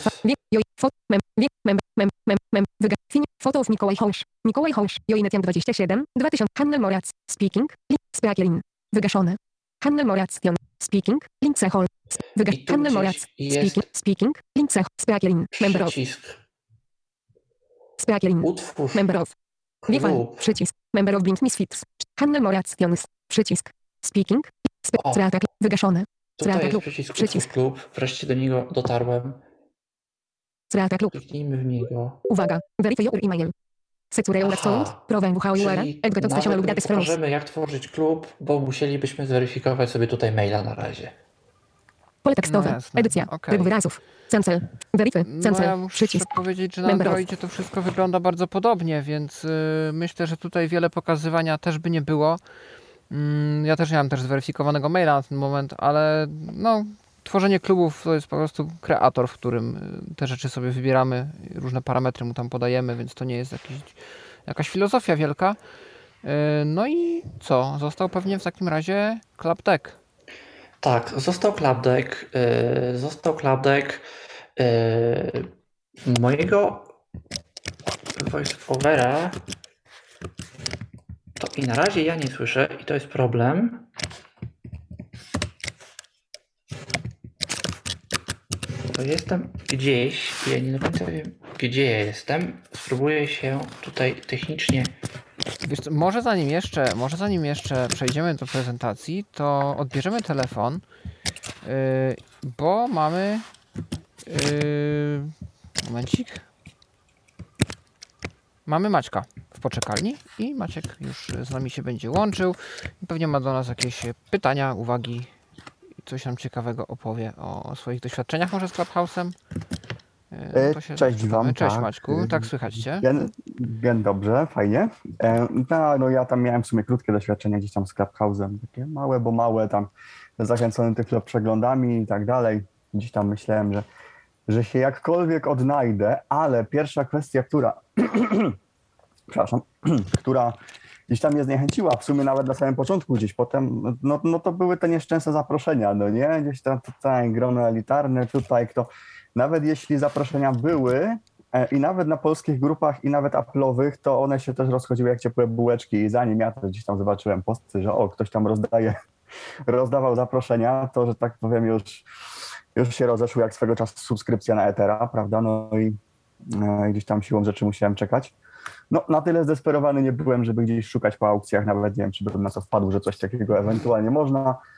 Speaker 4: Photo of Mikołaj Hołsz. Mikołaj Hołsz. Joinetian 27. 2000. Handel Morac. Speaking. Sprakielin. Wygaszone. Handel Moraction. Speaking. Lince Hol.
Speaker 3: I tu
Speaker 4: Handel
Speaker 3: gdzieś
Speaker 4: Morac.
Speaker 3: jest
Speaker 4: Speaking. Lince. Sprakielin. Member of.
Speaker 3: przycisk.
Speaker 4: Sprakielin.
Speaker 3: Utwórz
Speaker 4: Member of. Wiefal.
Speaker 3: klub.
Speaker 4: Przycisk. Member of Blink Misfits. Handel Morations. Przycisk. Speaking.
Speaker 3: O.
Speaker 4: Strata. Wygaszone.
Speaker 3: Tutaj
Speaker 4: Strata
Speaker 3: jest
Speaker 4: klub.
Speaker 3: przycisk
Speaker 4: Przycisk.
Speaker 3: Utwórz klub. Wreszcie do niego dotarłem.
Speaker 4: Strata klub.
Speaker 3: Kliknijmy w niego.
Speaker 4: Uwaga. Verify your email. Secure your account. Prove WHUR.
Speaker 3: Nawet nie pokażemy, jak tworzyć klub, bo musielibyśmy zweryfikować sobie tutaj maila na razie.
Speaker 4: Pole tekstowe.
Speaker 2: No jasne,
Speaker 4: Edycja.
Speaker 2: okej.
Speaker 4: Tryb wyrazów. Cancel. Verify.
Speaker 2: No
Speaker 4: Cancel.
Speaker 2: ja muszę
Speaker 4: Przycisk.
Speaker 2: powiedzieć, że na
Speaker 4: Member of.
Speaker 2: Androidzie to wszystko wygląda bardzo podobnie, więc myślę, że tutaj wiele pokazywania też by nie było. Ja też nie mam też zweryfikowanego maila na ten moment, ale no, tworzenie klubów to jest po prostu kreator, w którym te rzeczy sobie wybieramy, różne parametry mu tam podajemy, więc to nie jest jakaś filozofia wielka. No i co? Został pewnie w takim razie Clubdeck.
Speaker 3: Tak, został Clubdeck. Mojego voiceovera to i na razie ja nie słyszę i to jest problem. To jestem gdzieś, ja nie do końca wiem, gdzie ja jestem. Spróbuję się tutaj technicznie.
Speaker 2: Wiesz co, może zanim jeszcze przejdziemy do prezentacji, to odbierzemy telefon, bo mamy momencik. Mamy Maćka w poczekalni i Maciek już z nami się będzie łączył i pewnie ma do nas jakieś pytania, uwagi i coś nam ciekawego opowie o swoich doświadczeniach może z Clubhouse'em. To się
Speaker 7: Cześć
Speaker 2: zapytamy.
Speaker 7: Wam.
Speaker 2: Cześć
Speaker 7: tak.
Speaker 2: Maćku, tak słychać Cię?
Speaker 7: Dobrze, fajnie. No ja tam miałem w sumie krótkie doświadczenie gdzieś tam z Clubhouse'em, takie małe, bo małe, tam zachęcony tylko przeglądami i tak dalej. Gdzieś tam myślałem, że się jakkolwiek odnajdę, ale pierwsza kwestia, która gdzieś tam mnie zniechęciła, w sumie nawet na samym początku gdzieś potem, no to były te nieszczęsne zaproszenia, no nie? Gdzieś tam tutaj grono elitarne, tutaj kto... Nawet jeśli zaproszenia były i nawet na polskich grupach i nawet Apple'owych, to one się też rozchodziły jak ciepłe bułeczki i zanim ja też gdzieś tam zobaczyłem posty, że ktoś tam rozdawał zaproszenia, to, że tak powiem, już się rozeszły jak swego czasu subskrypcja na Ethera, prawda, no i gdzieś tam siłą rzeczy musiałem czekać. No na tyle zdesperowany nie byłem, żeby gdzieś szukać po aukcjach, nawet nie wiem, czy bym na co wpadł, że coś takiego ewentualnie można.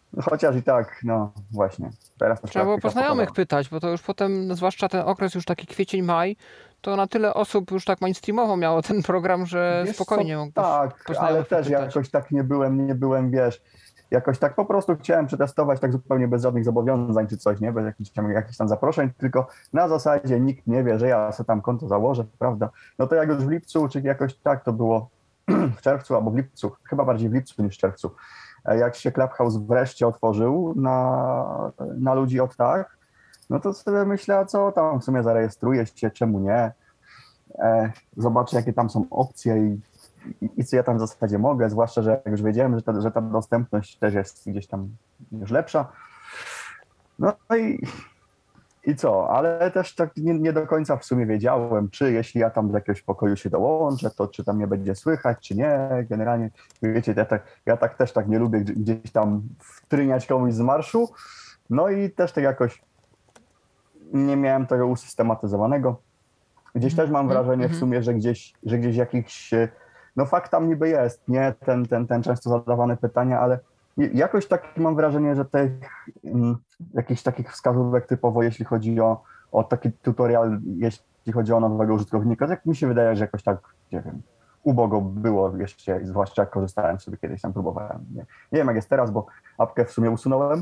Speaker 7: Chociaż i tak, no właśnie. Teraz ta
Speaker 2: Trzeba było po
Speaker 7: praktyka
Speaker 2: znajomych
Speaker 7: pokazała.
Speaker 2: pytać, bo to już potem, zwłaszcza ten okres już taki kwiecień, maj, to na tyle osób już tak mainstreamowo miało ten program, że
Speaker 7: Wiesz
Speaker 2: spokojnie
Speaker 7: co,
Speaker 2: mógłbyś
Speaker 7: tak,
Speaker 2: po
Speaker 7: ale
Speaker 2: znajomych
Speaker 7: też
Speaker 2: popytać.
Speaker 7: jakoś tak nie byłem, wiesz, jakoś tak po prostu chciałem przetestować tak zupełnie bez żadnych zobowiązań czy coś, nie? Bez jakichś tam zaproszeń, tylko na zasadzie nikt nie wie, że ja sobie tam konto założę, prawda? No to jak już w lipcu, czy jakoś tak to było w czerwcu albo w lipcu, chyba bardziej w lipcu niż w czerwcu, jak się Clubhouse wreszcie otworzył na ludzi od tak, no to sobie myślę, a co tam w sumie zarejestruję się, czemu nie? Zobaczę, jakie tam są opcje i co ja tam w zasadzie mogę, zwłaszcza, że jak już wiedziałem, że ta dostępność też jest gdzieś tam już lepsza. No i co? Ale też tak nie do końca w sumie wiedziałem, czy jeśli ja tam do jakiegoś pokoju się dołączę, to czy tam mnie będzie słychać, czy nie. Generalnie, wiecie, ja tak też tak nie lubię gdzieś tam wtryniać komuś z marszu. No i też tak jakoś nie miałem tego usystematyzowanego. Gdzieś też mam wrażenie w sumie, że gdzieś jakiś, no fakt tam niby jest, nie? Ten często zadawane pytania, ale jakoś tak mam wrażenie, że tych jakichś takich wskazówek typowo, jeśli chodzi o taki tutorial, jeśli chodzi o nowego użytkownika, tak mi się wydaje, że jakoś tak, nie wiem, ubogo było jeszcze, zwłaszcza jak korzystałem sobie kiedyś, tam próbowałem. Nie wiem jak jest teraz, bo apkę w sumie usunąłem.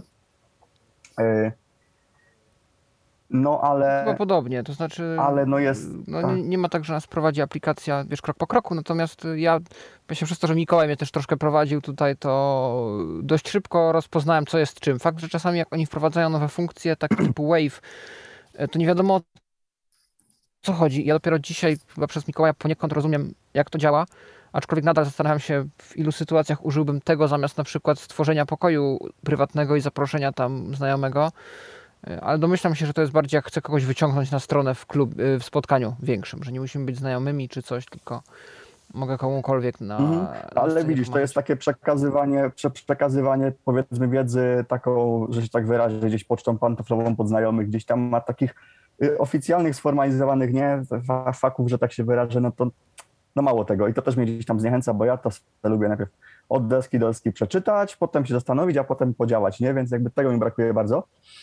Speaker 7: No ale...
Speaker 2: Chyba podobnie, to znaczy
Speaker 7: Ale no jest...
Speaker 2: no,
Speaker 7: tak.
Speaker 2: nie ma tak, że nas prowadzi aplikacja, wiesz, krok po kroku, natomiast ja myślę przez to, że Mikołaj mnie też troszkę prowadził tutaj, to dość szybko rozpoznałem, co jest czym. Fakt, że czasami jak oni wprowadzają nowe funkcje, tak typu Wave, to nie wiadomo, o co chodzi. Ja dopiero dzisiaj chyba przez Mikołaja poniekąd rozumiem, jak to działa, aczkolwiek nadal zastanawiam się, w ilu sytuacjach użyłbym tego zamiast na przykład stworzenia pokoju prywatnego i zaproszenia tam znajomego. Ale domyślam się, że to jest bardziej jak chcę kogoś wyciągnąć na stronę w spotkaniu większym, że nie musimy być znajomymi czy coś, tylko mogę komukolwiek na
Speaker 7: Ale
Speaker 2: scenie
Speaker 7: widzisz, to
Speaker 2: pomachać.
Speaker 7: jest takie przekazywanie powiedzmy wiedzy taką, że się tak wyrażę, gdzieś pocztą pantoflową pod znajomych, gdzieś tam ma takich oficjalnych, sformalizowanych, nie, faków, że tak się wyrażę, no to no mało tego i to też mnie gdzieś tam zniechęca, bo ja to lubię najpierw od deski do deski przeczytać, potem się zastanowić, a potem podziałać, nie, więc jakby tego mi brakuje bardzo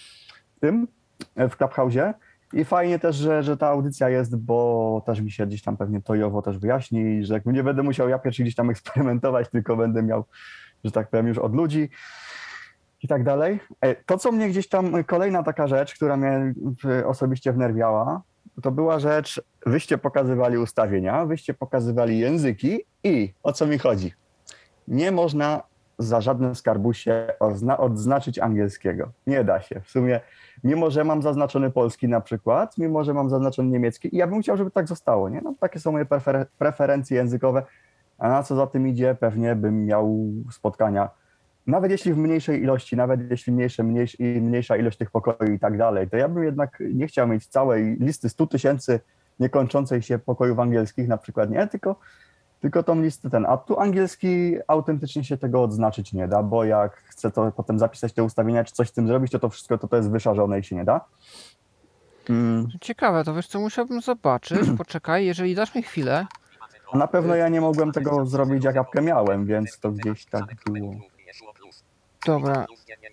Speaker 7: w Clubhouse'ie. I fajnie też, że ta audycja jest, bo też mi się gdzieś tam pewnie tojowo też wyjaśni, że nie będę musiał ja pierwszy gdzieś tam eksperymentować, tylko będę miał, że tak powiem, już od ludzi i tak dalej. To, co mnie gdzieś tam, kolejna taka rzecz, która mnie osobiście wnerwiała, to była rzecz, wyście pokazywali ustawienia, wyście pokazywali języki i o co mi chodzi? Nie można za żadnym skarbusie odznaczyć angielskiego. Nie da się. W sumie, mimo że mam zaznaczony polski na przykład, mimo że mam zaznaczony niemiecki i ja bym chciał, żeby tak zostało, nie? No, takie są moje preferencje językowe, a na co za tym idzie, pewnie bym miał spotkania, nawet jeśli w mniejszej ilości, nawet jeśli mniejsza ilość tych pokoi i tak dalej, to ja bym jednak nie chciał mieć całej listy 100 000 niekończącej się pokojów angielskich na przykład, nie? Tylko tą listę a tu angielski autentycznie się tego odznaczyć nie da, bo jak chcę to potem zapisać te ustawienia, czy coś z tym zrobić, to wszystko to jest wyszarzone i się nie da.
Speaker 2: Ciekawe, to wiesz co, musiałbym zobaczyć, poczekaj, jeżeli dasz mi chwilę.
Speaker 7: A na pewno ja nie mogłem tego zrobić, jak apkę miałem, więc to gdzieś tak było.
Speaker 2: Dobra.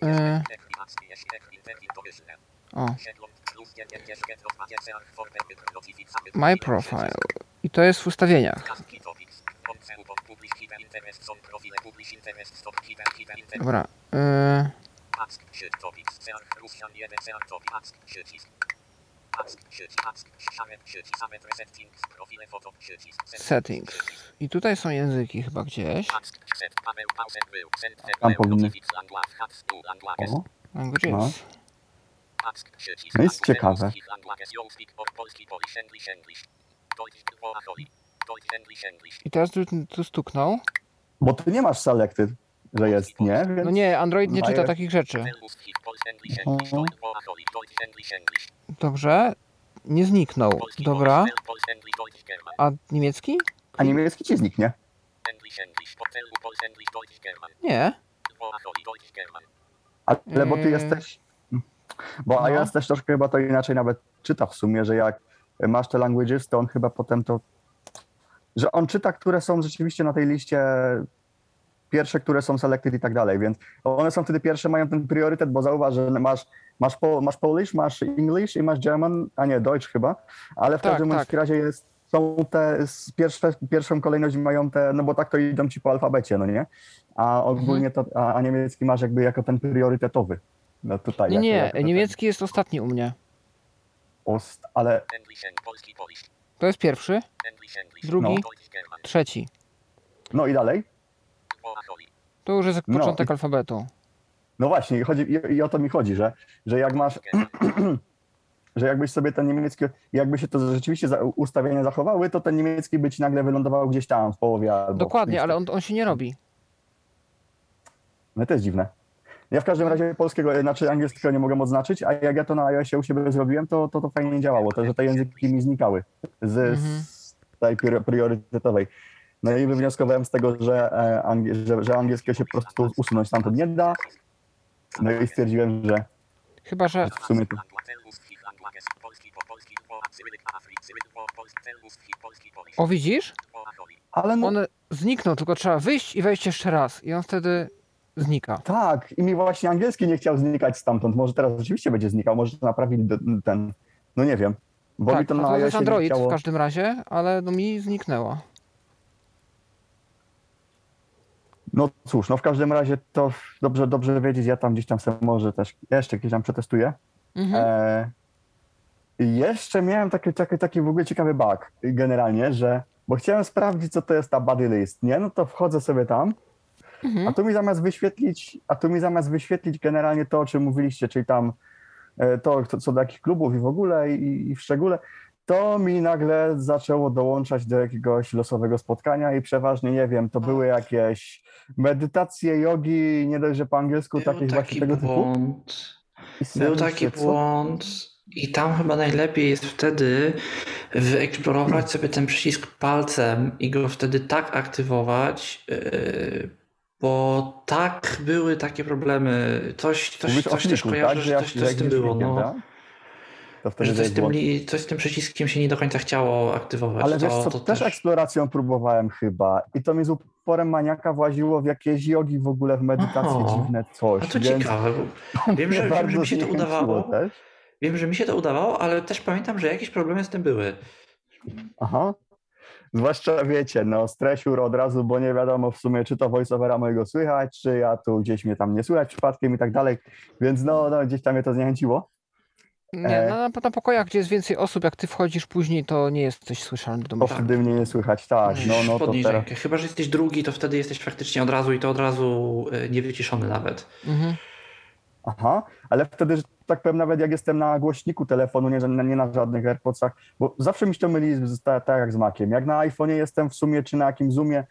Speaker 2: O. My profile. I to jest w ustawieniach. Dobra. Settings. I tutaj są języki chyba gdzieś.
Speaker 7: Tam powinny. O,
Speaker 2: Languages.
Speaker 7: no. No jest ciekawe.
Speaker 2: I teraz tu stuknął.
Speaker 7: Bo ty nie masz selected, że jest, nie? Więc...
Speaker 2: No nie, Android nie czyta
Speaker 7: daje-
Speaker 2: takich rzeczy.
Speaker 7: O,
Speaker 2: Dobrze. Nie zniknął. Dobra. A niemiecki?
Speaker 7: a niemiecki ci zniknie.
Speaker 2: Nie.
Speaker 7: Ale bo ty jesteś... Bo
Speaker 2: No.
Speaker 7: iOS też troszkę chyba to inaczej nawet czyta w sumie, że jak masz te languages, to on chyba potem to... Że on czyta, które są rzeczywiście na tej liście pierwsze, które są selected i tak dalej, więc one są wtedy pierwsze, mają ten priorytet, bo zauważ, że masz Polish, masz English i masz German, a nie Deutsch chyba, ale w każdym bądź razie są te pierwszą kolejność mają te, no bo tak to idą ci po alfabecie, no nie? A ogólnie to, a niemiecki masz jakby jako ten priorytetowy. No tutaj.
Speaker 2: Nie, niemiecki jest ostatni u mnie.
Speaker 7: Ale...
Speaker 2: To jest pierwszy, drugi, trzeci.
Speaker 7: No i dalej?
Speaker 2: To już jest początek alfabetu.
Speaker 7: No właśnie, i o to mi chodzi, że jak masz... że jakbyś sobie ten niemiecki, jakby się to rzeczywiście ustawienia zachowały, to ten niemiecki by ci nagle wylądował gdzieś tam w połowie albo...
Speaker 2: Dokładnie, ale on się nie robi.
Speaker 7: No to jest dziwne. Ja w każdym razie angielskiego nie mogę odznaczyć, a jak ja to na iOSie u siebie zrobiłem, to fajnie działało, to że te języki mi znikały z tej priorytetowej. No i wywnioskowałem z tego, że angielskiego się po prostu usunąć stamtąd nie da. No i stwierdziłem, że...
Speaker 2: Chyba, że...
Speaker 7: W sumie to...
Speaker 2: O, widzisz?
Speaker 7: Ale no...
Speaker 2: On zniknął, tylko trzeba wyjść i wejść jeszcze raz. I on wtedy znika.
Speaker 7: Tak, i mi właśnie angielski nie chciał znikać stamtąd. Może teraz rzeczywiście będzie znikał, może to naprawili ten... No nie wiem. Bo
Speaker 2: tak,
Speaker 7: mi to
Speaker 2: to
Speaker 7: na
Speaker 2: jest Android
Speaker 7: chciało...
Speaker 2: w każdym razie, ale no mi zniknęło.
Speaker 7: No cóż, no w każdym razie to dobrze wiedzieć, ja tam gdzieś tam sobie może też jeszcze gdzieś tam przetestuję. I jeszcze miałem taki w ogóle ciekawy bug generalnie, bo chciałem sprawdzić, co to jest ta buddy list, nie? No to wchodzę sobie tam, a tu mi zamiast wyświetlić generalnie to, o czym mówiliście, czyli tam to, co do jakich klubów i w ogóle i w szczególe, to mi nagle zaczęło dołączać do jakiegoś losowego spotkania i przeważnie, nie wiem, to były jakieś medytacje, jogi, nie dość, że po angielsku takich właśnie tego typu.
Speaker 3: Był taki błąd i tam chyba najlepiej jest wtedy wyeksplorować sobie ten przycisk palcem i go wtedy tak aktywować, bo tak były takie problemy. Coś też kojarzę, że coś z tym było. No.
Speaker 7: To wtedy
Speaker 3: coś z tym przyciskiem się nie do końca chciało aktywować.
Speaker 7: Ale wiesz co, też eksploracją próbowałem chyba i to mi z uporem maniaka właziło w jakieś jogi w ogóle, w medytację, dziwne coś.
Speaker 3: A to ciekawe. Wiem, że mi się to udawało. Też. Wiem, że mi się to udawało, ale też pamiętam, że jakieś problemy z tym były.
Speaker 7: Aha. Zwłaszcza wiecie, no stresiur od razu, bo nie wiadomo w sumie, czy to voiceovera mojego słychać, czy ja tu gdzieś mnie tam nie słychać przypadkiem i tak dalej, więc no gdzieś tam mnie to zniechęciło.
Speaker 2: Nie, na pokojach, gdzie jest więcej osób, jak ty wchodzisz później, to nie jesteś słyszalny w domu.
Speaker 7: Wtedy mnie nie słychać, tak. No to teraz...
Speaker 3: Chyba, że jesteś drugi, to wtedy jesteś faktycznie od razu i to od razu niewyciszony nawet.
Speaker 7: Aha, ale wtedy, że tak powiem, nawet jak jestem na głośniku telefonu, nie na żadnych AirPodsach, bo zawsze mi się to myli tak jak z Maciem. Jak na iPhone'ie jestem w sumie, czy na jakimś Zoomie,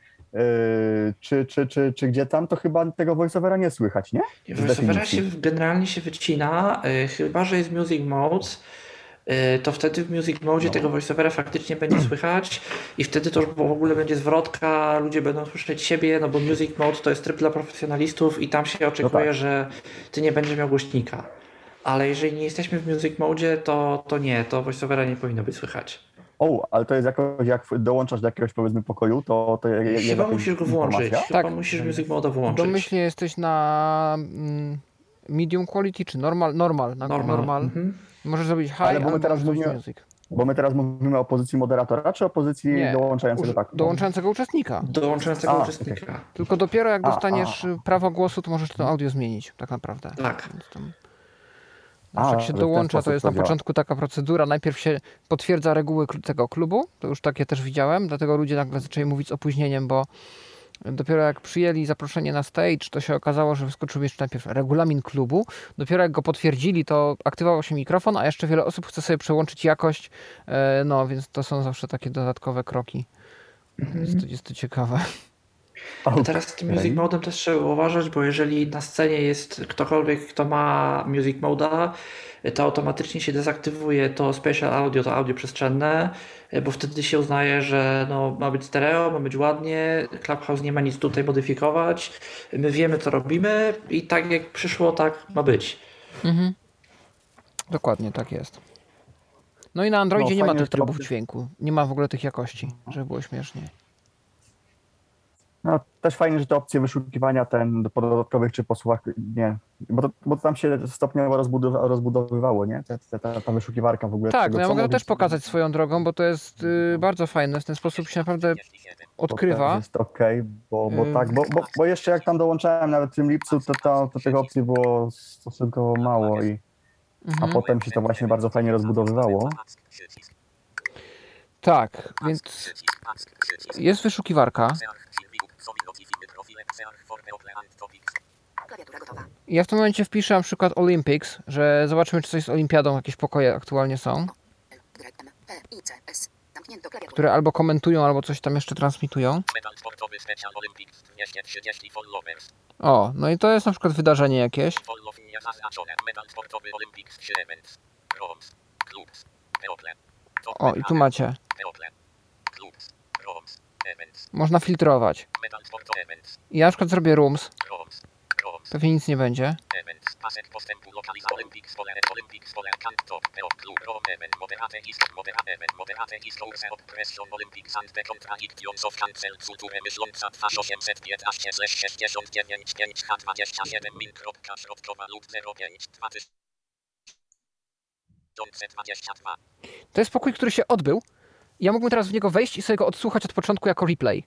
Speaker 7: czy gdzie tam, to chyba tego voiceovera nie słychać, nie?
Speaker 3: Voiceovera generalnie się wycina, chyba że jest Music Mode, to wtedy w Music Mode tego voiceovera faktycznie będzie słychać i wtedy to już w ogóle będzie zwrotka, ludzie będą słyszeć siebie, no bo Music Mode to jest tryb dla profesjonalistów i tam się oczekuje, że ty nie będziesz miał głośnika. Ale jeżeli nie jesteśmy w Music Mode, to nie, to voiceovera nie powinno być słychać.
Speaker 7: Ale to jest jakoś, jak dołączasz do jakiegoś powiedzmy pokoju, to
Speaker 3: chyba musisz go włączyć. Chyba musisz Music Mode włączyć.
Speaker 2: Domyślnie jesteś na medium quality, czy normal. Możesz zrobić high,
Speaker 7: ale bo my teraz mówimy, music. Bo my teraz mówimy o pozycji moderatora, czy o pozycji dołączającego taką?
Speaker 2: Dołączającego uczestnika.
Speaker 3: Dołączającego uczestnika.
Speaker 2: Okay. Tylko dopiero jak dostaniesz prawo głosu, to możesz to audio zmienić, tak naprawdę.
Speaker 3: Tak.
Speaker 2: Jak się dołącza, to jest na początku taka procedura. Najpierw się potwierdza reguły tego klubu, to już takie też widziałem, dlatego ludzie nagle zaczęli mówić z opóźnieniem, bo dopiero jak przyjęli zaproszenie na stage, to się okazało, że wyskoczył jeszcze najpierw regulamin klubu. Dopiero jak go potwierdzili, to aktywował się mikrofon, a jeszcze wiele osób chce sobie przełączyć jakość, więc to są zawsze takie dodatkowe kroki. Jest to ciekawe.
Speaker 3: A teraz z tym Music Modem też trzeba uważać, bo jeżeli na scenie jest ktokolwiek, kto ma Music Moda, to automatycznie się dezaktywuje to Spatial Audio, to audio przestrzenne, bo wtedy się uznaje, że ma być stereo, ma być ładnie, Clubhouse nie ma nic tutaj modyfikować, my wiemy co robimy i tak jak przyszło, tak ma być.
Speaker 2: Dokładnie, tak jest. No i na Androidzie nie ma tych trybów dźwięku, nie ma w ogóle tych jakości, żeby było śmiesznie.
Speaker 7: No, też fajnie, że te opcje wyszukiwania po dodatkowych czy posłuchach, nie, bo to tam się stopniowo rozbudowywało, nie? Ta wyszukiwarka w ogóle.
Speaker 2: Tak,
Speaker 7: tego,
Speaker 2: no ja
Speaker 7: co
Speaker 2: mogę to
Speaker 7: mogli-
Speaker 2: też pokazać swoją drogą, bo to jest bardzo fajne. W ten sposób się naprawdę
Speaker 7: to
Speaker 2: odkrywa.
Speaker 7: też jest okej, bo jeszcze jak tam dołączałem nawet w tym lipcu, to tych opcji było stosunkowo mało a potem się to właśnie bardzo fajnie rozbudowywało.
Speaker 2: Tak, więc jest wyszukiwarka.
Speaker 5: Klawiatura gotowa.
Speaker 2: Ja w tym momencie wpiszę na przykład Olympics, że zobaczymy, czy coś z olimpiadą, jakieś pokoje aktualnie są,
Speaker 5: GMPICS. Zamknięto klawiaturę.
Speaker 2: które albo komentują, albo coś tam jeszcze transmitują.
Speaker 6: Medal sportowy Special Olympics 230 followers.
Speaker 2: O, no i to jest na przykład wydarzenie jakieś.
Speaker 6: Follow niezaznaczone. Medal sportowy Olympics Events. Roms. Clubs. People.
Speaker 2: O, i tu macie.
Speaker 6: People. Clubs. Roms. Events.
Speaker 2: Można filtrować.
Speaker 6: Medal sportowy Events.
Speaker 2: Ja na przykład zrobię rooms.
Speaker 6: Roms. Roms.
Speaker 2: Pewnie nic nie będzie.
Speaker 6: Events. Pasek postępu lokalizacji Olympics Polar Camp Top. Peo Club. Rom Event. Moderate is course of pression Olympics and the contradictions of cancel culture myśląca 2815/69 5H27 min.środkowa lub 05 2022.
Speaker 2: To jest pokój, który się odbył. Ja mógłbym teraz w niego wejść i sobie go odsłuchać od początku jako replay.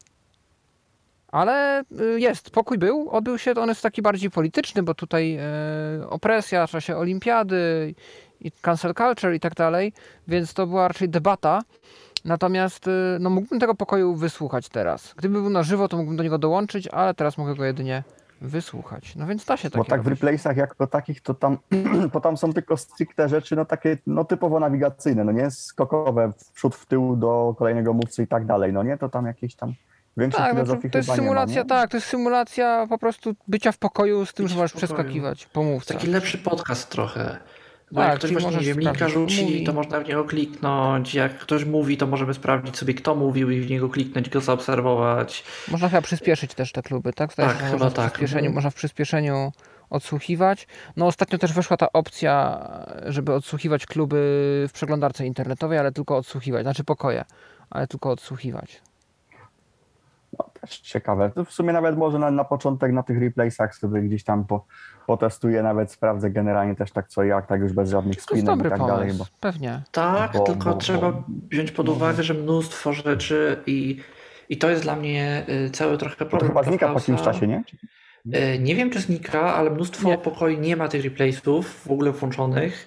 Speaker 2: Ale jest, pokój odbył się, to on jest taki bardziej polityczny, bo tutaj opresja w czasie olimpiady i cancel culture i tak dalej, więc to była raczej debata. Natomiast no, mógłbym tego pokoju wysłuchać teraz. Gdyby był na żywo, to mógłbym do niego dołączyć, ale teraz mogę go jedynie wysłuchać. No więc da się
Speaker 7: Bo
Speaker 2: takie
Speaker 7: tak w
Speaker 2: robić.
Speaker 7: replaysach jak to takich, to tam są tylko stricte rzeczy, no takie no typowo nawigacyjne, no nie? Skokowe, w przód, w tył do kolejnego mówcy i tak dalej, no nie? To tam jakieś tam większej
Speaker 2: Tak,
Speaker 7: filozofii
Speaker 2: to jest
Speaker 7: chyba
Speaker 2: symulacja,
Speaker 7: nie ma, nie?
Speaker 2: tak, to jest symulacja po prostu bycia w pokoju z tym, że
Speaker 3: Bycia w
Speaker 2: możesz
Speaker 3: pokoju.
Speaker 2: przeskakiwać po mówcach.
Speaker 3: Taki lepszy podcast trochę. Bo
Speaker 2: Tak,
Speaker 3: jak ktoś
Speaker 2: czyli
Speaker 3: właśnie, nie
Speaker 2: możesz
Speaker 3: wiem, linka
Speaker 2: sprawdzić, kto
Speaker 3: rzuci,
Speaker 2: mówi.
Speaker 3: to można w niego kliknąć. Jak ktoś mówi, to możemy sprawdzić sobie, kto mówił i w niego kliknąć, go zaobserwować.
Speaker 2: Można chyba przyspieszyć też te kluby, tak? Zdaje się,
Speaker 3: Tak,
Speaker 2: że
Speaker 3: chyba
Speaker 2: można
Speaker 3: tak.
Speaker 2: Można w przyspieszeniu odsłuchiwać. No ostatnio też weszła ta opcja, żeby odsłuchiwać kluby w przeglądarce internetowej, ale tylko odsłuchiwać, znaczy pokoje, ale tylko odsłuchiwać.
Speaker 7: No, też ciekawe. To w sumie nawet może na początek na tych replaysach sobie gdzieś tam potestuję, nawet sprawdzę generalnie też tak co i jak, tak już bez żadnych
Speaker 2: To jest
Speaker 7: spinek i
Speaker 2: dobry
Speaker 7: tak
Speaker 2: pomysł,
Speaker 7: dalej. Bo...
Speaker 2: pewnie.
Speaker 3: Tak, tylko trzeba wziąć pod
Speaker 7: bo-
Speaker 3: uwagę, że mnóstwo rzeczy i to jest dla mnie cały trochę
Speaker 7: Bo to
Speaker 3: problem.
Speaker 7: chyba znika po
Speaker 3: Clubhouse'a.
Speaker 7: jakimś czasie, nie?
Speaker 3: Nie wiem, czy znika, ale mnóstwo
Speaker 2: Nie.
Speaker 3: pokoi nie ma tych replaysów w ogóle włączonych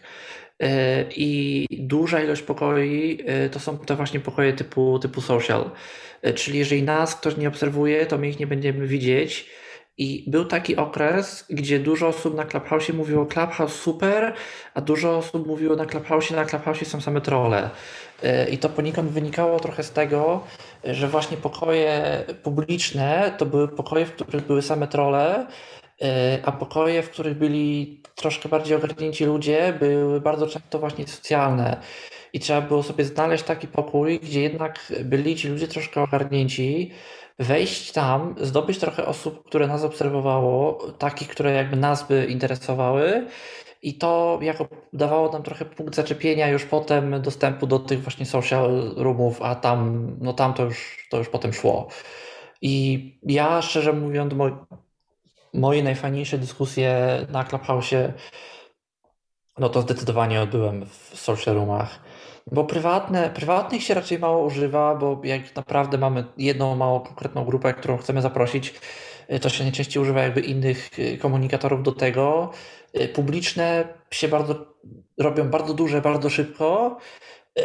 Speaker 3: i duża ilość pokoi to są te właśnie pokoje typu social. Czyli jeżeli nas ktoś nie obserwuje, to my ich nie będziemy widzieć. I był taki okres, gdzie dużo osób na Clubhouse mówiło Clubhouse super, a dużo osób mówiło na Clubhouse są same trolle. I to poniekąd wynikało trochę z tego, że właśnie pokoje publiczne to były pokoje, w których były same trolle, a pokoje, w których byli troszkę bardziej ogarnięci ludzie, były bardzo często właśnie socjalne. I trzeba było sobie znaleźć taki pokój, gdzie jednak byli ci ludzie troszkę ogarnięci, wejść tam, zdobyć trochę osób, które nas obserwowało, takich, które jakby nas by interesowały i to jako dawało nam trochę punkt zaczepienia już potem dostępu do tych właśnie social roomów, a tam, no tam to już potem szło. I ja szczerze mówiąc, moje najfajniejsze dyskusje na Clubhouse'ie, no to zdecydowanie odbyłem w social roomach. Bo prywatnych się raczej mało używa, bo jak naprawdę mamy jedną małą konkretną grupę, którą chcemy zaprosić, to się najczęściej używa jakby innych komunikatorów do tego. Publiczne się robią bardzo duże, bardzo szybko,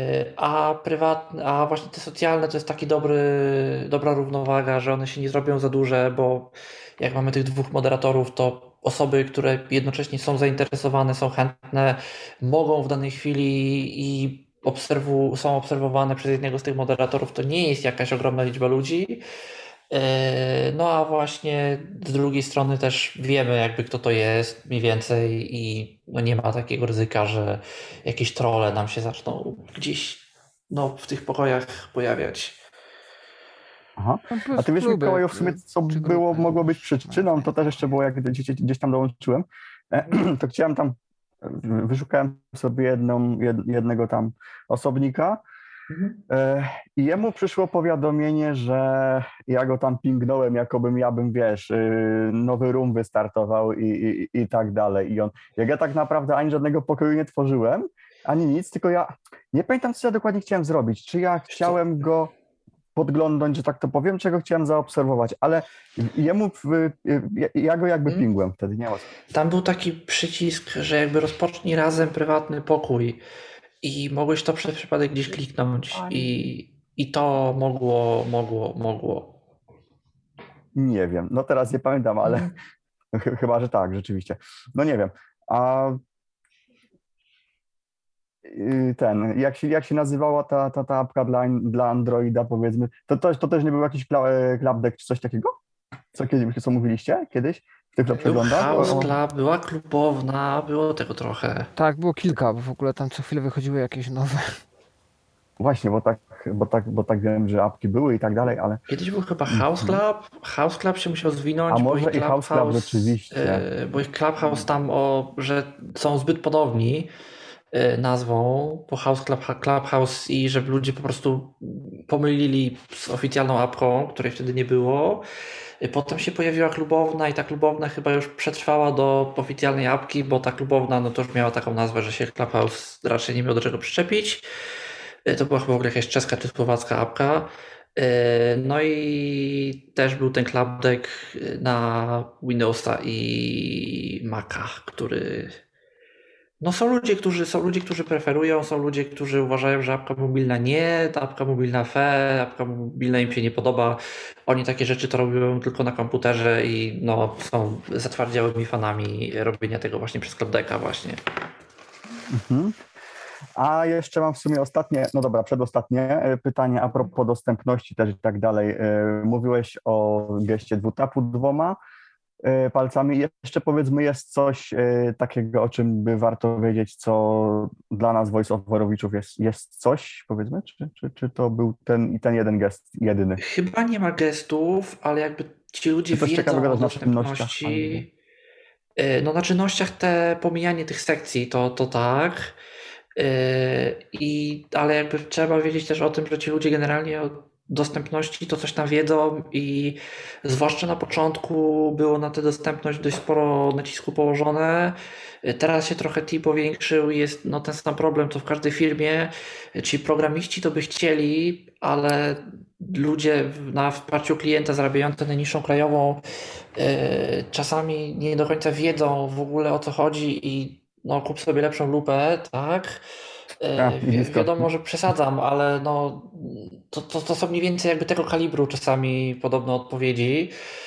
Speaker 3: a właśnie te socjalne to jest taki dobra równowaga, że one się nie zrobią za duże, bo jak mamy tych dwóch moderatorów, to osoby, które jednocześnie są zainteresowane, są chętne, mogą w danej chwili i są obserwowane przez jednego z tych moderatorów, to nie jest jakaś ogromna liczba ludzi. No a właśnie z drugiej strony też wiemy jakby kto to jest mniej więcej i no nie ma takiego ryzyka, że jakieś trolle nam się zaczną gdzieś w tych pokojach pojawiać.
Speaker 7: Aha.
Speaker 2: No plus
Speaker 7: A ty wiesz,
Speaker 2: kluby,
Speaker 7: Mikołaju, w sumie co
Speaker 2: czy
Speaker 7: było,
Speaker 2: grupy.
Speaker 7: mogło być przyczyną, to też jeszcze było, jak gdzieś tam dołączyłem, to chciałem tam, wyszukałem sobie jednego tam osobnika I jemu przyszło powiadomienie, że ja go tam pingnąłem, jakobym wiesz, nowy room wystartował i tak dalej. I on, jak ja tak naprawdę ani żadnego pokoju nie tworzyłem, ani nic, tylko ja nie pamiętam, co ja dokładnie chciałem zrobić. Czy ja chciałem go podglądnąć, że tak to powiem, czego chciałem zaobserwować, ale ja go jakby pingłem wtedy, nie ma.
Speaker 3: Tam był taki przycisk, że jakby rozpocznij razem prywatny pokój i mogłeś to przez przypadek gdzieś kliknąć i to mogło.
Speaker 7: Nie wiem, no teraz nie pamiętam, ale chyba, że tak, rzeczywiście. No nie wiem, a jak się nazywała ta apka dla Androida, powiedzmy, to też nie był jakiś Clubdeck czy coś takiego? Co mówiliście kiedyś w tych przeglądach?
Speaker 3: House Club, była klubowna, było tego trochę.
Speaker 2: Tak, było kilka, bo w ogóle tam co chwilę wychodziły jakieś nowe.
Speaker 7: Właśnie, bo tak wiem, że apki były i tak dalej, ale...
Speaker 3: Kiedyś był chyba House Club. House Club się musiał zwinąć.
Speaker 7: A może i House Club rzeczywiście.
Speaker 3: Bo ich Clubhouse tam, że są zbyt podobni nazwą, po House Club, Clubhouse i żeby ludzie po prostu pomylili z oficjalną apką, której wtedy nie było. Potem się pojawiła klubowna i ta klubowna chyba już przetrwała do oficjalnej apki, bo ta klubowna no to już miała taką nazwę, że się Clubhouse raczej nie miał do czego przyczepić. To była chyba w ogóle jakaś czeska czy słowacka apka. No i też był ten Clubdeck na Windowsa i Maca, który... No są ludzie, którzy preferują, są ludzie, którzy uważają, że apka mobilna nie, ta apka mobilna apka mobilna im się nie podoba. Oni takie rzeczy to robią tylko na komputerze i no są zatwardziałymi fanami robienia tego właśnie przez Clubdecka właśnie.
Speaker 7: Mhm. A jeszcze mam w sumie przedostatnie pytanie a propos dostępności też i tak dalej. Mówiłeś o geście dwutapu 2 palcami. Jeszcze powiedzmy jest coś takiego, o czym by warto wiedzieć, co dla nas voice-overowiczów jest coś, powiedzmy? Czy to był ten jeden gest jedyny?
Speaker 3: Chyba nie ma gestów, ale jakby ci ludzie wiedzą o dostępności. No na czynnościach pomijanie tych sekcji to tak. Ale jakby trzeba wiedzieć też o tym, że ci ludzie generalnie o dostępności to coś tam wiedzą i zwłaszcza na początku było na tę dostępność dość sporo nacisku położone. Teraz się trochę powiększył i jest no ten sam problem co w każdej firmie. Ci programiści to by chcieli, ale ludzie na wsparciu klienta zarabiający najniższą krajową czasami nie do końca wiedzą w ogóle o co chodzi i no kup sobie lepszą lupę, tak? Wiadomo, że przesadzam, ale no to są mniej więcej jakby tego kalibru czasami podobne odpowiedzi.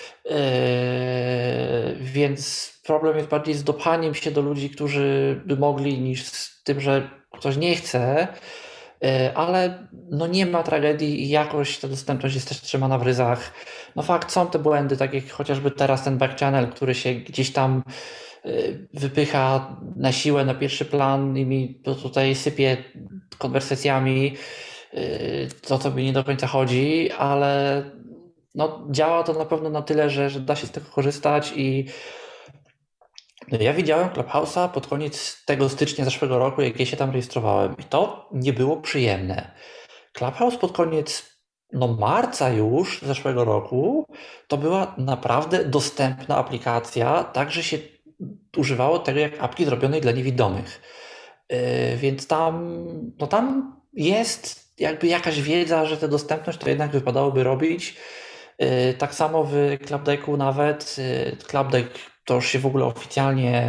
Speaker 3: Więc problem jest bardziej z dopchaniem się do ludzi, którzy by mogli, niż z tym, że ktoś nie chce. Ale no nie ma tragedii i jakoś ta dostępność jest też trzymana w ryzach. No fakt, są te błędy, tak jak chociażby teraz ten backchannel, który się gdzieś tam wypycha na siłę na pierwszy plan i mi to tutaj sypie konwersacjami, to mi nie do końca chodzi, ale no, działa to na pewno na tyle, że da się z tego korzystać i ja widziałem Clubhouse'a pod koniec tego stycznia zeszłego roku, jak ja się tam rejestrowałem i to nie było przyjemne. Clubhouse pod koniec marca już zeszłego roku to była naprawdę dostępna aplikacja, tak że się używało tego jak apki zrobionej dla niewidomych. Więc tam jest jakby jakaś wiedza, że tę dostępność to jednak wypadałoby robić. Tak samo w Clubdecku nawet. Clubdeck to już się w ogóle oficjalnie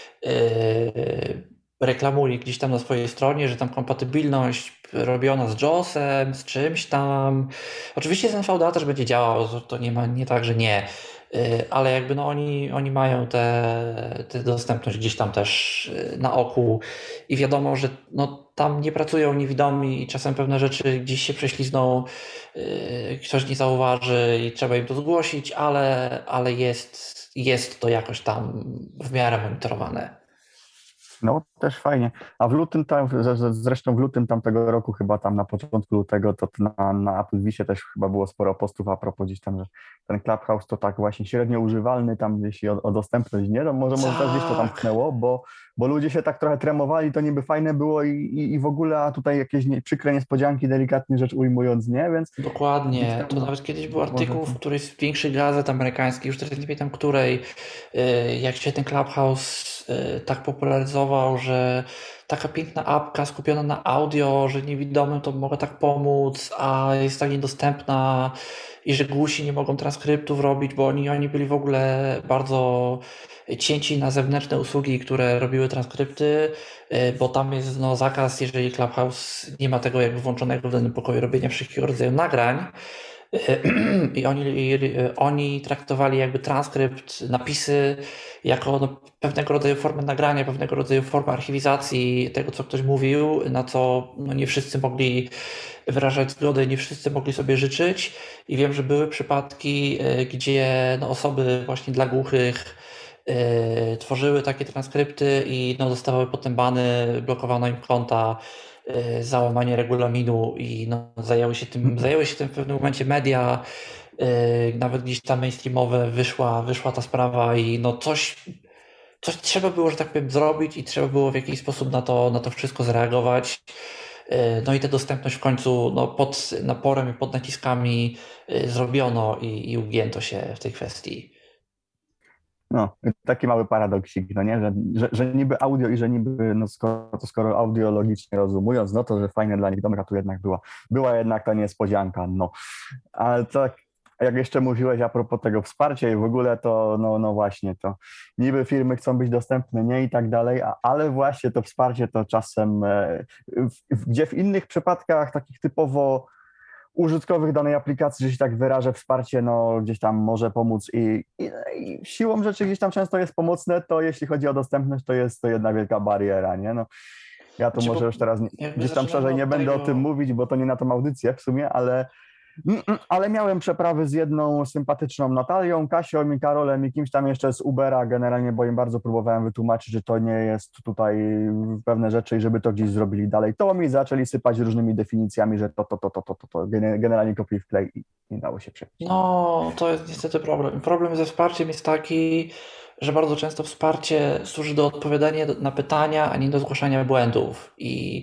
Speaker 3: reklamuje gdzieś tam na swojej stronie, że tam kompatybilność robiona z JAWS-em, z czymś tam. Oczywiście z NVDA też będzie działał, to nie tak, że nie. Ale jakby oni mają tę dostępność gdzieś tam też na oku i wiadomo, że tam nie pracują niewidomi i czasem pewne rzeczy gdzieś się prześlizną, ktoś nie zauważy i trzeba im to zgłosić, ale jest to jakoś tam w miarę monitorowane.
Speaker 7: No też fajnie. A w lutym zresztą w lutym tamtego roku, chyba tam na początku lutego, to na Applevisie też chyba było sporo postów a propos gdzieś tam, że ten Clubhouse to tak właśnie średnio używalny tam jeśli o dostępność nie, to może też gdzieś to tam pchnęło, bo ludzie się tak trochę tremowali, to niby fajne było i w ogóle, a tutaj jakieś przykre niespodzianki, delikatnie rzecz ujmując, nie? Więc
Speaker 3: Dokładnie. To nawet kiedyś był artykuł w którejś z większych gazet amerykańskich, już teraz nie pamiętam której, jak się ten Clubhouse tak popularyzował, że taka piękna apka skupiona na audio, że niewidomym to mogę tak pomóc, a jest tak niedostępna i że głusi nie mogą transkryptów robić, bo oni byli w ogóle bardzo cięci na zewnętrzne usługi, które robiły transkrypty, bo tam jest zakaz, jeżeli Clubhouse nie ma tego jakby włączonego w danym pokoju, robienia wszelkiego rodzaju nagrań. I oni traktowali jakby transkrypt, napisy jako pewnego rodzaju formę nagrania, pewnego rodzaju formę archiwizacji tego, co ktoś mówił, na co nie wszyscy mogli wyrażać zgodę, nie wszyscy mogli sobie życzyć. I wiem, że były przypadki, gdzie osoby właśnie dla głuchych tworzyły takie transkrypty i dostawały potem bany, blokowano im konta, za łamanie regulaminu i zajęły się tym w pewnym momencie media, nawet gdzieś tam mainstreamowe wyszła ta sprawa i coś trzeba było, że tak powiem, zrobić i trzeba było w jakiś sposób na to wszystko zareagować. No i tę dostępność w końcu pod naporem i pod naciskami zrobiono i ugięto się w tej kwestii.
Speaker 7: No, taki mały paradoksik, no nie? Że niby audio i że niby, skoro audiologicznie rozumując, to że fajne dla nich, dobra, tu jednak była jednak ta niespodzianka, Ale tak, jak jeszcze mówiłeś a propos tego wsparcia i w ogóle to, właśnie, to niby firmy chcą być dostępne, nie i tak dalej, ale właśnie to wsparcie to czasem, gdzie w innych przypadkach takich typowo użytkowych danej aplikacji, że się tak wyrażę, wsparcie gdzieś tam może pomóc i siłą rzeczy gdzieś tam często jest pomocne, to jeśli chodzi o dostępność, to jest to jedna wielka bariera, nie? Ja tu może już teraz gdzieś tam szerzej nie będę o tym mówić, bo to nie na tą audycję w sumie, ale miałem przeprawy z jedną sympatyczną Natalią, Kasią i Karolem i kimś tam jeszcze z Ubera generalnie, bo im bardzo próbowałem wytłumaczyć, że to nie jest tutaj pewne rzeczy i żeby to gdzieś zrobili dalej. To mi zaczęli sypać różnymi definicjami, że to generalnie kopiuj wklej i nie dało się przebić.
Speaker 3: To jest niestety problem. Problem ze wsparciem jest taki, że bardzo często wsparcie służy do odpowiadania na pytania, a nie do zgłaszania błędów.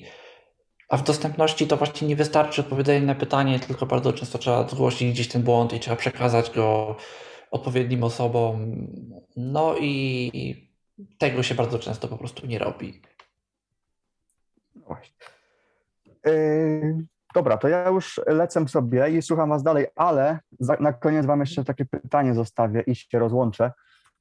Speaker 3: A w dostępności to właśnie nie wystarczy odpowiadanie na pytanie, tylko bardzo często trzeba zgłosić gdzieś ten błąd i trzeba przekazać go odpowiednim osobom. I tego się bardzo często po prostu nie robi.
Speaker 7: No właśnie. Dobra, to ja już lecę sobie i słucham was dalej, ale na koniec wam jeszcze takie pytanie zostawię i się rozłączę.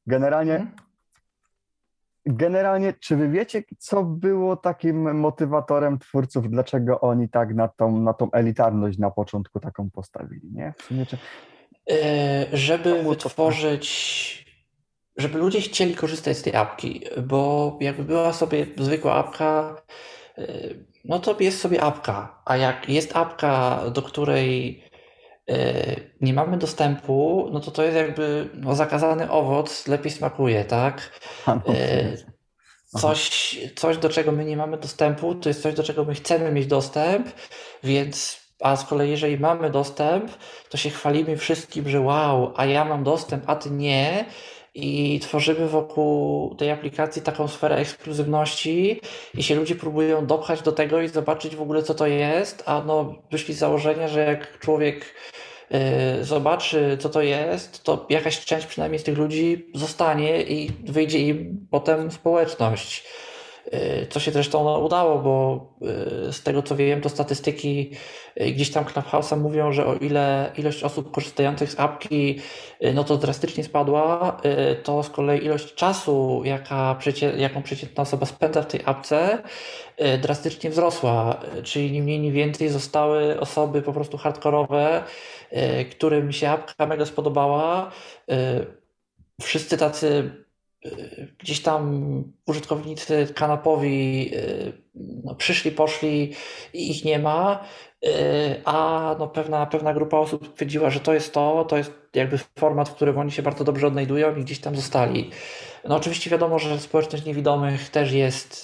Speaker 7: Generalnie, czy wy wiecie, co było takim motywatorem twórców, dlaczego oni tak na tą elitarność na początku taką postawili, nie? W sumie,
Speaker 3: żeby wytworzyć, żeby ludzie chcieli korzystać z tej apki, bo jakby była sobie zwykła apka, to jest sobie apka, a jak jest apka, do której nie mamy dostępu, to jest jakby zakazany owoc, lepiej smakuje, tak? Coś, do czego my nie mamy dostępu, to jest coś, do czego my chcemy mieć dostęp, a z kolei jeżeli mamy dostęp, to się chwalimy wszystkim, że wow, a ja mam dostęp, a ty nie. I tworzymy wokół tej aplikacji taką sferę ekskluzywności i się ludzie próbują dopchać do tego i zobaczyć w ogóle, co to jest, a wyszli z założenia, że jak człowiek zobaczy, co to jest, to jakaś część przynajmniej z tych ludzi zostanie i wyjdzie im potem społeczność. Co się zresztą udało, bo z tego co wiem, to statystyki gdzieś tam Clubhouse'a mówią, że o ile ilość osób korzystających z apki to drastycznie spadła, to z kolei ilość czasu, jaką przeciętna osoba spędza w tej apce, drastycznie wzrosła. Czyli ni mniej, ni więcej zostały osoby po prostu hardkorowe, którym się apka mega spodobała. Wszyscy tacy gdzieś tam użytkownicy kanapowi przyszli, poszli i ich nie ma, a pewna grupa osób stwierdziła, że to jest jakby format, w którym oni się bardzo dobrze odnajdują i gdzieś tam zostali. Oczywiście wiadomo, że społeczność niewidomych też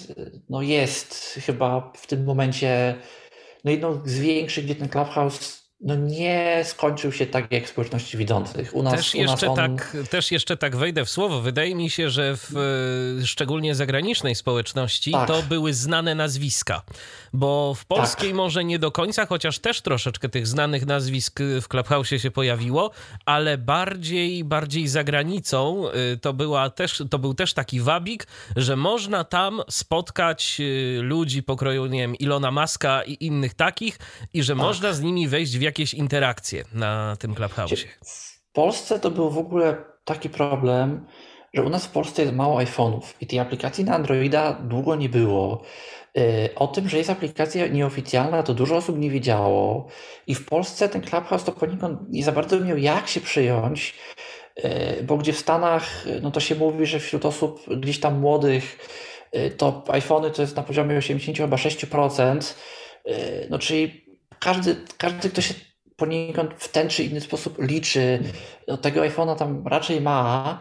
Speaker 3: jest chyba w tym momencie jedną z większych, gdzie ten Clubhouse no nie skończył się tak jak w społeczności widzących. U nas
Speaker 8: Też jeszcze tak wejdę w słowo. Wydaje mi się, że w szczególnie zagranicznej społeczności to były znane nazwiska, bo w polskiej może nie do końca, chociaż też troszeczkę tych znanych nazwisk w Clubhouse się pojawiło, ale bardziej za granicą to był też taki wabik, że można tam spotkać ludzi pokroju, nie wiem, Ilona Muska i innych takich i że można z nimi wejść w jakieś interakcje na tym Clubhouse'ie.
Speaker 3: W Polsce to był w ogóle taki problem, że u nas w Polsce jest mało iPhone'ów i tej aplikacji na Androida długo nie było. O tym, że jest aplikacja nieoficjalna, to dużo osób nie wiedziało i w Polsce ten Clubhouse to poniekąd nie za bardzo miał jak się przyjąć, bo gdzie w Stanach, no to się mówi, że wśród osób gdzieś tam młodych to iPhony to jest na poziomie 86%, no czyli każdy, kto się poniekąd w ten czy inny sposób liczy, no tego iPhone'a tam raczej ma,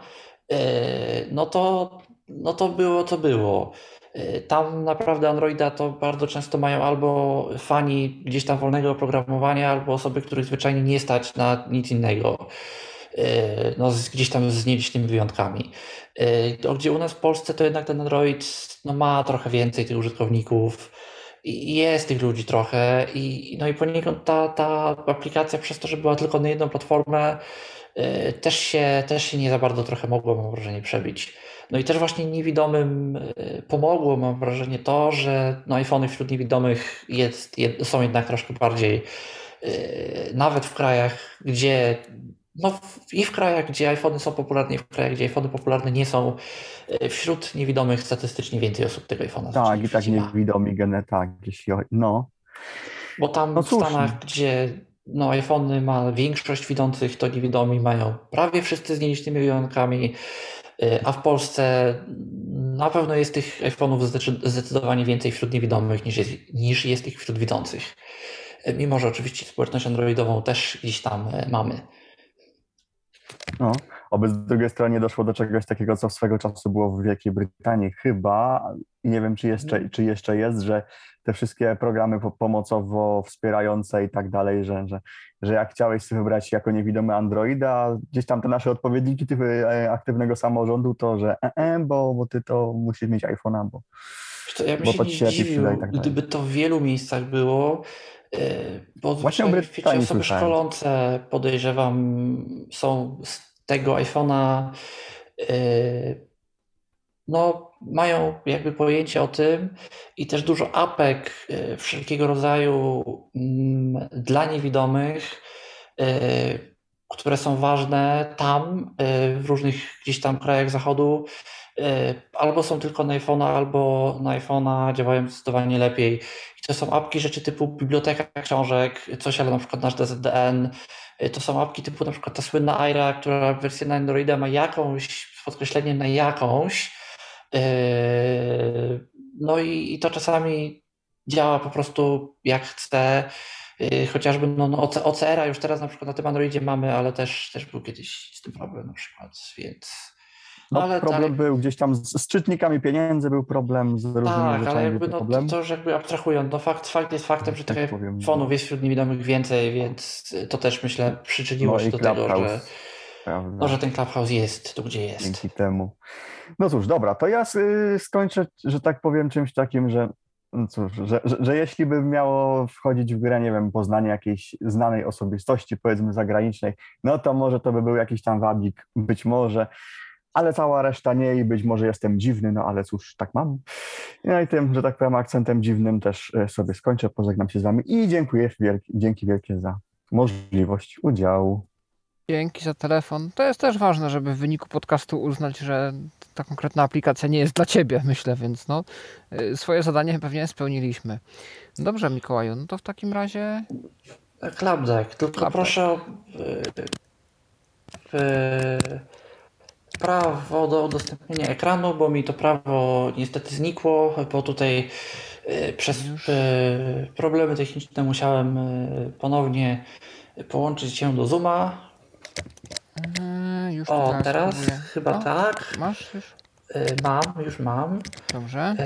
Speaker 3: no to było co było. Tam naprawdę Androida to bardzo często mają albo fani gdzieś tam wolnego oprogramowania, albo osoby, których zwyczajnie nie stać na nic innego. No, gdzieś tam z nielicznymi wyjątkami. Gdzie u nas w Polsce to jednak ten Android no, ma trochę więcej tych użytkowników i jest tych ludzi trochę no i poniekąd ta aplikacja przez to, że była tylko na jedną platformę też się nie za bardzo trochę mogło, mam wrażenie, przebić. No i też właśnie niewidomym pomogło, mam wrażenie, to, że no, iPhony wśród niewidomych są jednak troszkę bardziej nawet w krajach, gdzie i w krajach, gdzie iPhony są popularne, i w krajach, gdzie iPhony popularne nie są, wśród niewidomych statystycznie więcej osób tego iPhone'a.
Speaker 7: Tak, i tak niewidomi tak, jeśli no.
Speaker 3: Bo tam w Stanach, gdzie no, iPhony ma większość widzących, to niewidomi mają prawie wszyscy z nielicznymi wyjątkami, a w Polsce na pewno jest tych iPhone'ów zdecydowanie więcej wśród niewidomych niż jest ich wśród widzących. Mimo że oczywiście społeczność androidową też gdzieś tam mamy.
Speaker 7: No, oby z drugiej strony nie doszło do czegoś takiego, co swego czasu było w Wielkiej Brytanii chyba, i nie wiem, czy jeszcze jest, że te wszystkie programy pomocowo wspierające i tak dalej, że jak chciałeś sobie wybrać jako niewidomy Androida, gdzieś tam te nasze odpowiedniki typy aktywnego samorządu, to że bo ty to musisz mieć iPhone'a,
Speaker 3: ja bym się nie zdziwił, tak gdyby to w wielu miejscach było, bo
Speaker 7: właśnie
Speaker 3: wiecie, osoby szkolące, podejrzewam, są z tego iPhone'a, no mają jakby pojęcie o tym i też dużo apek wszelkiego rodzaju dla niewidomych, które są ważne tam, w różnych gdzieś tam krajach zachodu, albo są tylko na iPhone'a, albo na iPhone'a działają zdecydowanie lepiej. I to są apki rzeczy typu biblioteka książek, coś, ale na przykład nasz DZDN. To są apki typu na przykład ta słynna Aira, która wersję na Androida ma jakąś, z podkreśleniem na jakąś. No i to czasami działa po prostu jak chce. Chociażby OCR-a już teraz na przykład na tym Androidzie mamy, ale też był kiedyś z tym problem na przykład, więc...
Speaker 7: No, ale problem był gdzieś tam z czytnikami pieniędzy, był problem z różnymi rzeczami.
Speaker 3: Tak, ale jakby to już jakby abstrahując, fakt jest faktem, że tych iPhone'ów jest wśród niewidomych więcej, więc to też myślę przyczyniło się do tego, że ten Clubhouse jest tu, gdzie jest.
Speaker 7: Dzięki temu. No cóż, dobra, to ja skończę, że tak powiem, czymś takim, że że jeśli by miało wchodzić w grę, nie wiem, poznanie jakiejś znanej osobistości, powiedzmy zagranicznej, no to może to by był jakiś tam wabik, być może, ale cała reszta nie i być może jestem dziwny, no ale cóż, tak mam. No i tym, że tak powiem, akcentem dziwnym też sobie skończę, pożegnam się z wami i dzięki wielkie za możliwość udziału.
Speaker 2: Dzięki za telefon. To jest też ważne, żeby w wyniku podcastu uznać, że ta konkretna aplikacja nie jest dla ciebie, myślę, więc no swoje zadanie pewnie spełniliśmy. Dobrze, Mikołaju, no to w takim razie...
Speaker 3: Klapdek, tylko proszę o prawo do udostępnienia ekranu, bo mi to prawo niestety znikło, bo tutaj przez problemy techniczne musiałem ponownie połączyć się do Zooma.
Speaker 2: Już
Speaker 3: teraz chyba tak.
Speaker 2: Masz już?
Speaker 3: Już mam.
Speaker 2: Dobrze.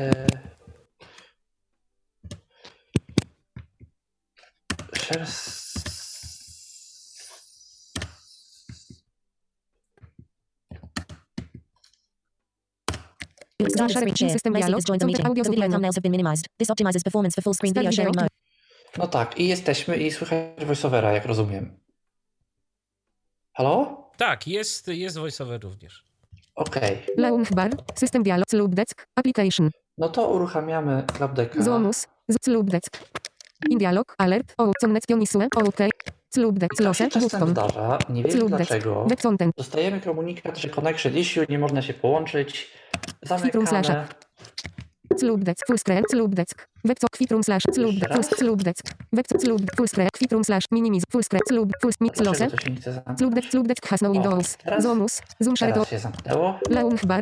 Speaker 4: Sharing system dialog. Audio
Speaker 9: The video thumbnails have been minimized. This optimizes performance for full screen video sharing mode.
Speaker 3: No tak, i jesteśmy i słychać voiceovera, jak rozumiem. Halo?
Speaker 8: Tak, jest voiceover również.
Speaker 3: Okej.
Speaker 4: Launch bar, system dialog, lub desk, application.
Speaker 3: No to uruchamiamy ClubDecka.
Speaker 4: Zomus, lub desk. In dialog, alert, connect Jonisue, OK. Lub desk,
Speaker 3: To
Speaker 4: lose,
Speaker 3: się czasem
Speaker 4: button.
Speaker 3: zdarza, nie wiem
Speaker 4: Lub desk,
Speaker 3: dlaczego.
Speaker 4: desk content.
Speaker 3: Dostajemy komunikat, że connection issue, nie można się połączyć.
Speaker 4: Quitrum
Speaker 3: Zamykamy.
Speaker 4: slasha. Lub desk, full screen, lub desk. Vector, quitrum slash, lub
Speaker 3: Jeszcze
Speaker 4: desk,
Speaker 3: raz?
Speaker 4: lub desk. Vector, lub full screen, quitrum slash, minimize, full screen, lub mix lose.
Speaker 3: Dlaczego to się nie chce zamknąć?
Speaker 4: Lub desk has no windows.
Speaker 3: teraz?
Speaker 4: Zomus, zoom share to.
Speaker 3: Teraz się zamknęło.
Speaker 4: Launch bar.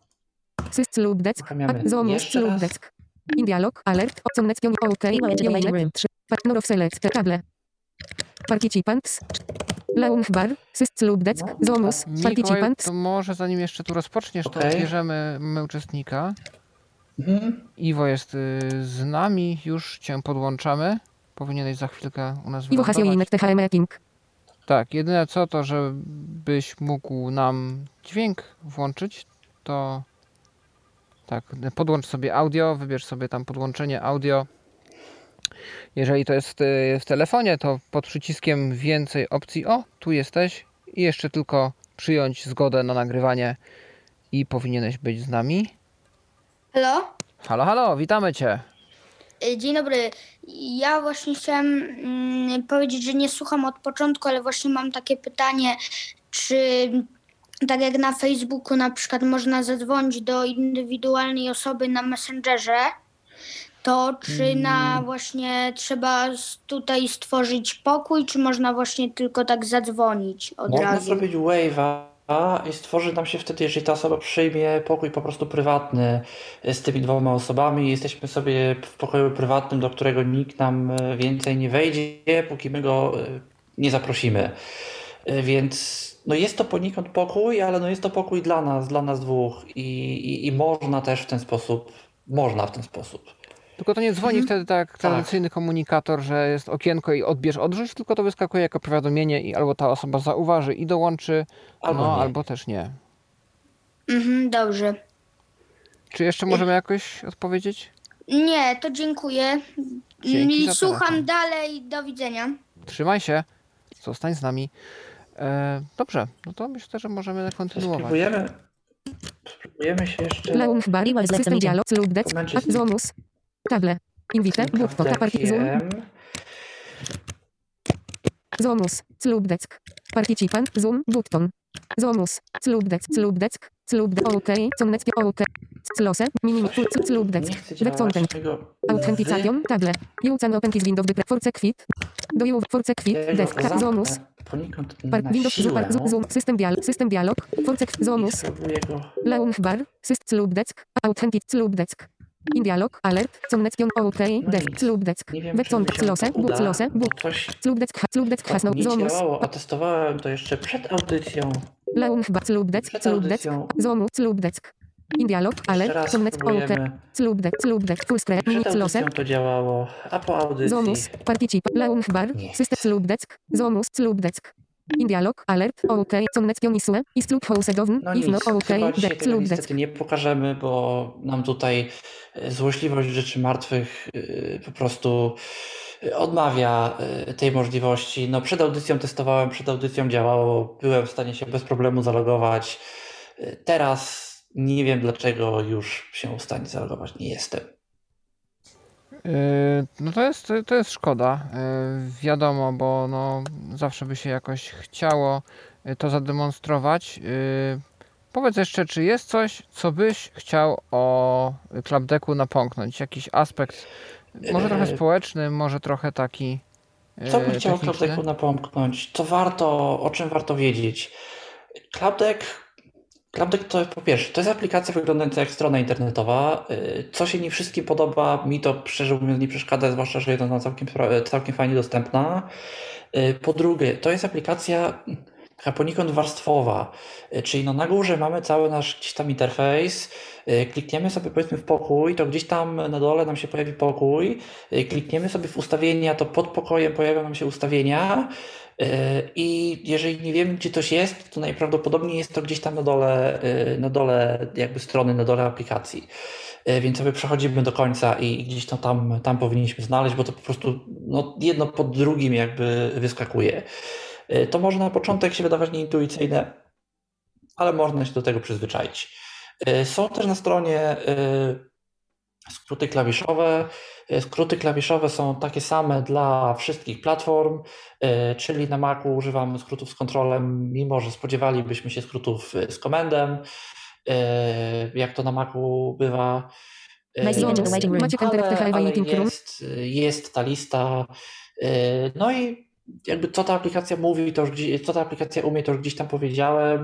Speaker 4: Syst lub desk.
Speaker 3: Uruchamiamy
Speaker 4: Zomus
Speaker 3: jeszcze
Speaker 4: lub
Speaker 3: raz.
Speaker 4: desk. In dialog, alert, connect OK.
Speaker 9: Enter the waiting room.
Speaker 4: Partner of select, table. Participants. Launch bar, syst lub desk, zomus,
Speaker 2: Mikołaj,
Speaker 4: participants.
Speaker 2: to może zanim jeszcze tu rozpoczniesz, to
Speaker 3: Okej.
Speaker 2: odbierzemy uczestnika.
Speaker 3: Mhm.
Speaker 2: Iwo jest z nami, już cię podłączamy. Powinieneś za chwilkę u nas
Speaker 4: Iwo has
Speaker 2: wylądować.
Speaker 4: joined THM King.
Speaker 2: Tak, jedyne co to, żebyś mógł nam dźwięk włączyć, to tak, podłącz sobie audio, wybierz sobie tam podłączenie audio. Jeżeli to jest w telefonie, to pod przyciskiem więcej opcji, o, tu jesteś i jeszcze tylko przyjąć zgodę na nagrywanie i powinieneś być z nami.
Speaker 10: Halo?
Speaker 2: Halo, halo, witamy Cię.
Speaker 10: Dzień dobry. Ja właśnie chciałem powiedzieć, że nie słucham od początku, ale właśnie mam takie pytanie, czy tak jak na Facebooku na przykład można zadzwonić do indywidualnej osoby na Messengerze, to czy na właśnie trzeba tutaj stworzyć pokój, czy można właśnie tylko tak zadzwonić od
Speaker 3: Można
Speaker 10: razu?
Speaker 3: zrobić wave'a i stworzy nam się wtedy, jeżeli ta osoba przyjmie pokój po prostu prywatny z tymi dwoma osobami. Jesteśmy sobie w pokoju prywatnym, do którego nikt nam więcej nie wejdzie, póki my go nie zaprosimy. Więc no jest to poniekąd pokój, ale no jest to pokój dla nas dwóch i można też w ten sposób,
Speaker 2: Tylko to nie dzwoni wtedy tak jak tradycyjny komunikator, że jest okienko i odbierz, odrzuć, tylko to wyskakuje jako powiadomienie i albo ta osoba zauważy i dołączy, albo też nie.
Speaker 10: Dobrze.
Speaker 2: Czy jeszcze możemy jakoś odpowiedzieć?
Speaker 10: Nie, to dziękuję.
Speaker 2: Dzięki za
Speaker 10: Słucham
Speaker 2: telefon.
Speaker 10: dalej. Do widzenia.
Speaker 2: Trzymaj się, zostań z nami. Dobrze, no to myślę, że możemy kontynuować.
Speaker 3: Spróbujemy się jeszcze...
Speaker 4: Launch bar, system dialog, lub desk,
Speaker 3: Pomęczyć.
Speaker 4: zomus, table. Invite, button, party, zoom, zomus, lub desk. Participant, zoom, button. Zomus, lub desk, OK, connect, OK. Close, minimum, lub desk. Desk content. Authentication, table. You can open this window force quit. Do you force quit, desk, zomus.
Speaker 3: Poniekąd
Speaker 4: Windows, zoom, system dialog, force quit, zomus. Launch bar, syst lub desk, authentic lub desk. In dialog, alert, connection, OK, desk, lub desk. Desk content, close, lub desk, has no,
Speaker 3: Nie
Speaker 4: zomus.
Speaker 3: działało, a testowałem to jeszcze przed audycją.
Speaker 4: Launch bar, lub desk, zomus, lub desk. In dialog, alert, connect, OK, lub desk, full screen,
Speaker 3: Przed
Speaker 4: minutes, lose.
Speaker 3: audycją to działało, a po audycji...
Speaker 4: Zomus, participant, launch bar, system lub desk, zomus, lub desk. In dialog, alert, OK, connection isue, is clubhouse down,
Speaker 3: No
Speaker 4: if
Speaker 3: nic,
Speaker 4: no OK,
Speaker 3: chyba dzisiaj
Speaker 4: desk,
Speaker 3: tego
Speaker 4: lub
Speaker 3: niestety
Speaker 4: desk.
Speaker 3: nie pokażemy, bo nam tutaj złośliwość rzeczy martwych po prostu odmawia tej możliwości. No przed audycją testowałem, przed audycją działało, byłem w stanie się bez problemu zalogować. Teraz nie wiem dlaczego już się w stanie zalogować nie jestem.
Speaker 2: No to jest szkoda, wiadomo, bo no zawsze by się jakoś chciało to zademonstrować. Powiedz jeszcze, czy jest coś, co byś chciał o ClubDecku napomknąć? Jakiś aspekt, może trochę społeczny, może trochę taki
Speaker 3: Co bym chciał o
Speaker 2: techniczny?
Speaker 3: ClubDecku napomknąć? O czym warto wiedzieć? ClubDeck to po pierwsze, to jest aplikacja wyglądająca jak strona internetowa. Co się nie wszystkim podoba, mi to szczerze mówiąc nie przeszkadza, zwłaszcza, że jest ona całkiem fajnie dostępna. Po drugie, to jest aplikacja taka poniekąd warstwowa, czyli no na górze mamy cały nasz gdzieś tam interfejs, klikniemy sobie powiedzmy w pokój, to gdzieś tam na dole nam się pojawi pokój, klikniemy sobie w ustawienia, to pod pokojem pojawią nam się ustawienia I jeżeli nie wiemy, gdzie coś jest, to najprawdopodobniej jest to gdzieś tam na dole jakby strony, na dole aplikacji. Więc sobie przechodzimy do końca i gdzieś tam powinniśmy znaleźć, bo to po prostu jedno po drugim jakby wyskakuje. To może na początek się wydawać nieintuicyjne, ale można się do tego przyzwyczaić. Są też na stronie skróty klawiszowe. Skróty klawiszowe są takie same dla wszystkich platform, czyli na Macu używamy skrótów z kontrolem, mimo że spodziewalibyśmy się skrótów z komendem, jak to na Macu bywa. Ale jest ta lista. No i jakby co ta aplikacja mówi, co ta aplikacja umie, to już gdzieś tam powiedziałem.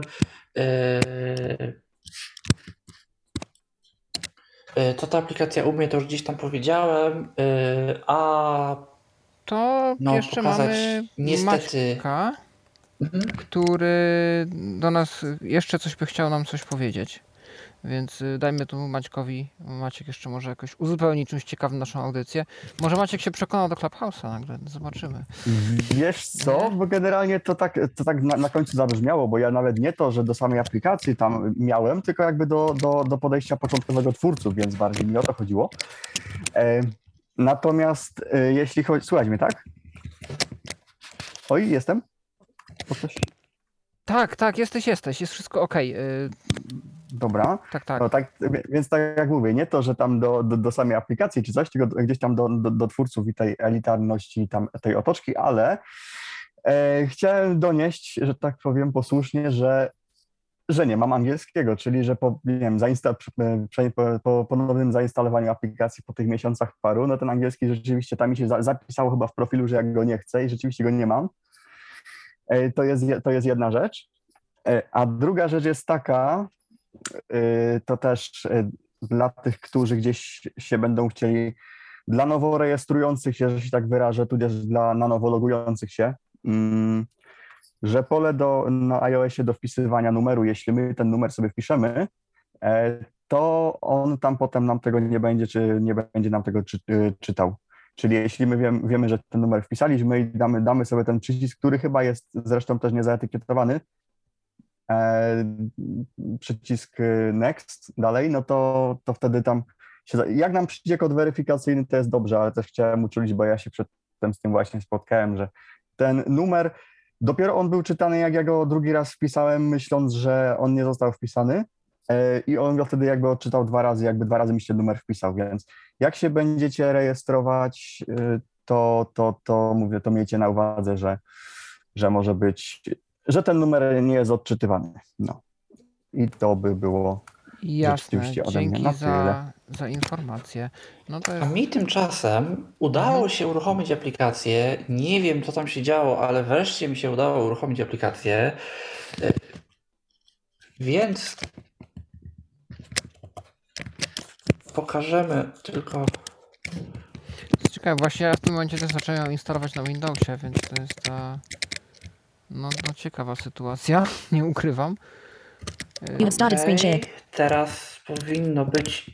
Speaker 3: Co ta aplikacja umie, to już gdzieś tam powiedziałem, a
Speaker 2: to jeszcze mamy
Speaker 3: niestety
Speaker 2: Maćka, który do nas jeszcze coś by chciał nam coś powiedzieć. Więc dajmy tu Maćkowi. Maciek jeszcze może jakoś uzupełnić czymś ciekawym naszą audycję. Może Maciek się przekonał do Clubhouse'a nagle. Zobaczymy.
Speaker 7: Wiesz co? Bo generalnie to tak na końcu zabrzmiało, bo ja nawet nie to, że do samej aplikacji tam miałem, tylko jakby do podejścia początkowego twórców, więc bardziej mi o to chodziło. Natomiast jeśli chodzi... Słuchaj mnie, tak? Oj, jestem?
Speaker 2: Tak, jesteś. Jest wszystko okej.
Speaker 7: Dobra.
Speaker 2: Tak.
Speaker 7: No więc tak jak mówię, nie to, że tam do samej aplikacji czy coś, tylko gdzieś tam do twórców i tej elitarności tam tej otoczki, ale chciałem donieść, że tak powiem posłusznie, że nie mam angielskiego, czyli że po ponownym zainstalowaniu aplikacji po tych miesiącach paru, no ten angielski rzeczywiście tam mi się zapisało chyba w profilu, że ja go nie chcę i rzeczywiście go nie mam. To jest jedna rzecz. A druga rzecz jest taka, to też dla tych, którzy gdzieś się będą chcieli, dla nowo rejestrujących się, że się tak wyrażę, tudzież na nowo logujących się, że pole na iOSie do wpisywania numeru, jeśli my ten numer sobie wpiszemy, to on tam potem nam tego nie będzie, czy nie będzie nam tego czytał. Czyli jeśli my wiemy, że ten numer wpisaliśmy i damy sobie ten przycisk, który chyba jest zresztą też niezaetykietowany, przycisk next dalej, no to wtedy tam jak nam przyjdzie kod weryfikacyjny, to jest dobrze, ale też chciałem uczulić, bo ja się przedtem z tym właśnie spotkałem, że ten numer, dopiero on był czytany, jak ja go drugi raz wpisałem, myśląc, że on nie został wpisany i on go wtedy jakby odczytał dwa razy mi się numer wpisał, więc jak się będziecie rejestrować, to mówię, to miejcie na uwadze, że może być, że ten numer nie jest odczytywany. No. I to by było rzeczywiście ode mnie na tyle.
Speaker 2: Za informację. No to jest...
Speaker 3: A mi tymczasem udało się uruchomić aplikację. Nie wiem, co tam się działo, ale wreszcie mi się udało uruchomić aplikację. Więc pokażemy tylko...
Speaker 2: Ciekawe, właśnie ja w tym momencie też zacząłem ją instalować na Windowsie, więc to jest ta... No ciekawa sytuacja, nie ukrywam.
Speaker 3: Teraz powinno być...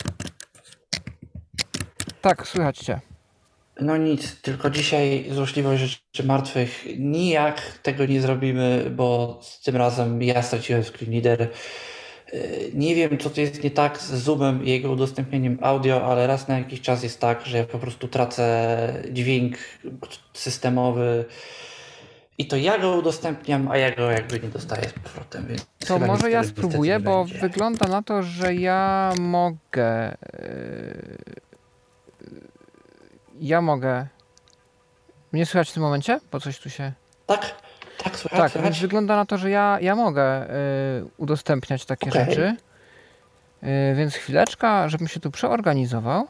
Speaker 2: Tak, słychać cię.
Speaker 3: No nic, tylko dzisiaj złośliwość rzeczy martwych. Nijak tego nie zrobimy, bo tym razem ja straciłem screen reader. Nie wiem, co to jest nie tak z Zoomem i jego udostępnieniem audio, ale raz na jakiś czas jest tak, że ja po prostu tracę dźwięk systemowy i to ja go udostępniam, a ja go jakby nie dostaję z powrotem. Więc
Speaker 2: to może ja spróbuję, bo wygląda na to, że ja mogę... Mnie słychać w tym momencie? Bo coś tu się...
Speaker 3: Tak, słychać.
Speaker 2: Więc wygląda na to, że ja mogę udostępniać takie rzeczy. Więc chwileczka, żebym się tu przeorganizował.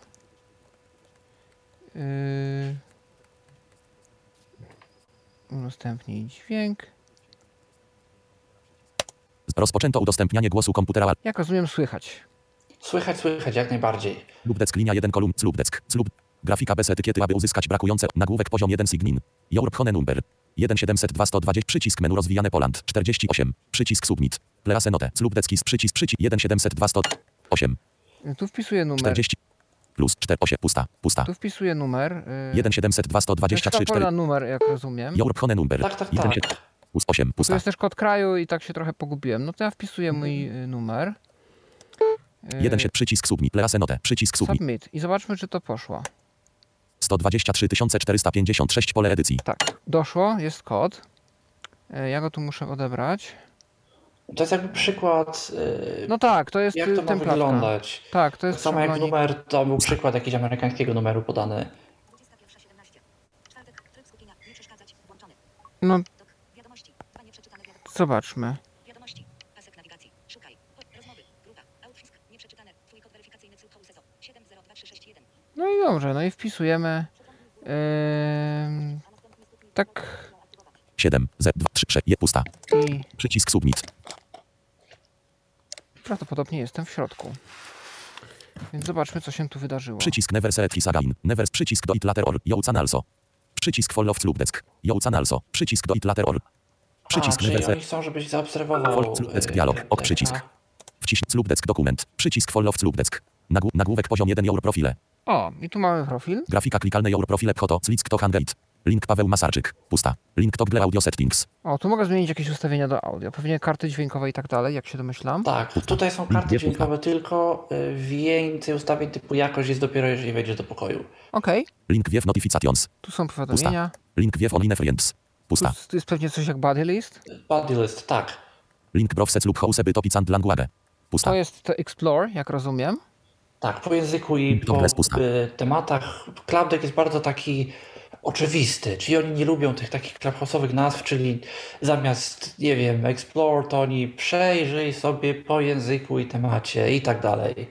Speaker 2: Udostępnij dźwięk.
Speaker 11: Rozpoczęto udostępnianie głosu komputera.
Speaker 2: Jak rozumiem, słychać.
Speaker 3: Słychać, jak najbardziej.
Speaker 11: Lubdeck linia 1 kolumn, Lubdeck, grafika bez etykiety, aby uzyskać brakujące nagłówek poziom 1 signin. Your phone number. 1702 120 przycisk menu rozwijane Poland 48 przycisk submit. Please note. Lubdecki przycisk 1702 108.
Speaker 2: Tu wpisuję numer.
Speaker 11: 40. plus 48 pusta.
Speaker 2: Tu wpisuję numer.
Speaker 11: 1702 123
Speaker 2: 4. numer, jak rozumiem.
Speaker 11: Europe number.
Speaker 3: Tak.
Speaker 11: 8 pusta.
Speaker 2: To jest też kod kraju i tak się trochę pogubiłem. No to ja wpisuję mój numer.
Speaker 11: 1 przycisk submit, place note, przycisk
Speaker 2: submit. I zobaczmy, czy to poszło.
Speaker 11: 123 456 pole edycji.
Speaker 2: Tak, doszło, jest kod. Ja go tu muszę odebrać.
Speaker 3: To jest jakby przykład,
Speaker 2: no tak, to jest
Speaker 3: jak to ma wyglądać.
Speaker 2: Tak, to jest
Speaker 3: tak samo jak numer, to był przykład jakiegoś amerykańskiego numeru podany.
Speaker 2: No, zobaczmy. No i dobrze, no i wpisujemy tak.
Speaker 11: 7, Z, 2, 3, 6, pusta.
Speaker 2: I
Speaker 11: przycisk submit.
Speaker 2: Prawdopodobnie jestem w środku. Więc zobaczmy, co się tu wydarzyło.
Speaker 11: Przycisk never set his again. Never przycisk do it later or. Youcan also. Przycisk follow lub desk. Youcan also. Przycisk do it later or. Przycisk never set.
Speaker 3: Oni chcą, żebyś zaobserwował.
Speaker 11: Desk dialog. Ok przycisk. Wciśnij lub desk dokument. Przycisk follow lub desk. Nagłówek poziom 1 your profile.
Speaker 2: O, i tu mamy profil.
Speaker 11: Grafika klikalne your profile photo. Slick to handgate. Link Paweł Masarczyk. Pusta. Link to Google Audio Settings.
Speaker 2: O, tu mogę zmienić jakieś ustawienia do audio. Pewnie karty dźwiękowe i tak dalej, jak się domyślam.
Speaker 3: Tak, tutaj są karty dźwiękowe tylko. Więcej ustawień typu jakość jest dopiero, jeżeli wejdziesz do pokoju.
Speaker 2: Okej.
Speaker 11: Link wiew notifications.
Speaker 2: Tu są powiadomienia.
Speaker 11: Link wiew online friends. Pusta.
Speaker 2: Tu jest pewnie coś jak body list.
Speaker 3: Body list, tak.
Speaker 11: Link browsec lub house topic and language. Pusta.
Speaker 2: To jest to explore, jak rozumiem.
Speaker 3: Tak, po języku i po tematach. Clubdeck jest bardzo taki oczywisty, czyli oni nie lubią tych takich clubhouse'owych nazw, czyli zamiast, nie wiem, explore, to oni przejrzyj sobie po języku i temacie i tak dalej.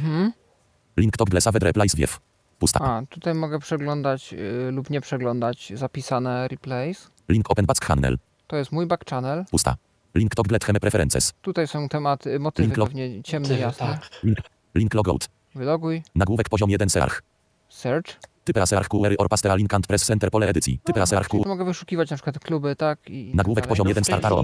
Speaker 11: Link to Google Saved Replays wiew. Pusta.
Speaker 2: A, tutaj mogę przeglądać lub nie przeglądać zapisane replays.
Speaker 11: Link open back channel.
Speaker 2: To jest mój back channel.
Speaker 11: Pusta. Link to Google Theme Preferences.
Speaker 2: Tutaj są tematy, motywy pewnie ciemne, jasne.
Speaker 3: Tak.
Speaker 11: Link logout.
Speaker 2: Wyloguj.
Speaker 11: Nagłówek poziom 1 search.
Speaker 2: Search.
Speaker 11: Typy ASEARCH query or paste link and press center pole edycji. Typy ASEARCH
Speaker 2: Tu mogę wyszukiwać na przykład kluby, tak? I
Speaker 11: nagłówek poziom 1 start a room.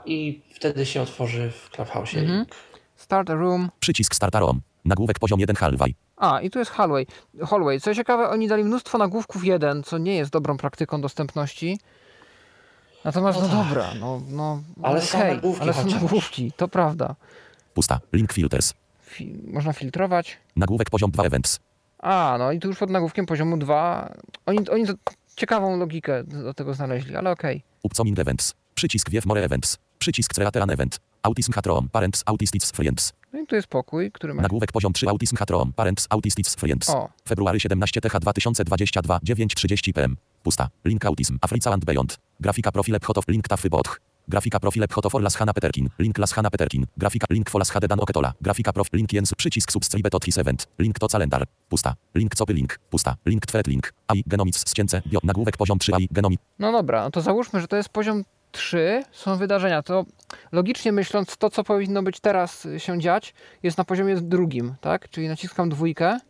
Speaker 3: I wtedy się otworzy w Clubhouse.
Speaker 2: Start a room.
Speaker 11: Przycisk start a room. Nagłówek poziom 1 hallway.
Speaker 2: A, i tu jest hallway. Co ciekawe, oni dali mnóstwo nagłówków 1, co nie jest dobrą praktyką dostępności. Natomiast, dobra,
Speaker 3: ale są nagłówki.
Speaker 2: Ale są nagłówki, to prawda.
Speaker 11: Pusta. Link filters.
Speaker 2: Można filtrować.
Speaker 11: Nagłówek poziom 2 events.
Speaker 2: A, no i tu już pod nagłówkiem poziomu 2. Oni to ciekawą logikę do tego znaleźli, ale okej.
Speaker 11: Upcoming events. Przycisk wiew more events. Przycisk create an event. Autism Hatrom. Parents Autistics Friends.
Speaker 2: No i tu jest pokój, który ma...
Speaker 11: Nagłówek poziom 3 Autism Hatrom. Parents Autistics Friends.
Speaker 2: O.
Speaker 11: February 17 TH 2022 9:30 PM. Pusta. Link Autism. Africa and Beyond. Grafika profile photo. Link tafy botch. Grafika profile photo for Las Hanna Peterkin. Link Las Hanna Peterkin. Grafika link for Las Dan Oketola. Grafika profil link Jens. Przycisk subscribe to his event. Link to calendar. Pusta. Link copy link. Pusta. Link thread link. AI genomics ścięce. Bio. Nagłówek poziom 3 AI genomic.
Speaker 2: No dobra, no to załóżmy, że to jest poziom 3, są wydarzenia. To logicznie myśląc, to co powinno być teraz się dziać, jest na poziomie 2, tak? Czyli naciskam 2.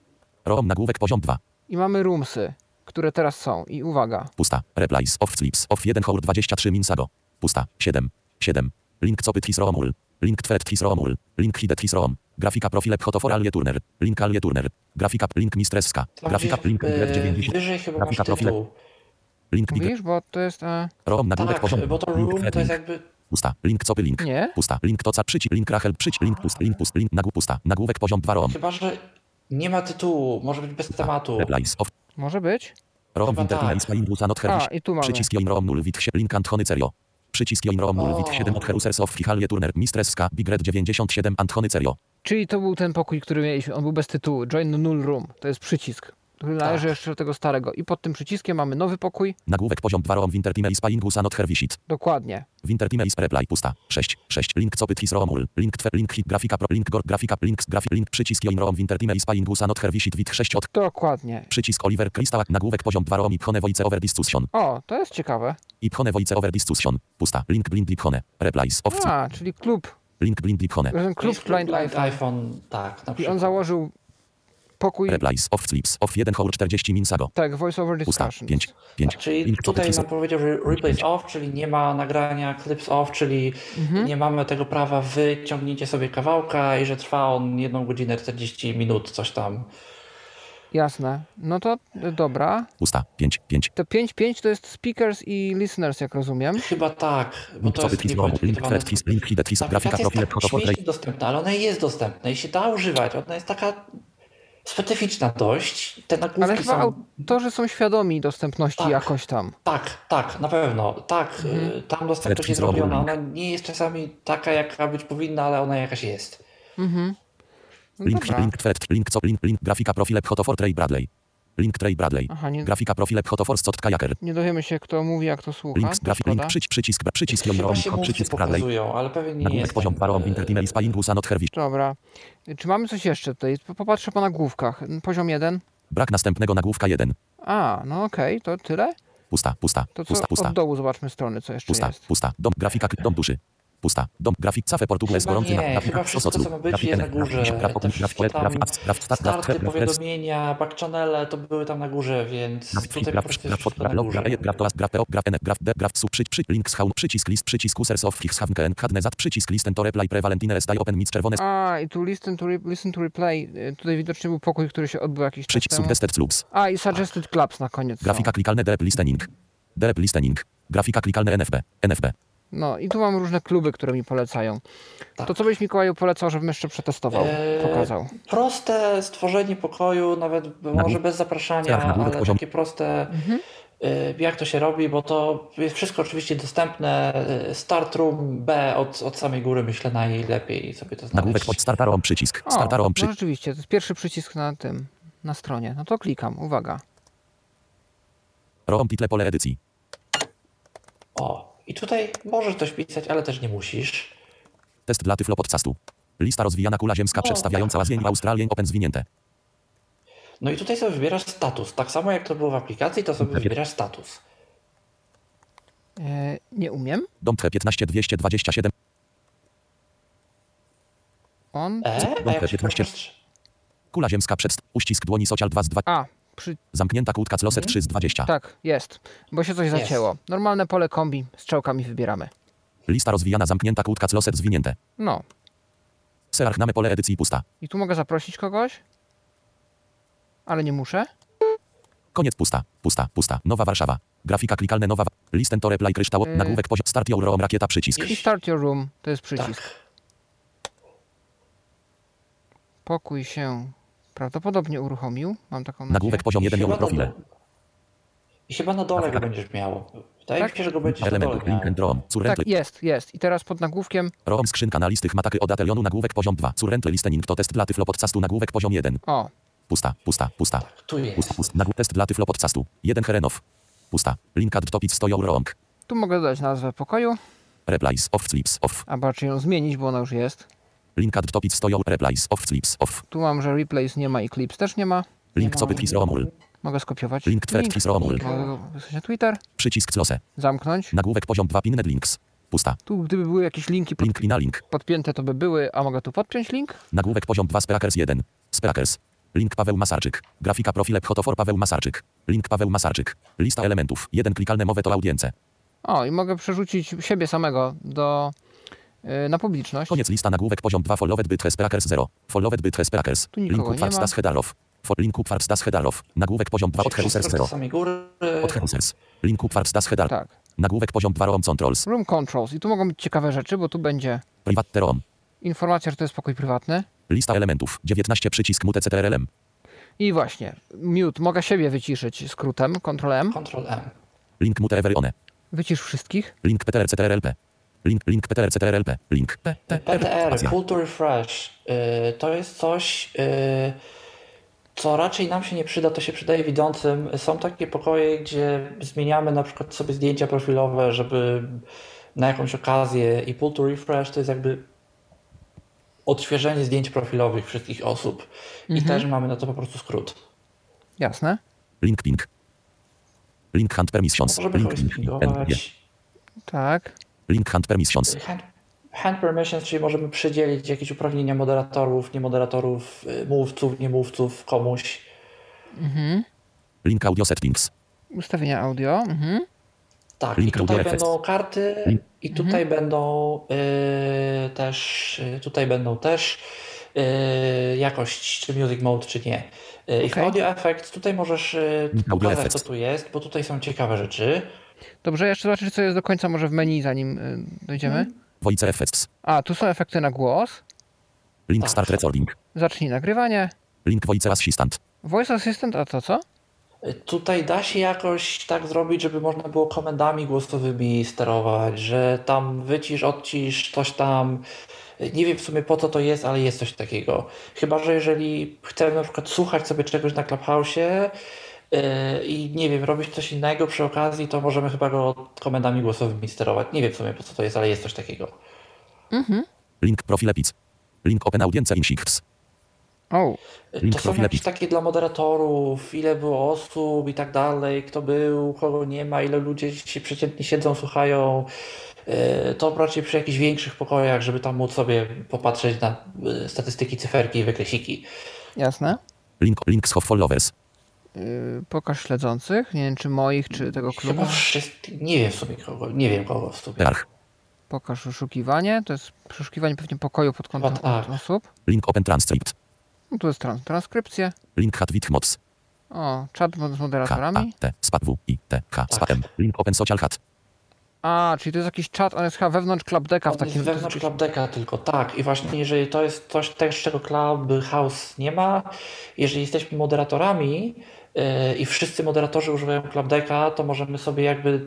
Speaker 11: ROM nagłówek poziom 2.
Speaker 2: I mamy roomsy, które teraz są. I uwaga.
Speaker 11: Pusta. Replies of sleeps of 1 hour 23 minsago. Pusta. 7. Link copy his romul. Link thread his romul. Link hidden his rom. Grafika profile photo for Alie Turner. Link Alie Turner. Grafika link mistreska. Grafika link 90.
Speaker 3: Wyżej chyba
Speaker 11: grafika
Speaker 3: masz tytuł.
Speaker 11: Link
Speaker 2: Mówisz, bo to jest...
Speaker 11: ROM nagłówek
Speaker 3: Tak,
Speaker 11: poziom.
Speaker 3: bo to room to jest jakby...
Speaker 11: Pusta. Link copy link.
Speaker 2: Nie?
Speaker 11: Pusta. Link toca przycisk. Link Rachel przycisk. Link pust. Link nagłówek pusta. Nagłówek poziom 2 ROM.
Speaker 3: Chyba, że nie ma tytułu. Może być bez tematu.
Speaker 11: Replies of.
Speaker 2: Może być?
Speaker 11: ROM internet Spindusa not herwish.
Speaker 2: I tu mamy.
Speaker 11: Przycisk join ROM 0 wit link Antony Cerio. Przycisk join ROM 0 wit 7 od Herusers of Fihalie Turner. Mistreska Big Red 97 Antony Cerio.
Speaker 2: Czyli to był ten pokój, który mieliśmy. On był bez tytułu. Join null room. To jest przycisk, który należy jeszcze do tego starego. I pod tym przyciskiem mamy nowy pokój.
Speaker 11: Nagłówek poziom 2 ROM Wintertime Spindusa not herwishit.
Speaker 2: Dokładnie.
Speaker 11: Wintertime is reply pusta. 6. Link copy his romul. Link twer link hit grafika pro link gor grafika links grafik link przycisk join ROM Wintertime is Spindusa not herwishit wit 6 od.
Speaker 2: Dokładnie.
Speaker 11: Przycisk Oliver Crystal nagłówek poziom 2 ROM Ipchone voice over discussion.
Speaker 2: O, to jest ciekawe.
Speaker 11: Ipchone voice over discussion. Pusta. Link blind Ipchone. Replies of.
Speaker 2: Czyli klub.
Speaker 11: Link blind Ipchone.
Speaker 2: Klub blind iPhone.
Speaker 3: Tak, na przykład.
Speaker 2: I on założył pokój.
Speaker 11: Replies of sleeps of 1 hour 40 minsago.
Speaker 2: Tak, voice over discussion.
Speaker 11: 5.
Speaker 3: Czyli tutaj nam powiedział, że replays off, czyli nie ma nagrania, clips off, czyli nie mamy tego prawa wyciągnięcia sobie kawałka i że trwa on 1 godzinę 40 minut, coś tam.
Speaker 2: Jasne. No to dobra.
Speaker 11: Pusta. 5.
Speaker 2: To 5 to jest speakers i listeners, jak rozumiem.
Speaker 3: Chyba tak, bo to jest
Speaker 11: grafika profile protofol.
Speaker 3: Śmiesznie dostępna, ale ona jest dostępna i się da używać. Ona jest taka specyficzna dość. Te nagłówki
Speaker 2: ale chyba
Speaker 3: są...
Speaker 2: autorzy są świadomi dostępności
Speaker 3: Tak.
Speaker 2: jakoś tam.
Speaker 3: Tak, na pewno. Tak, tam dostępność jest zrobiona. Ona nie jest czasami taka, jaka być powinna, ale ona jakaś jest.
Speaker 2: Mhm. No
Speaker 11: Link, grafika profile Photofor Trey Bradley. Link Trey Bradley.
Speaker 2: Aha, nie,
Speaker 11: Grafika profile Photofor Scott Kajaker.
Speaker 2: nie dowiemy się, kto mówi, jak to słucha.
Speaker 11: Link, przycisk
Speaker 3: Chyba się mówcy
Speaker 11: Bradley.
Speaker 3: pokazują, ale pewnie nie
Speaker 11: Nagłówek
Speaker 3: jest.
Speaker 11: poziom 2 Rom Intertimel Spyingus Not Herwish.
Speaker 2: Dobra. Czy mamy coś jeszcze tutaj? Popatrzę po nagłówkach. Poziom 1.
Speaker 11: Brak następnego nagłówka 1.
Speaker 2: No okej, to tyle?
Speaker 11: Pusta.
Speaker 2: To co od dołu zobaczmy strony, co jeszcze jest.
Speaker 11: Pusta. Dom, grafika, dom duszy. Pusta. Dom, grafik, cafe, Portugales, gorący na
Speaker 3: Chyba wszystko, co ma być, jest na górze. Starty, powiadomienia, backchannele, to były tam na górze, więc tutaj po prostu jest wszystko na górze.
Speaker 11: Przycisk list, przycisk users of fixhavnken, hadnezat, przycisk listen to reply prevalentine staj open mic czerwone.
Speaker 2: I tu listen to replay. Tutaj widocznie był pokój, który się odbył jakiś czas
Speaker 11: Przycisk
Speaker 2: temu.
Speaker 11: suggested clubs.
Speaker 2: I suggested clubs na koniec.
Speaker 11: Grafika klikalne derep listening. Grafika klikalne NFB.
Speaker 2: No i tu mam różne kluby, które mi polecają.
Speaker 3: Tak.
Speaker 2: To co byś, Mikołaju, polecał, żebym jeszcze przetestował, pokazał?
Speaker 3: Proste stworzenie pokoju, nawet może bez zapraszania, ale takie proste, jak to się robi, bo to jest wszystko oczywiście dostępne. Start room B od samej góry, myślę, najlepiej sobie to znaleźć.
Speaker 11: Nagłówek pod startarom przycisk.
Speaker 2: No rzeczywiście, to jest pierwszy przycisk na stronie. No to klikam, uwaga.
Speaker 11: Rom title pole edycji.
Speaker 3: I tutaj możesz coś pisać, ale też nie musisz.
Speaker 11: Test dla Tyflo Podcastu. Lista rozwijana kula ziemska przedstawiająca łaznień Australię Open zwinięte.
Speaker 3: No i tutaj sobie wybierasz status. Tak samo jak to było w aplikacji, to sobie wybierasz status.
Speaker 2: Nie umiem.
Speaker 11: Dom 15227. Kula ziemska uścisk dłoni social 2 z 2. Zamknięta kłódka Closet 3 z 20.
Speaker 2: Tak, jest. Bo się coś zacięło. Normalne pole kombi z strzałkami wybieramy.
Speaker 11: Lista rozwijana, zamknięta kłódka Closet zwinięte.
Speaker 2: No.
Speaker 11: Searchname pole edycji pusta.
Speaker 2: I tu mogę zaprosić kogoś? Ale nie muszę?
Speaker 11: Koniec pusta. Nowa Warszawa. Grafika klikalne nowa. Listen to reply kryształ. Nagłówek poziom. Start your room rakieta przycisk.
Speaker 2: I start your room to jest przycisk.
Speaker 3: Tak.
Speaker 2: Pokój się prawdopodobnie uruchomił. Mam taką nadzieję.
Speaker 11: Nagłówek poziom 1 your profile.
Speaker 3: I chyba na dole go będziesz miał. Wydaje mi się, że go będziesz na dole miał.
Speaker 2: Tak, jest. I teraz pod nagłówkiem.
Speaker 11: Rom skrzynka na listych mataky od Atelionu. Nagłówek poziom 2. Currently listening to test dla Tyflo Podcastu. Nagłówek poziom 1. Pusta.
Speaker 3: Tak, tu jest.
Speaker 11: Nagłówek test dla Tyflo Podcastu. 1 Herenow. Pusta. Link at topic stoją rąk.
Speaker 2: Tu mogę dodać nazwę pokoju.
Speaker 11: Replies off sleeps off.
Speaker 2: A raczej ją zmienić, bo ona już jest.
Speaker 11: Link at topic stoją replies off sleeps off.
Speaker 2: Tu mam, że replays nie ma i clips też nie ma.
Speaker 11: Link co bytwis romul.
Speaker 2: Mogę skopiować.
Speaker 11: Link twis romul.
Speaker 2: Mogę go wysłać na Twitter.
Speaker 11: Przycisk close.
Speaker 2: Zamknąć.
Speaker 11: Nagłówek poziom 2 pinned links. Pusta.
Speaker 2: Tu gdyby były jakieś linki podpięte, to by były, a mogę tu podpiąć link?
Speaker 11: Nagłówek poziom 2 Speakers 1. Speakers. Link Paweł Masarczyk. Grafika profile Photofor Paweł Masarczyk. Link Paweł Masarczyk. Lista elementów. 1 klikalne mowe to audience.
Speaker 2: I mogę przerzucić siebie samego na publiczność.
Speaker 11: Koniec lista. Nagłówek poziom 2 Followed by Speakers 0. Followed by Speakers.
Speaker 2: Tu nikogo nie ma.
Speaker 11: Das Hedarow. Link Upfarts das Hedarow. Nagłówek poziom 2 od Herusers 0. Od Herusers. Link Upfarts das Hedarow.
Speaker 2: Tak.
Speaker 11: Nagłówek poziom 2 Room Controls.
Speaker 2: Room Controls. I tu mogą być ciekawe rzeczy, bo tu będzie
Speaker 11: Private Room.
Speaker 2: Informacja, że to jest pokój prywatny.
Speaker 11: Lista elementów. 19 przycisk mute CTRL-M.
Speaker 2: I właśnie. Mute. Mogę siebie wyciszyć skrótem. Ctrl-M.
Speaker 3: Ctrl-M.
Speaker 11: Link mute everyone.
Speaker 2: Wycisz wszystkich.
Speaker 11: Link PTR CTRL-P. Link PTR CTRL-P. Link
Speaker 3: PTR, Pull to Refresh. To jest coś, co raczej nam się nie przyda, to się przydaje widzącym. Są takie pokoje, gdzie zmieniamy na przykład sobie zdjęcia profilowe, żeby na jakąś okazję i Pull to Refresh to jest jakby odświeżenie zdjęć profilowych wszystkich osób. I też mamy na to po prostu skrót.
Speaker 2: Jasne.
Speaker 11: Link ping. Link hand permissions.
Speaker 3: Możemy kogoś pingować.
Speaker 2: Tak.
Speaker 11: Link hand permissions.
Speaker 3: Hand permissions, czyli możemy przydzielić jakieś uprawnienia moderatorów, niemoderatorów, mówców, niemówców komuś.
Speaker 11: Link audio settings.
Speaker 2: Ustawienia audio.
Speaker 3: Tak, i tutaj będą karty i tutaj będą też jakość, czy music mode, czy nie. I w Audio Effects tutaj możesz pokazać, co tu jest, bo tutaj są ciekawe rzeczy.
Speaker 2: Dobrze, jeszcze zobaczyć, co jest do końca może w menu, zanim dojdziemy.
Speaker 11: Voice Effects.
Speaker 2: A, tu są efekty na głos.
Speaker 11: Link Start Recording.
Speaker 2: Zacznij nagrywanie.
Speaker 11: Link Voice Assistant.
Speaker 2: Voice Assistant, a to co?
Speaker 3: Tutaj da się jakoś tak zrobić, żeby można było komendami głosowymi sterować, że tam wycisz, odcisz, coś tam. Nie wiem w sumie po co to jest, ale jest coś takiego. Chyba że jeżeli chcemy na przykład słuchać sobie czegoś na Clubhouse'ie i nie wiem, robić coś innego przy okazji, to możemy chyba go komendami głosowymi sterować. Nie wiem w sumie po co to jest, ale jest coś takiego.
Speaker 11: Link Profile Pic. Link Open Audience in Shifts.
Speaker 3: To są jakieś takie dla moderatorów, ile było osób i tak dalej, kto był, kogo nie ma, ile ludzie się przeciętnie siedzą, słuchają. To raczej przy jakichś większych pokojach, żeby tam móc sobie popatrzeć na statystyki, cyferki i wykresiki.
Speaker 2: Jasne.
Speaker 11: Link Schof Followers.
Speaker 2: Pokaż śledzących. Nie wiem, czy moich, czy tego klubu.
Speaker 3: Chyba wszystkich. Nie wiem w sumie kogo. Nie wiem kogo w sumie.
Speaker 2: Pokaż wyszukiwanie. To jest przeszukiwanie pewnie pokoju pod kątem osób.
Speaker 11: Link Open Transcript.
Speaker 2: No tu jest transkrypcja.
Speaker 11: Link Chat with Mods.
Speaker 2: O, czat z moderatorami.
Speaker 11: T, SPAW, I, T, H, SPAM. Link Open Social Chat.
Speaker 2: A, czyli to jest jakiś czat, on jest chyba wewnątrz Clubdecka w takim...
Speaker 3: Jest wewnątrz Clubdecka tylko, tak. I właśnie jeżeli to jest coś też, czego Clubhouse nie ma, jeżeli jesteśmy moderatorami i wszyscy moderatorzy używają Clubdecka, to możemy sobie jakby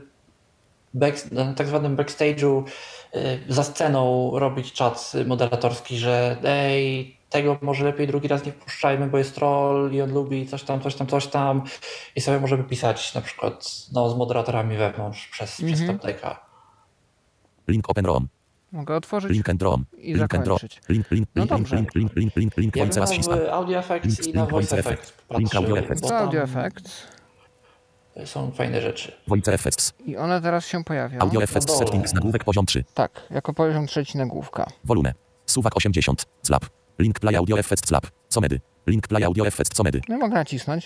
Speaker 3: na tak zwanym backstage'u za sceną robić czat moderatorski, że tego może lepiej drugi raz nie wpuszczajmy, bo jest troll i on lubi coś tam i sobie możemy pisać na przykład z moderatorami wewnątrz przez Clubdecka.
Speaker 11: Link Open ROM.
Speaker 2: Mogę otworzyć
Speaker 11: Link and ROM.
Speaker 2: i zakończyć.
Speaker 11: No dobrze. Link
Speaker 3: Voice Assistant. Ja bym na Audio Effects i na Voice Effects patrzył.
Speaker 2: Audio Effects.
Speaker 3: Są fajne rzeczy.
Speaker 11: Voice Effects.
Speaker 2: I one teraz się pojawią.
Speaker 11: Audio Effects Settings nagłówek poziom 3.
Speaker 2: Tak, jako poziom 3 nagłówka.
Speaker 11: Wolumę. Suwak 80. Slab. Link Play Audio Effects Slab. Comedy. Link Play Audio Effects Comedy.
Speaker 2: No i mogę nacisnąć.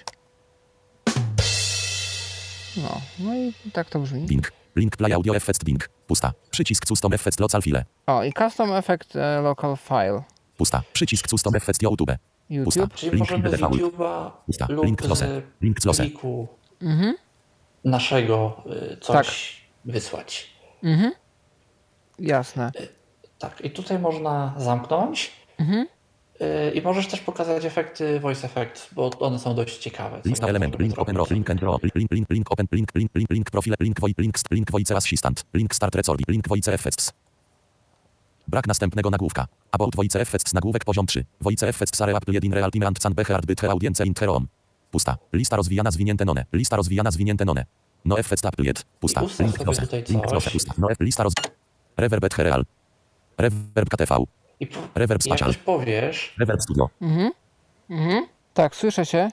Speaker 2: No i tak to brzmi.
Speaker 11: Link Play Audio Effects Bing. Pusta. Przycisk Custom Effects Local File.
Speaker 2: O, i Custom Effect Local File.
Speaker 11: Pusta. Przycisk Custom Effects YouTube. Pusta.
Speaker 3: Czyli możemy z YouTube'a lub z pliku naszego coś wysłać.
Speaker 2: Jasne.
Speaker 3: Tak, i tutaj można zamknąć i możesz też pokazać efekty Voice Effects, bo one są dość ciekawe.
Speaker 11: Lista elementów, link open row, link and row, link open, link profile, link voice assistant, link start recording, link voice effects. Brak następnego nagłówka. About voice effects nagłówek poziom 3. Voice effects are up to 1 real time and can be heard by the audience in the room. Pusta. Lista rozwijana zwinięte none. Lista rozwijana zwinięte none. No effects up to 1. Pusta. Link close. Link close. Pusta. No lista Reverb et real. Reverb KTV. Reverb spatial.
Speaker 3: Jak powiesz.
Speaker 11: Reverb studio.
Speaker 2: Tak, słyszę się.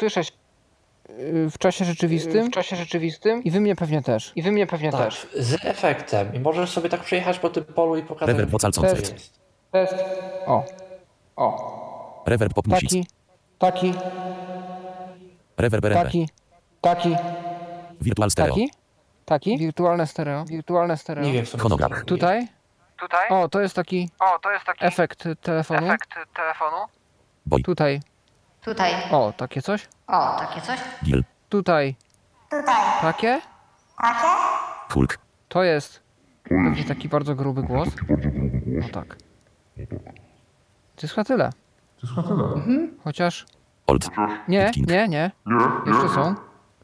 Speaker 2: W czasie rzeczywistym. I wy mnie pewnie też.
Speaker 3: Tak, z efektem. I możesz sobie tak przejechać po tym polu i pokazać.
Speaker 11: Reverb ocalcący.
Speaker 2: Test. O.
Speaker 11: Reverb pop music.
Speaker 2: Taki.
Speaker 11: Reverb RMB.
Speaker 2: Taki.
Speaker 11: Virtual stereo.
Speaker 2: Taki. Wirtualne stereo.
Speaker 3: Nie wiem, co
Speaker 11: Fonograf.
Speaker 2: Tutaj. O, to jest taki efekt telefonu.
Speaker 11: Boj.
Speaker 2: Tutaj. O, takie coś.
Speaker 11: Gil.
Speaker 2: Tutaj. Takie.
Speaker 11: Hulk.
Speaker 2: To jest pewnie taki bardzo gruby głos. No tak. To jest chyba tyle. Chociaż...
Speaker 11: Old.
Speaker 2: Nie. Jeszcze są.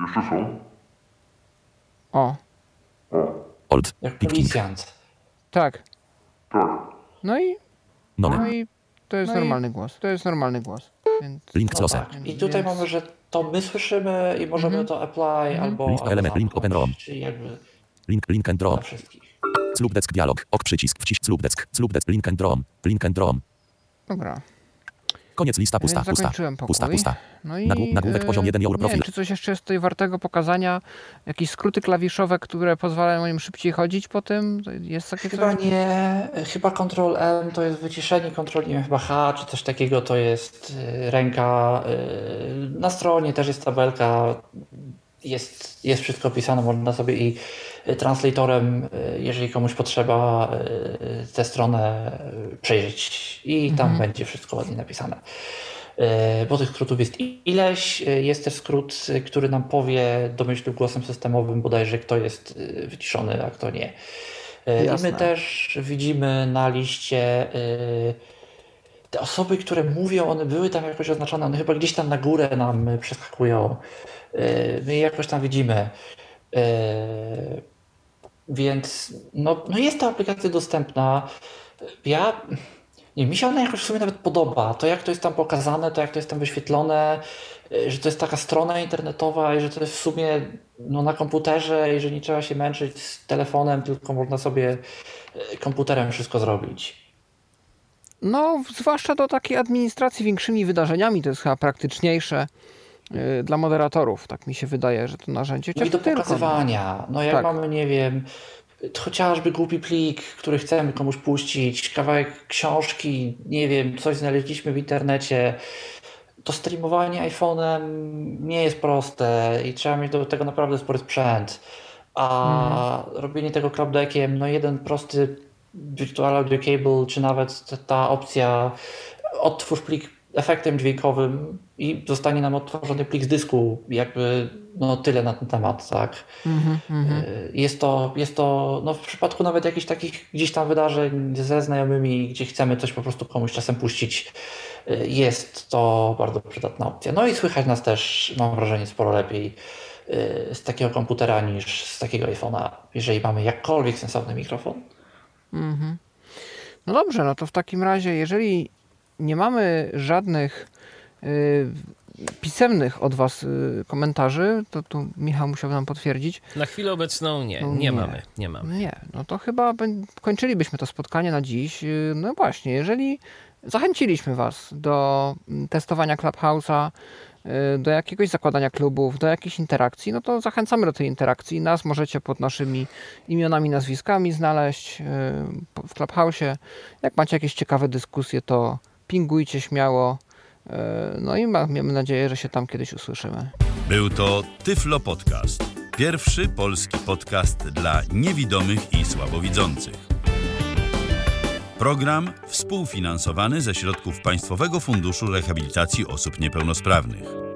Speaker 2: O.
Speaker 11: Old.
Speaker 3: Jak policjant.
Speaker 2: Tak. No i
Speaker 11: None.
Speaker 2: to jest normalny głos. Więc...
Speaker 11: Link close.
Speaker 3: I tutaj mamy, że to my słyszymy i możemy to apply albo...
Speaker 11: Element, link open ROM.
Speaker 3: Czyli jakby
Speaker 11: Link and ROM.
Speaker 3: dla wszystkich.
Speaker 11: Slubdesk dialog. Ok przycisk. Wcisk slubdesk. Link and ROM.
Speaker 2: Dobra.
Speaker 11: Koniec lista pusta. Pusta.
Speaker 2: No i
Speaker 11: nagłówek poziom 1 euro profil.
Speaker 2: Nie wiem, czy coś jeszcze jest tutaj wartego pokazania? Jakieś skróty klawiszowe, które pozwalają im szybciej chodzić po tym? Jest takie
Speaker 3: Chyba
Speaker 2: coś?
Speaker 3: nie. Chyba Ctrl-M to jest wyciszenie, Ctrl, chyba H czy coś takiego to jest ręka. Na stronie też jest tabelka. Jest wszystko opisane, można sobie i translatorem, jeżeli komuś potrzeba, tę stronę przejrzeć i tam będzie wszystko ładnie napisane. bo tych skrótów jest ileś. Jest też skrót, który nam powie domyślnym głosem systemowym bodajże, kto jest wyciszony, a kto nie.
Speaker 2: Jasne.
Speaker 3: I my też widzimy na liście te osoby, które mówią, one były tam jakoś oznaczone, one chyba gdzieś tam na górę nam przeskakują. My je jakoś tam widzimy. Więc no jest ta aplikacja dostępna. Mi się ona jakoś w sumie nawet podoba. To jak to jest tam pokazane, to jak to jest tam wyświetlone, że to jest taka strona internetowa i że to jest w sumie na komputerze i że nie trzeba się męczyć z telefonem, tylko można sobie komputerem wszystko zrobić.
Speaker 2: No, zwłaszcza do takiej administracji większymi wydarzeniami to jest chyba praktyczniejsze dla moderatorów. Tak mi się wydaje, że to narzędzie.
Speaker 3: I do pokazywania. No jak mamy, nie wiem, chociażby głupi plik, który chcemy komuś puścić, kawałek książki, nie wiem, coś znaleźliśmy w internecie. To streamowanie iPhone'em nie jest proste i trzeba mieć do tego naprawdę spory sprzęt. A robienie tego clubdeckiem, jeden prosty Virtual Audio Cable, czy nawet ta opcja odtwórz plik efektem dźwiękowym i zostanie nam odtworzony plik z dysku, jakby tyle na ten temat, tak. Jest to w przypadku nawet jakichś takich gdzieś tam wydarzeń ze znajomymi, gdzie chcemy coś po prostu komuś czasem puścić, jest to bardzo przydatna opcja. No i słychać nas też, mam wrażenie, sporo lepiej z takiego komputera niż z takiego iPhone'a, jeżeli mamy jakkolwiek sensowny mikrofon.
Speaker 2: No dobrze, no to w takim razie, jeżeli nie mamy żadnych pisemnych od Was komentarzy, to tu Michał musiał nam potwierdzić.
Speaker 8: Na chwilę obecną nie mamy.
Speaker 2: Nie, no to chyba kończylibyśmy to spotkanie na dziś. No właśnie, jeżeli zachęciliśmy Was do testowania Clubhouse'a, do jakiegoś zakładania klubów, do jakiejś interakcji, no to zachęcamy do tej interakcji. Nas możecie pod naszymi imionami, nazwiskami znaleźć w Clubhouse'ie. Jak macie jakieś ciekawe dyskusje, to pingujcie śmiało. No i mamy nadzieję, że się tam kiedyś usłyszymy.
Speaker 1: Był to Tyflo Podcast. Pierwszy polski podcast dla niewidomych i słabowidzących. Program współfinansowany ze środków Państwowego Funduszu Rehabilitacji Osób Niepełnosprawnych.